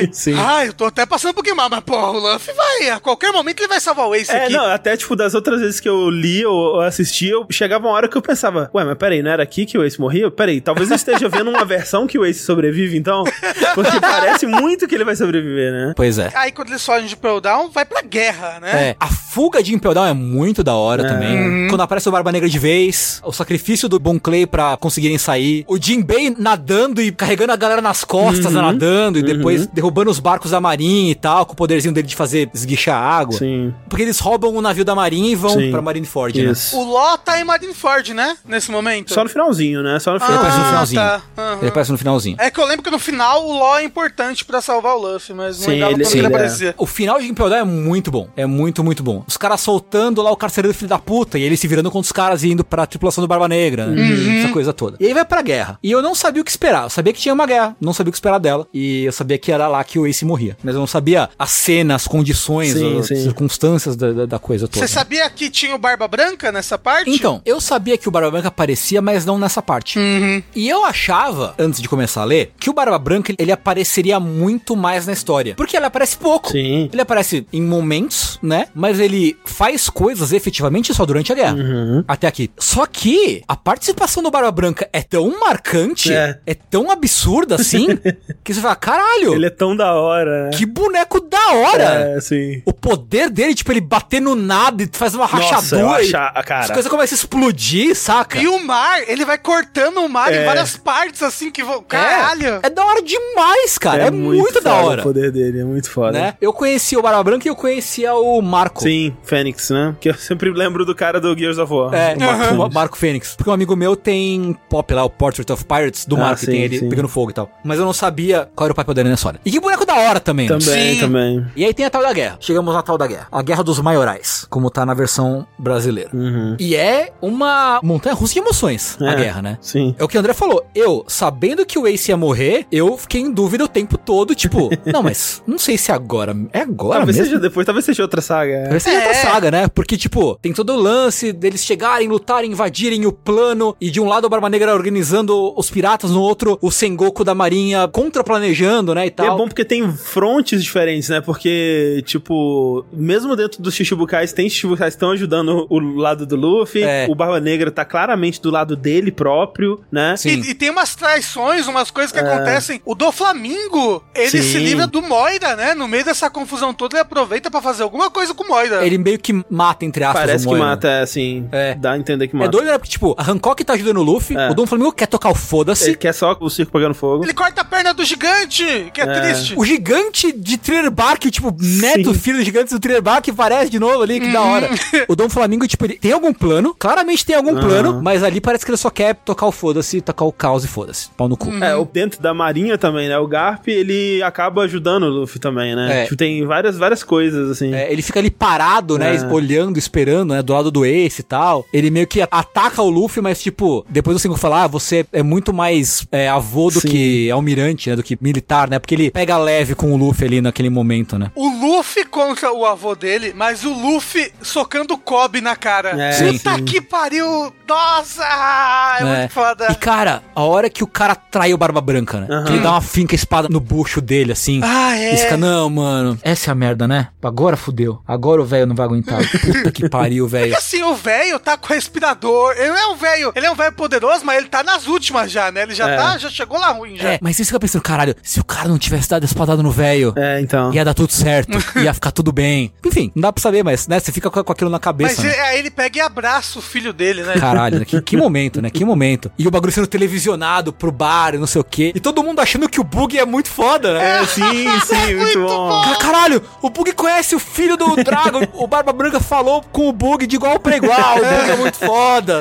Sim. Eu tô até passando um pouquinho mal, mas porra, o Luffy vai, a qualquer momento ele vai salvar o Ace aqui. Não, até tipo, das outras vezes que eu li ou assisti, chegava uma hora que eu pensava, ué, mas peraí, não era aqui que o Ace morria? Peraí, talvez eu esteja vendo uma versão que o Ace sobrevive, então, porque parece muito que ele vai sobreviver, né? Pois é. Aí quando eles fogem de Impel Down, vai pra guerra, né? A fuga de Impel Down é muito da hora também. Quando aparece o Barba Negra de vez, o sacrifício do Bon Clay pra conseguirem sair, o Jinbei nadando e carregando a galera nas costas, nadando, e depois derrubando os barcos da marinha e tal, com o poderzinho dele de fazer esguichar água. Sim. Porque eles roubam o navio da marinha e vão pra Marineford, né? O Law tá em Marineford, né? Nesse momento. Só no finalzinho, né? Só no Ele aparece no finalzinho. Tá. Ele aparece no finalzinho. É que eu lembro que no final o Law é importante pra salvar o Luffy, mas não Sim, lembrava quando ele aparecia. O final de Impel Down é muito bom. É muito, muito bom. Os caras soltando lá o carcereiro do filho da puta, e ele se virando contra os caras e indo pra tripulação do Barba Negra, né? Essa coisa toda. E aí vai pra guerra. E eu não sabia o que esperar. Eu sabia que tinha uma guerra, não sabia o que esperar dela. E eu sabia que era lá que o Ace morria. Mas eu não sabia a cena, as condições, as circunstâncias da coisa toda. Você sabia que tinha o Barba Branca nessa parte? Então, eu sabia que o Barba Branca aparecia, mas não nessa parte. E eu achava, antes de começar a ler, que o Barba Branca, ele apareceria muito mais na história. Porque ele aparece pouco. Sim. Ele aparece em momentos, né? Mas ele faz coisas efetivamente só durante a guerra. Até aqui. Só que a participação do Barba Branca é tão marcante, é tão absurda assim, que você fala, caralho. Ele é tão da hora, né? Que boneco da hora. Sim. O poder dele, tipo, ele bater no nada e faz uma rachadura. Cara. As coisas começam a explodir, saca? E o mar, ele vai cortando o mar em várias partes, assim, que vão... Caralho! É da hora demais, cara. É muito da hora. O poder dele é muito foda. Né? Eu conhecia o Barba Branca e eu conhecia o Marco. Sim, Fênix, né? Que eu sempre lembro do cara do Gears of War. O Marco Fênix. Porque um amigo meu tem pop lá, o Portrait of Pirates, do Marco, que tem ele pegando fogo e tal. Mas eu não sabia qual era o papel dele nessa hora. E que boneco da hora também. Também. E aí tem a tal da guerra. Chegamos na tal da guerra. A Guerra dos Maiorais, como tá na versão brasileira. E é uma montanha-russa de emoções, a guerra, né? Sim. É o que o André falou. Eu, sabendo que o Ace ia morrer, eu fiquei em dúvida o tempo todo, tipo, não, mas não sei se agora. É agora talvez mesmo? Seja depois, talvez seja outra saga. Talvez seja outra saga, né? Porque, tipo, tem todo o lance deles chegarem, lutarem, invadirem o plano, e de um lado o Barba Negra organizando os piratas, no outro o Sengoku da Marinha contraplanejando, né, e tal. E é bom porque tem frontes diferentes, né? Porque, tipo, mesmo dentro dos Shichibukais, tem Shichibukais que estão ajudando o lado do Luffy, o Barba Negra tá claramente do lado dele próprio, né? Sim. E tem umas traições, umas coisas que acontecem. O Doflamingo, ele se livra do Moira, né? No meio dessa confusão toda, ele aproveita pra fazer alguma coisa com o Moira. Ele meio que mata, entre aspas, parece o Moira. Que mata, assim. Dá a entender que mata. É doido, né? Porque, tipo, a Hancock tá ajudando o Luffy, o Doflamingo quer tocar o foda-se. Ele quer só o circo pegando fogo. Ele corta a perna do gigante, que é triste. O gigante de Thriller Bark, tipo, neto, filho do gigante do Thriller Bark, aparece de novo ali, que da hora. O Dom Flamingo, tipo, ele tem algum plano, claramente tem algum plano, mas ali parece que ele só quer tocar o foda-se, tocar o caos e foda-se. Pau no cu. Dentro da marinha também, né? O Garp, ele acaba ajudando o Luffy também, né? Tipo, tem várias coisas, assim. Ele fica ali parado, né? Olhando, esperando, né? Do lado do Ace e tal. Ele meio que ataca o Luffy, mas, tipo, depois o Sengoku fala, você é muito mais avô do que almirante, né? Do que militar, né? Porque ele pega leve com o Luffy ali naquele momento, né? O Luffy contra o avô dele, mas o Luffy socando o Kobe na cara. Puta que pariu! Nossa! É muito foda. E, cara, a hora que o cara trai o Barba Branca, né? Que ele dá uma finca espada no bucho dele, assim. E fica, não, mano, essa é a merda, né? Agora fudeu. Agora o velho não vai aguentar. Puta que pariu, velho. Porque assim, o velho tá com o respirador. Ele não é um velho. Ele é um velho poderoso, mas ele tá nas últimas já, né? Ele já já chegou lá ruim, já. Mas você fica pensando, caralho, se o cara não tivesse dado espadada no velho, então. ia dar tudo certo. Ia ficar tudo bem. Enfim, não dá pra saber, mas, né? Você fica com aquilo na cabeça. Mas né? aí ele pega e abraça o filho dele, né? Caralho, né? Que momento, né? Que momento. E o bagulho sendo televisionado pro bar e não sei o quê. E todo mundo achando que o Bug é muito foda, né? Sim, muito bom. Caralho, o Bug conhece o filho do Dragon. O Barba Branca falou com o Bug de igual pra igual. O Bug é muito foda.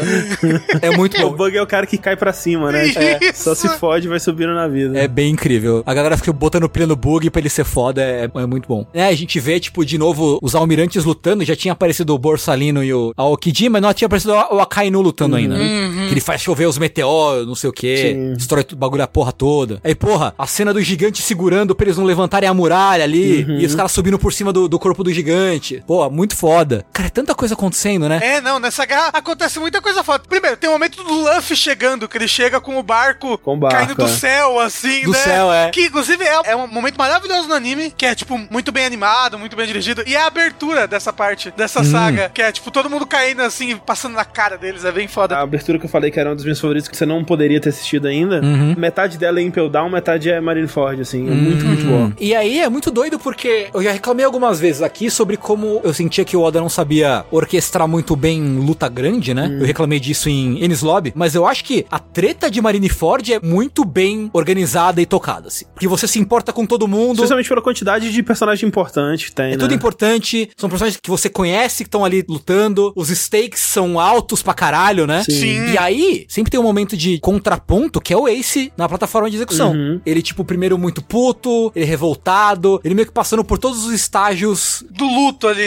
É muito bom. O Bug é o cara que cai pra cima, né? Só se fode e vai subindo na vida. É bem incrível. A galera fica botando pilha no Bug pra ele ser foda. É muito bom. A gente vê, tipo, de novo, os almirantes lutando. Já tinha aparecido o Borsalino e o Aokiji, mas não tinha aparecido o Akainu lutando ainda, né? Que ele faz chover os meteoros, não sei o quê. Destrói o bagulho, a porra toda. Aí, porra, a cena do gigante segurando pra eles não levantarem a muralha ali. E os caras subindo por cima do corpo do gigante. gigante. Pô, muito foda. Cara, é tanta coisa acontecendo, né? Nessa guerra acontece muita coisa foda. Primeiro, tem o momento do Luffy chegando, que ele chega com o barco caindo do céu, assim, do né? Céu, é. Que, inclusive, é um momento maravilhoso no anime, que é, tipo, muito bem animado, muito bem dirigido. E é a abertura dessa parte, dessa saga, que é, tipo, todo mundo caindo, assim, passando na cara deles. É bem foda. A abertura que eu falei que era um dos meus favoritos, que você não poderia ter assistido ainda, metade dela é Impel Down, metade é Marineford, assim. É muito, muito boa. E aí é muito doido, porque eu já reclamei algumas vezes aqui sobre como eu sentia que o Oda não sabia orquestrar muito bem luta grande, né? Eu reclamei disso em Enies Lobby, mas eu acho que a treta de Marineford é muito bem organizada e tocada, assim. Porque você se importa com todo mundo. Especialmente pela quantidade de personagem importante que tem, né? Tudo importante, são personagens que você conhece, que estão ali lutando, os stakes são altos pra caralho, né? Sim. E aí, sempre tem um momento de contraponto, que é o Ace na plataforma de execução. Ele, tipo, primeiro muito puto, ele revoltado, ele meio que passando por todos os estágios do luto ali,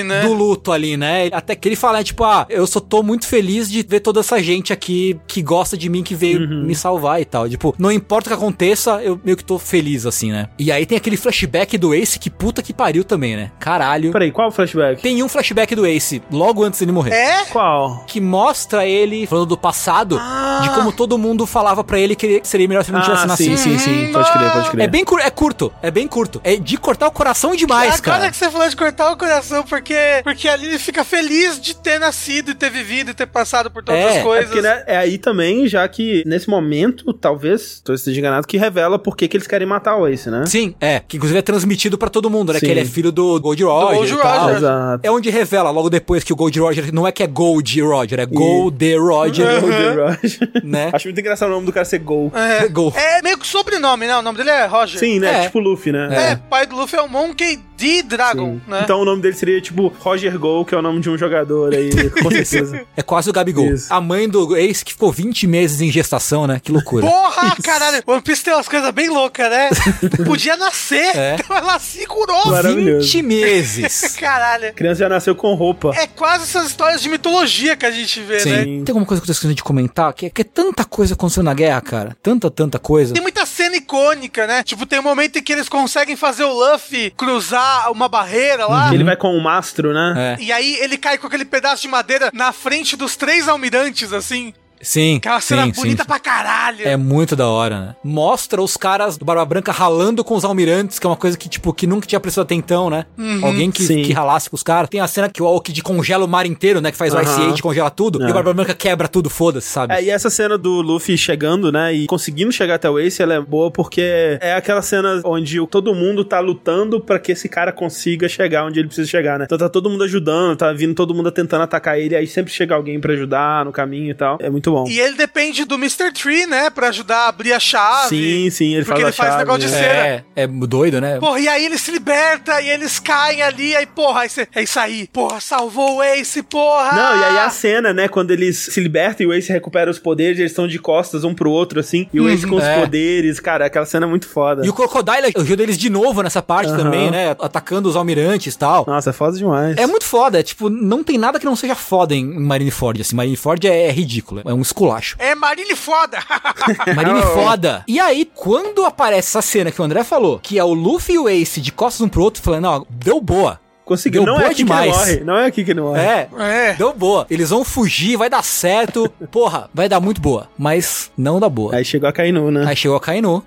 né? Até que ele fala, né, tipo, eu só tô muito feliz de ver toda essa gente aqui que gosta de mim, que veio me salvar e tal. Tipo, não importa o que aconteça, eu meio que tô feliz, assim, né? E aí tem aquele flashback do Ace, que puta que pariu também, né? Caralho. Peraí, qual o flashback? Tem um flashback do Ace, logo antes dele morrer. É? Qual? Que mostra ele falando do passado, de como todo mundo falava pra ele que seria melhor se ele não tivesse nascido. Sim. Pode crer. É bem curto. É de cortar o coração demais, cara. Agora que você falou de cortar o coração, porque ali ele fica feliz de ter nascido e ter vivido e ter passado por todas as coisas. Porque, né, é aí também, já que nesse momento, talvez, tô esteja enganado, que revela por que eles querem matar o Ace, né? Sim, que inclusive é transmitido pra todo mundo, né? Sim. Que ele é filho do Gold Roger e tal. Exato. É onde revela logo depois que o Gold Roger não é que é Gold Roger, é Gold Roger. Gold Roger. Né? Acho muito engraçado o nome do cara ser Gol. Gol. É meio que sobrenome, né? O nome dele é Roger. Sim, né? Tipo Luffy, né? Pai do Luffy é o Monkey D. Dragon, né? Então o nome dele seria tipo Roger Gol, que é o nome de um jogador aí, com certeza. É quase o Gabigol. Isso. A mãe do Ace que ficou 20 meses em gestação, né? Que loucura. Porra, caralho. One Piece tem umas coisas bem loucas, né? Podia nascer. Então ela segurou. Maravilhoso. 20 meses. Caralho. A criança já nasceu com roupa. É quase essas histórias de mitologia que a gente vê, né? Tem alguma coisa que eu tô esquecendo de comentar? Que é tanta coisa acontecendo na guerra, cara. Tanta coisa. Tem muita cena icônica, né? Tipo, tem um momento em que eles conseguem fazer o Luffy cruzar uma barreira lá. Ele vai com o mastro, né? E aí ele cai com aquele pedaço de madeira na frente dos 3 almirantes, assim. Sim. Aquela cena bonita pra caralho. É muito da hora, né? Mostra os caras do Barba Branca ralando com os almirantes, que é uma coisa que, tipo, que nunca tinha prestado até então, né? Alguém que ralasse com os caras. Tem a cena que o Aokiji congela o mar inteiro, né? Que faz o Ice Age, congela tudo. E o Barba Branca quebra tudo, foda-se, sabe? E essa cena do Luffy chegando, né? E conseguindo chegar até o Ace, ela é boa porque é aquela cena onde todo mundo tá lutando pra que esse cara consiga chegar onde ele precisa chegar, né? Então tá todo mundo ajudando, tá vindo todo mundo tentando atacar ele, aí sempre chega alguém pra ajudar no caminho e tal. É muito bom. E ele depende do Mr. Tree, né? Pra ajudar a abrir a chave. Sim, ele porque ele faz negócio de cera. É doido, né? Porra, e aí ele se liberta e eles caem ali, aí porra, é isso aí. Porra, salvou o Ace, porra! Não, e aí a cena, né? Quando eles se libertam e o Ace recupera os poderes, eles estão de costas um pro outro, assim, e o Ace com os poderes, cara, aquela cena é muito foda. E o Crocodile ajuda eles de novo nessa parte também, né? Atacando os almirantes e tal. Nossa, é foda demais. É muito foda, tipo, não tem nada que não seja foda em Marineford, assim. Marineford é ridículo, é um esculacho. É Marine foda! Marine foda! E aí, quando aparece essa cena que o André falou, que é o Luffy e o Ace de costas um pro outro, falando, ó, deu boa. Conseguiu, não é aqui demais. Que ele morre. Não é aqui que ele morre. Deu boa. Eles vão fugir, vai dar certo. Porra, vai dar muito boa. Mas não dá boa. Aí chegou a Kainu, né? Aí chegou a Kainu.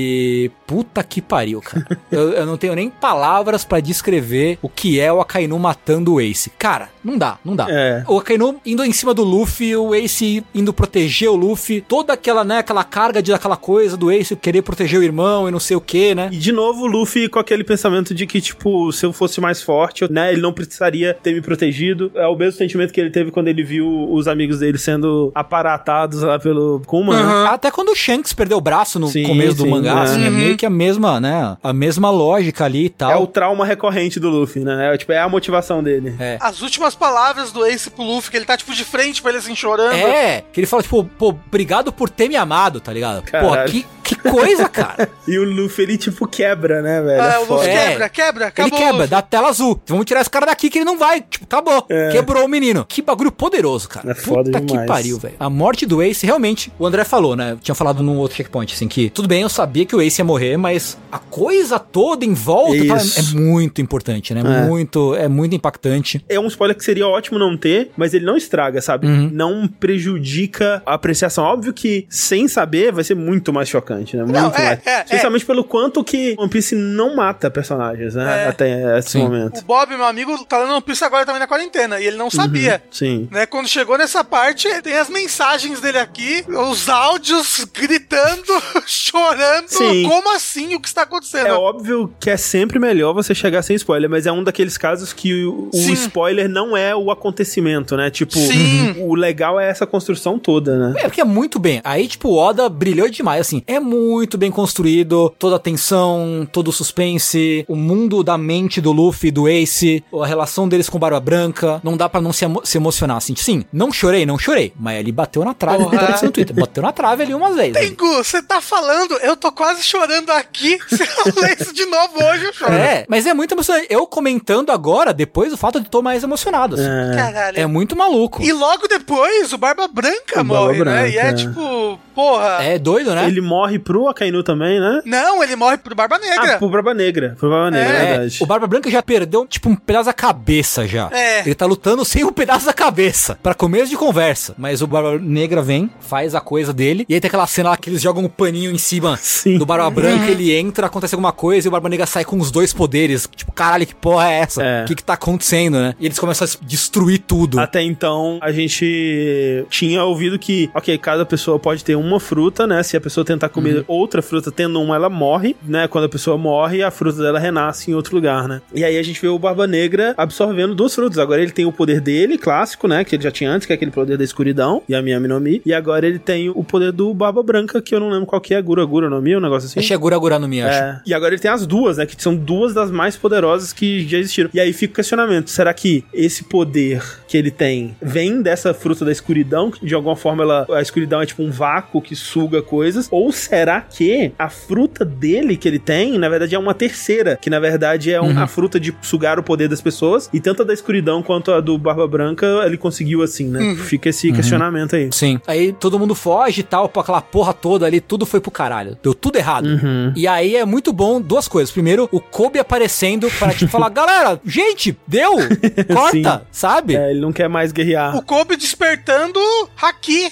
E puta que pariu, cara. eu não tenho nem palavras pra descrever o que é o Akainu matando o Ace. Cara, não dá. O Akainu indo em cima do Luffy, o Ace indo proteger o Luffy. Toda aquela, né, aquela carga daquela coisa do Ace querer proteger o irmão e não sei o que, né? E de novo o Luffy com aquele pensamento de que, tipo, se eu fosse mais forte, né, ele não precisaria ter me protegido. É o mesmo sentimento que ele teve quando ele viu os amigos dele sendo aparatados lá pelo Kuma, né? Até quando o Shanks perdeu o braço no começo do mangá, assim, é meio que a mesma, né, a mesma lógica ali e tal. É o trauma recorrente do Luffy, né? É a motivação dele. As últimas palavras do Ace pro Luffy, que ele tá, tipo, de frente pra ele, assim, chorando. Que ele fala, tipo, pô, obrigado por ter me amado, tá ligado? Caralho. Pô, Que coisa, cara. E o Luffy, ele tipo quebra, né, velho? O Luffy quebra, acabou. Ele quebra, dá tela azul. Vamos tirar esse cara daqui que ele não vai. Tipo, acabou. Quebrou o menino. Que bagulho poderoso, cara. É foda Puta demais. que pariu, velho. A morte do Ace, realmente, o André falou, né? Tinha falado num outro checkpoint, assim, que tudo bem, eu sabia que o Ace ia morrer, mas a coisa toda em volta é muito importante, né? É muito impactante. É um spoiler que seria ótimo não ter, mas ele não estraga, sabe? Não prejudica a apreciação. Óbvio que sem saber vai ser muito mais chocante, né? Muito mais. Especialmente pelo quanto que One Piece não mata personagens, né? Até esse momento. O Bob, meu amigo, tá lendo One Piece agora também na quarentena, e ele não sabia. Sim. Né? Quando chegou nessa parte, tem as mensagens dele aqui, os áudios gritando, chorando. Sim. Como assim? O que está acontecendo? É óbvio que é sempre melhor você chegar sem spoiler, mas é um daqueles casos que o spoiler não é o acontecimento, né? Tipo, o legal é essa construção toda, né? É porque é muito bem. Aí, tipo, o Oda brilhou demais, assim. É muito bem construído, toda a tensão, todo o suspense, o mundo da mente do Luffy, do Ace, a relação deles com Barba Branca. Não dá pra não se emocionar, assim. Sim, não chorei, mas ele bateu na trave, no Twitter. Bateu na trave ali umas vezes. Tengu, você tá falando, eu tô quase chorando aqui. Se eu ler isso de novo hoje, eu choro. Mas é muito emocionante. Eu comentando agora, depois do fato de tô mais emocionado, assim. Caralho. É muito maluco. E logo depois, o Barba Branca morre, né? E tipo, porra. É doido, né? Ele morre pro Akainu também, né? Não, ele morre pro Barba Negra. Pro Barba Negra. Pro Barba Negra, é verdade. O Barba Branca já perdeu, tipo, um pedaço da cabeça já. Ele tá lutando sem um pedaço da cabeça. Pra começo de conversa. Mas o Barba Negra vem, faz a coisa dele. E aí tem aquela cena lá que eles jogam um paninho em cima do Barba Branca. Ele entra, acontece alguma coisa e o Barba Negra sai com os dois poderes. Tipo, caralho, que porra é essa? O que tá acontecendo, né? E eles começam a destruir tudo. Até então, a gente tinha ouvido que, ok, cada pessoa pode ter uma fruta, né? Se a pessoa tentar comer outra fruta, tendo uma, ela morre, né? Quando a pessoa morre, a fruta dela renasce em outro lugar, né? E aí a gente vê o Barba Negra absorvendo duas frutas. Agora ele tem o poder dele, clássico, né? Que ele já tinha antes, que é aquele poder da escuridão, e a Miyami no Mi. E agora ele tem o poder do Barba Branca, que eu não lembro qual que é, Gura Gura no Mi, um negócio assim. Acho que é Gura Gura no Mi, acho. E agora ele tem as duas, né? Que são duas das mais poderosas que já existiram. E aí fica o questionamento, será que esse poder que ele tem vem dessa fruta da escuridão, que de alguma forma a escuridão é tipo um vácuo que suga coisas, ou será que a fruta dele que ele tem, na verdade é uma terceira, que na verdade é a fruta de sugar o poder das pessoas, e tanto a da escuridão quanto a do Barba Branca ele conseguiu assim, né? Fica esse questionamento aí. Sim. Aí todo mundo foge e tal, aquela porra toda ali, tudo foi pro caralho. Deu tudo errado. E aí é muito bom duas coisas. Primeiro, o Kobe aparecendo para tipo falar, galera, gente, deu! Corta, sabe? Ele não quer mais guerrear. O Kobe despertando Haki.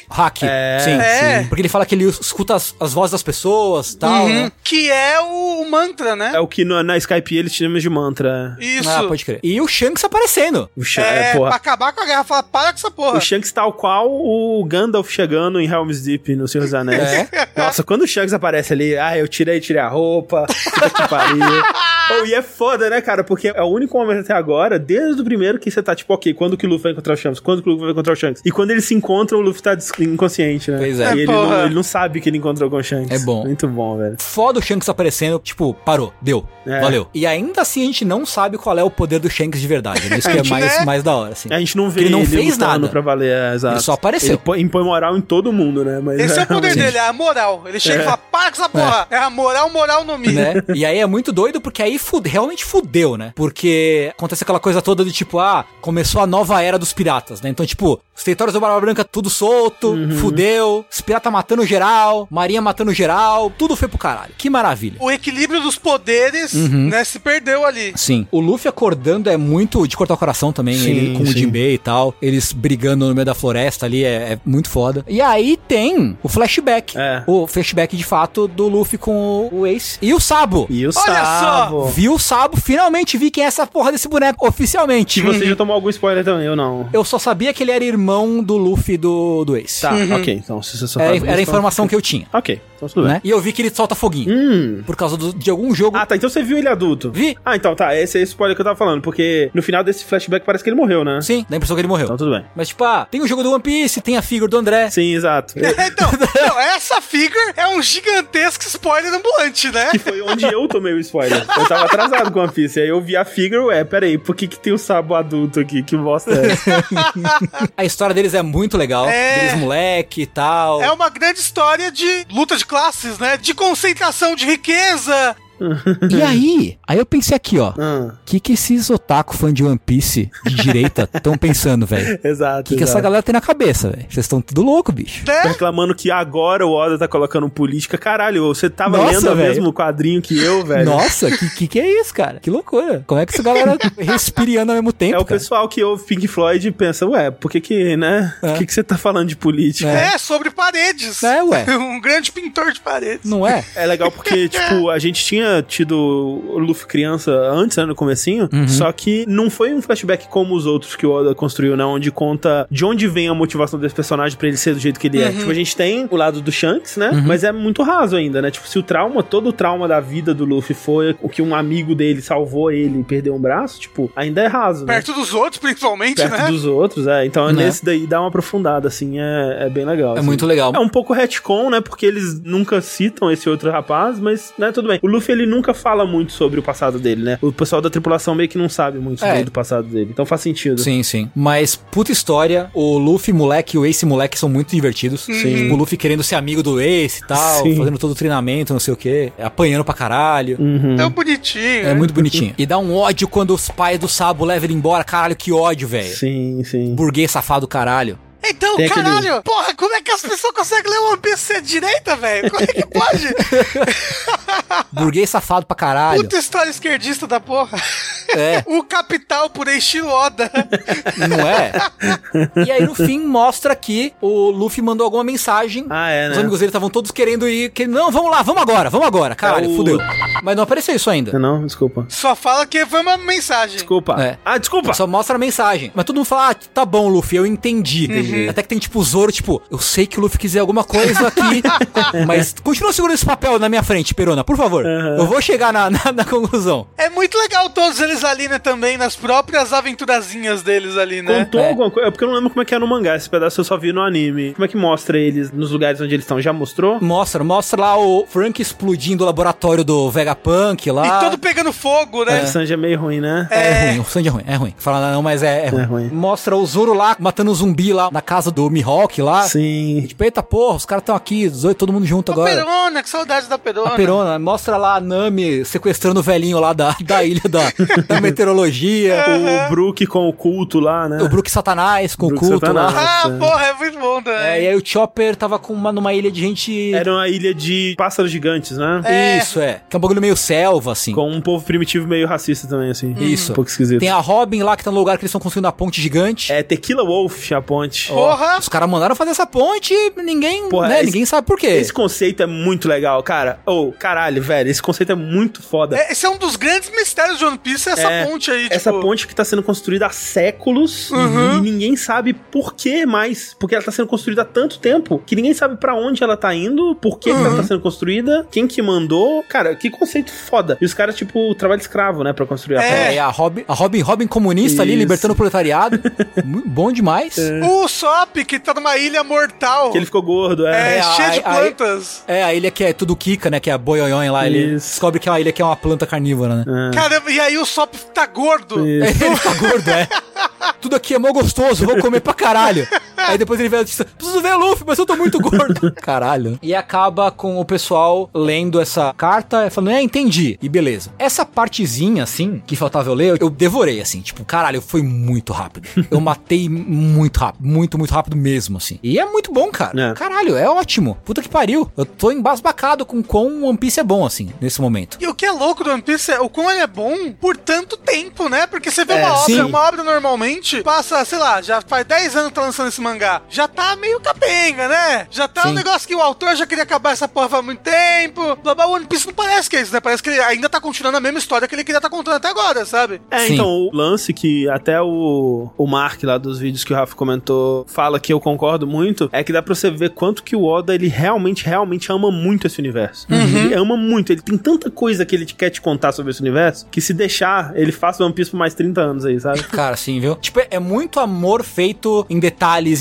Sim. Porque ele fala que ele escuta as vozes das pessoas e tal, né? Que é o mantra, né? É o que na Skype eles chamam de mantra. Isso. Pode crer. E o Shanks aparecendo. O Shanks, pra acabar com a guerra, fala, para com essa porra. O Shanks tal qual o Gandalf chegando em Helm's Deep, no Senhor dos Anéis. Nossa, quando o Shanks aparece ali, eu tirei a roupa, puta que pariu. E é foda, né, cara? Porque é o único momento até agora, desde o primeiro, que você tá tipo, ok, quando que o Luffy vai encontrar o Shanks? Quando que o Luffy vai encontrar o Shanks? E quando eles se encontram, o Luffy tá inconsciente, né? Pois é. E ele não sabe que ele encontrou com o Shanks. É bom. Muito bom, velho. Foda o Shanks aparecendo, tipo, parou, deu, valeu. E ainda assim a gente não sabe qual é o poder do Shanks de verdade, né? Isso que é mais da hora, assim. A gente não vê ele não fez nada pra valer, exato. Ele só apareceu. Ele impõe moral em todo mundo, né? Mas esse é o poder dele, é a moral. Ele chega e fala, para com essa porra. É a moral no mínimo. Né? E aí é muito doido, porque aí realmente fudeu, né? Porque acontece aquela coisa toda de tipo, começou a nova era dos piratas, né? Então, tipo, os territórios do Barba Branca tudo solto, fudeu, os piratas matando geral, marinha matando geral, tudo foi pro caralho. Que maravilha. O equilíbrio dos poderes, né, se perdeu ali. Sim. O Luffy acordando é muito de cortar o coração também, ele com o Jinbei e tal, eles brigando no meio da floresta ali, é muito foda. E aí tem o flashback. O flashback, de fato, do Luffy com o Ace. E o Sabo. Olha só! Viu o Sabo, finalmente vi quem é essa porra desse boneco, oficialmente. E você já tomou algum spoiler também, eu não? Eu só sabia que ele era irmão do Luffy do Ace. Tá, ok. Então, se você só era a informação que eu tinha. Ok, então tudo bem. Né? E eu vi que ele solta foguinho. Por causa de algum jogo. Tá, então você viu ele adulto? Vi. Então tá, esse é esse spoiler que eu tava falando, porque no final desse flashback parece que ele morreu, né? Sim, dá a impressão que ele morreu. Então tudo bem. Mas tipo, tem o jogo do One Piece, tem a figure do André. Sim, exato. Então, essa figure é um gigantesco spoiler ambulante, né? Que foi onde eu tomei o spoiler. Eu tava atrasado com One Piece, aí eu vi a figure, peraí, por que tem o Sabo adulto aqui? Que bosta é essa? Aí história deles é muito legal. Deles moleque e tal. É uma grande história de luta de classes, né? De concentração de riqueza. E aí eu pensei aqui, ó. Que esses otaku fã de One Piece de direita estão pensando, velho? Exato. Que essa galera tem na cabeça, velho? Vocês estão tudo louco, bicho. Né? Reclamando que agora o Oda tá colocando política. Caralho, você tava lendo o véio. mesmo quadrinho que eu, velho. Nossa, que é isso, cara? Que loucura. Como é que essa galera respirando ao mesmo tempo, É o cara? pessoal que ouve Pink Floyd e pensa, ué, por que, né? Por que você tá falando de política? Sobre paredes. Ué. Um grande pintor de paredes. Não é? É legal porque, tipo, a gente tinha tido o Luffy criança antes, né, no comecinho, só que não foi um flashback como os outros que o Oda construiu, né, onde conta de onde vem a motivação desse personagem pra ele ser do jeito que ele é. Tipo, a gente tem o lado do Shanks, né, mas é muito raso ainda, né, tipo, se o trauma, todo o trauma da vida do Luffy foi o que um amigo dele salvou ele e perdeu um braço, tipo, ainda é raso, né? Perto dos outros, principalmente, Perto né? dos outros, então nesse daí dá uma aprofundada, assim, é bem legal. É assim. muito legal. É um pouco retcon, né, porque eles nunca citam esse outro rapaz, mas, né, tudo bem. O Luffy, ele nunca fala muito sobre o passado dele, né? O pessoal da tripulação meio que não sabe muito do passado dele. Então faz sentido. Sim. Mas, puta história, o Luffy moleque e o Ace moleque são muito divertidos. Sim. Tipo, o Luffy querendo ser amigo do Ace e tal, fazendo todo o treinamento, não sei o quê, apanhando pra caralho. Tão bonitinho. É muito bonitinho. E dá um ódio quando os pais do Sabo levam ele embora. Caralho, que ódio, velho. Sim. Burguês safado, caralho. Então, Tem caralho, porra, como é que as pessoas conseguem ler One Piece ser direita, velho? Como é que pode? Burguês safado pra caralho. Puta história esquerdista da porra. É. O Capital por Eiichiro Oda. Não é? E aí, no fim, mostra que o Luffy mandou alguma mensagem. Né? Os amigos dele estavam todos querendo ir. Não, vamos lá, vamos agora. Caralho, fudeu. Mas não apareceu isso ainda. Não, desculpa. Só fala que foi uma mensagem. Desculpa. Desculpa. Só mostra a mensagem. Mas todo mundo fala, tá bom, Luffy, eu entendi. Até que tem, tipo, o Zoro, tipo, eu sei que o Luffy quiser alguma coisa aqui, mas continua segurando esse papel na minha frente, Perona, por favor. Eu vou chegar na conclusão. É muito legal todos eles ali, né, também, nas próprias aventurazinhas deles ali, né? Contou alguma coisa? É porque eu não lembro como é que é no mangá. Esse pedaço eu só vi no anime. Como é que mostra eles nos lugares onde eles estão? Já mostrou? Mostra lá o Frank explodindo o laboratório do Vegapunk lá. E todo pegando fogo, né? O Sanji é meio ruim, né? É ruim, o Sanji é ruim. Fala, não, mas é ruim. Mostra o Zoro lá, matando um zumbi lá na casa do Mihawk lá. Sim. E, tipo, eita porra, os caras estão aqui, todo mundo junto agora. A Perona, que saudade da Perona. A Perona, mostra lá a Nami sequestrando o velhinho lá da ilha da meteorologia. O Brook com o culto lá, né? O Brook Satanás com o culto Satanás. lá. Porra, é muito bom também. E aí o Chopper tava numa ilha de gente... Era uma ilha de pássaros gigantes, né? Isso, que é um bagulho meio selva, assim. Com um povo primitivo meio racista também, assim. Isso. Um pouco esquisito. Tem a Robin lá, que tá no lugar que eles estão construindo a ponte gigante. É Tequila Wolf, a ponte. Porra! Os caras mandaram fazer essa ponte e ninguém, ninguém sabe por quê. Esse conceito é muito legal, cara. Caralho, velho, esse conceito é muito foda. Esse é um dos grandes mistérios de One Piece, essa ponte aí, tipo... Essa ponte que tá sendo construída há séculos e ninguém sabe por que mais. Porque ela tá sendo construída há tanto tempo que ninguém sabe pra onde ela tá indo, por que ela tá sendo construída, quem que mandou. Cara, que conceito foda. E os caras, tipo, trabalho escravo, né, pra construir a ponte. E a Robin comunista ali, libertando o proletariado. Muito bom demais. O Sop, que tá numa ilha mortal. Que ele ficou gordo, cheio de plantas. A ilha que é tudo Kika, né, que é a Boioion lá. Ele descobre que é uma ilha que é uma planta carnívora, né? Caramba, e aí o Sop tá gordo. Ele tá gordo, Tudo aqui é mó gostoso, vou comer pra caralho. Aí depois ele vê a notícia, preciso ver o Luffy, mas eu tô muito gordo. Caralho. E acaba com o pessoal lendo essa carta, falando, entendi. E beleza. Essa partezinha, assim, que faltava eu ler, eu devorei, assim. Tipo, caralho, foi muito rápido. Eu matei muito rápido. Muito, muito rápido mesmo, assim. E é muito bom, cara. Caralho, é ótimo. Puta que pariu. Eu tô embasbacado com quão One Piece é bom, assim, nesse momento. E o que é louco do One Piece é o quão ele é bom por tanto tempo, né? Porque você vê uma obra normalmente, passa, sei lá, já faz 10 anos que tá lançando esse mangá. Já tá meio capenga, né? Já tá um negócio que o autor já queria acabar essa porra faz muito tempo. O One Piece não parece que é isso, né? Parece que ele ainda tá continuando a mesma história que ele queria tá contando até agora, sabe? Então, o lance que até o Mark lá dos vídeos que o Rafa comentou fala que eu concordo muito, é que dá pra você ver quanto que o Oda, ele realmente ama muito esse universo. Ele ama muito, ele tem tanta coisa que ele quer te contar sobre esse universo, que se deixar, ele faz One Piece por mais 30 anos aí, sabe? Cara, sim, viu? Tipo, é muito amor feito em detalhes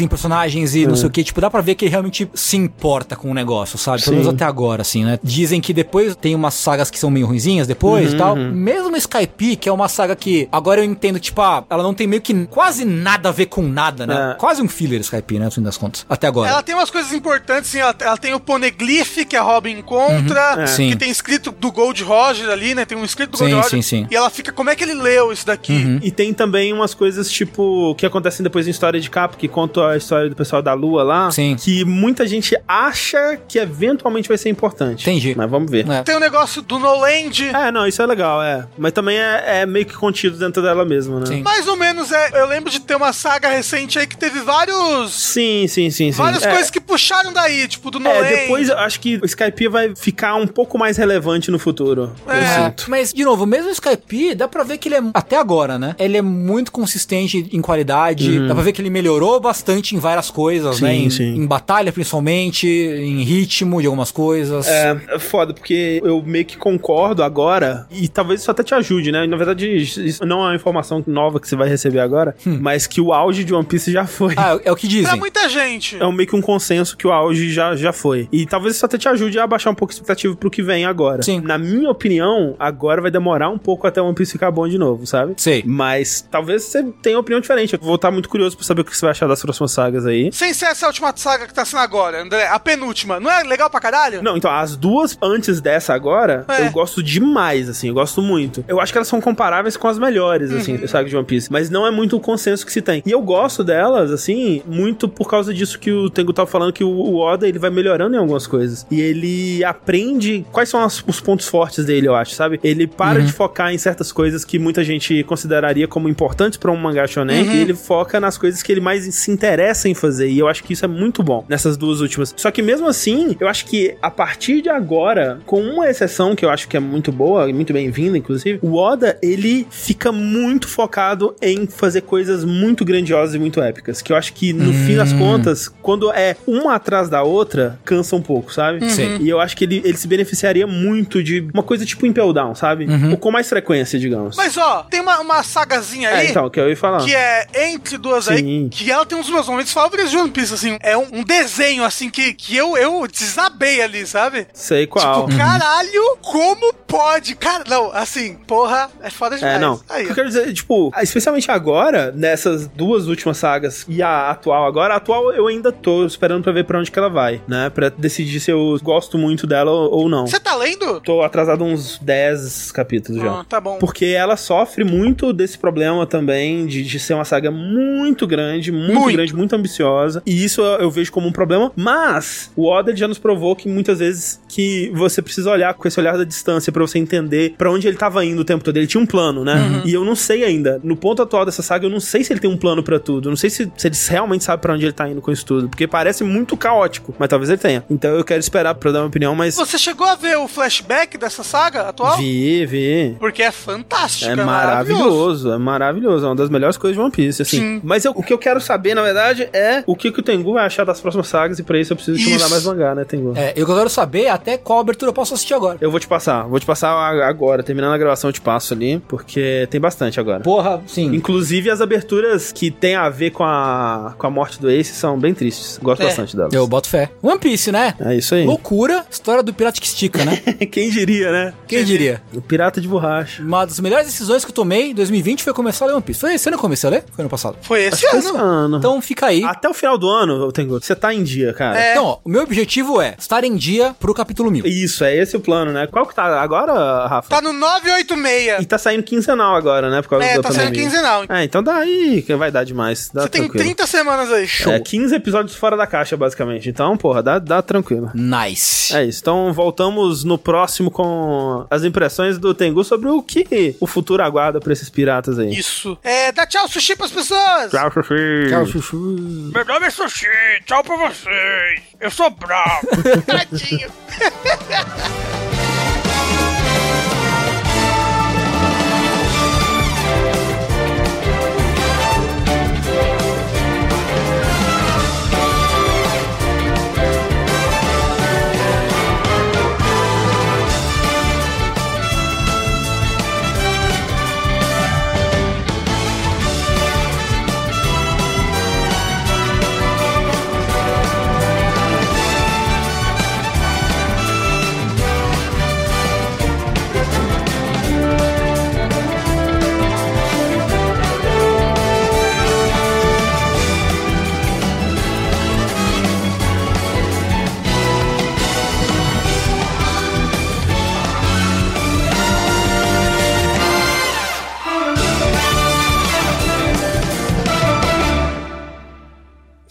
em personagens e não sei o que, tipo, dá pra ver que ele realmente se importa com o negócio, sabe? Pelo menos até agora, assim, né? Dizem que depois tem umas sagas que são meio ruinzinhas depois e tal. Mesmo Skype, que é uma saga que agora eu entendo, tipo, ela não tem meio que quase nada a ver com nada, né? Quase um filler Skype, né? No fim das contas. Até agora. Ela tem umas coisas importantes, assim, ela tem o Poneglyph, que a Robin encontra, que tem escrito do Gold Roger ali, né? Tem um escrito do Gold Roger. Sim. E ela fica, como é que ele leu isso daqui? E tem também umas coisas, tipo, que acontecem depois em História de Capa, que conta a história do pessoal da Lua lá, que muita gente acha que eventualmente vai ser importante. Entendi. Mas vamos ver. Tem o negócio do No Land. Não, isso é legal, Mas também é meio que contido dentro dela mesma, né? Sim. Mais ou menos, eu lembro de ter uma saga recente aí que teve vários... Sim. Várias coisas que puxaram daí, tipo, do No Land. Depois eu acho que o Skype vai ficar um pouco mais relevante no futuro. Eu sinto. Mas, de novo, mesmo o Skype, dá pra ver que ele é, até agora, né? Ele é muito consistente em qualidade, dá pra ver que ele melhorou bastante em várias coisas, né? Em batalha, principalmente, em ritmo de algumas coisas. É foda, porque eu meio que concordo agora, e talvez isso até te ajude, né? Na verdade, isso não é uma informação nova que você vai receber agora, mas que o auge de One Piece já foi. É o que dizem. Pra muita gente. É meio que um consenso que o auge já foi. E talvez isso até te ajude a baixar um pouco a expectativa pro que vem agora. Sim. Na minha opinião, agora vai demorar um pouco até o One Piece ficar bom de novo, sabe? Sei. Mas talvez você tenha uma opinião diferente. Eu vou estar muito curioso pra saber o que você vai achar das próximas sagas aí. Sem ser essa última saga que tá sendo agora, André, a penúltima. Não é legal pra caralho? Não, então, as duas antes dessa agora, eu gosto demais, assim, eu gosto muito. Eu acho que elas são comparáveis com as melhores, assim, saga de One Piece. Mas não é muito o consenso que se tem. E eu gosto delas, assim, muito por causa disso que o Tengu tava falando, que o Oda, ele vai melhorando em algumas coisas. E ele aprende quais são os pontos fortes dele, eu acho, sabe? Ele para de focar em certas coisas que muita gente consideraria como importantes pra um mangá shonen, e ele foca nas coisas que ele mais se interessa em fazer. E eu acho que isso é muito bom nessas duas últimas. Só que mesmo assim, eu acho que a partir de agora, com uma exceção que eu acho que é muito boa, e muito bem-vinda, inclusive, o Oda, ele fica muito focado em fazer coisas muito grandiosas e muito épicas, que eu acho que no fim das contas, quando é uma atrás da outra, cansa um pouco, sabe? Sim. E eu acho que ele se beneficiaria muito de uma coisa tipo Impel Down, sabe? Ou com mais frequência, digamos. Mas ó, tem uma sagazinha aí. Então, que eu ia falar. Que é entre duas aí, que ela tem uns dos meus momentos favoritos de One Piece, assim. É um desenho, assim, que eu desabei ali, sabe? Sei qual. Tipo, caralho, como pode? Cara, não, assim, porra, é foda demais. Não. Aí, o que eu quero dizer, tipo, especialmente agora, nessas duas últimas sagas e a atual agora, a atual eu ainda tô esperando pra ver pra onde que ela vai, né? Pra decidir se eu gosto muito dela ou não. Você tá lendo? Tô atrasado uns 10 capítulos já. Tá bom. Porque ela sofre muito desse problema também de ser uma saga muito grande, muito ambiciosa. E isso eu vejo como um problema. Mas o Oda já nos provou que muitas vezes que você precisa olhar com esse olhar da distância pra você entender pra onde ele tava indo o tempo todo. Ele tinha um plano, né? E eu não sei ainda. No ponto atual dessa saga, eu não sei se ele tem um plano pra tudo. Eu não sei se ele realmente sabe pra onde ele tá indo com isso tudo. Porque parece muito caótico. Mas talvez ele tenha. Então eu quero esperar pra dar uma opinião, mas... Você chegou a ver o flashback dessa saga atual? Vi. Porque é fantástico, é maravilhoso. É maravilhoso. É uma das melhores coisas de One Piece, assim. Sim. Mas o que eu quero saber, na verdade, é o que o Tengu vai achar das próximas sagas, e pra isso eu preciso te mandar mais mangá, né, Tengu? Eu quero saber até qual abertura eu posso assistir agora. Eu vou te passar agora, terminando a gravação eu te passo ali, porque tem bastante agora. Porra, sim. Inclusive as aberturas que tem a ver com a morte do Ace são bem tristes. Gosto bastante delas. Eu boto fé. One Piece, né? É isso aí. Loucura, história do pirata que estica, né? Quem diria, né? Quem diria? O pirata de borracha. Uma das melhores decisões que eu tomei em 2020 foi começar a ler One Piece. Foi esse ano que eu comecei a ler? Foi ano passado? Foi esse ano. Então fica aí. Até o final do ano, Tengu, você tá em dia, cara. Então, ó, o meu objetivo é estar em dia pro capítulo 1000. Isso, é esse o plano, né? Qual que tá agora, Rafa? Tá no 986. E tá saindo quinzenal agora, né? Por causa da pandemia. Saindo quinzenal. Então dá aí, que vai dar demais. Dá você tranquilo. tem 30 semanas aí. Show. 15 episódios fora da caixa, basicamente. Então, porra, dá tranquilo. Nice. É isso. Então, voltamos no próximo com as impressões do Tengu sobre o que o futuro aguarda pra esses piratas aí. Isso. Dá tchau, Sushi, pras pessoas. Tchau, Sushi. Tchau, Chuchu. Meu nome é Sushi. Tchau pra vocês. Eu sou bravo. Tadinho.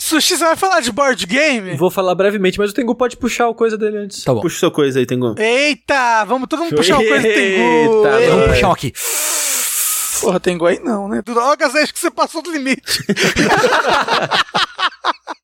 Sushi, você vai falar de board game? Vou falar brevemente, mas o Tengu pode puxar a coisa dele antes. Tá bom. Puxa sua coisa aí, Tengu. Eita, vamos todo mundo puxar uma coisa do Tengu. Vamos puxar um aqui. Porra, Tengu aí não, né? Drogas, acho que você passou do limite.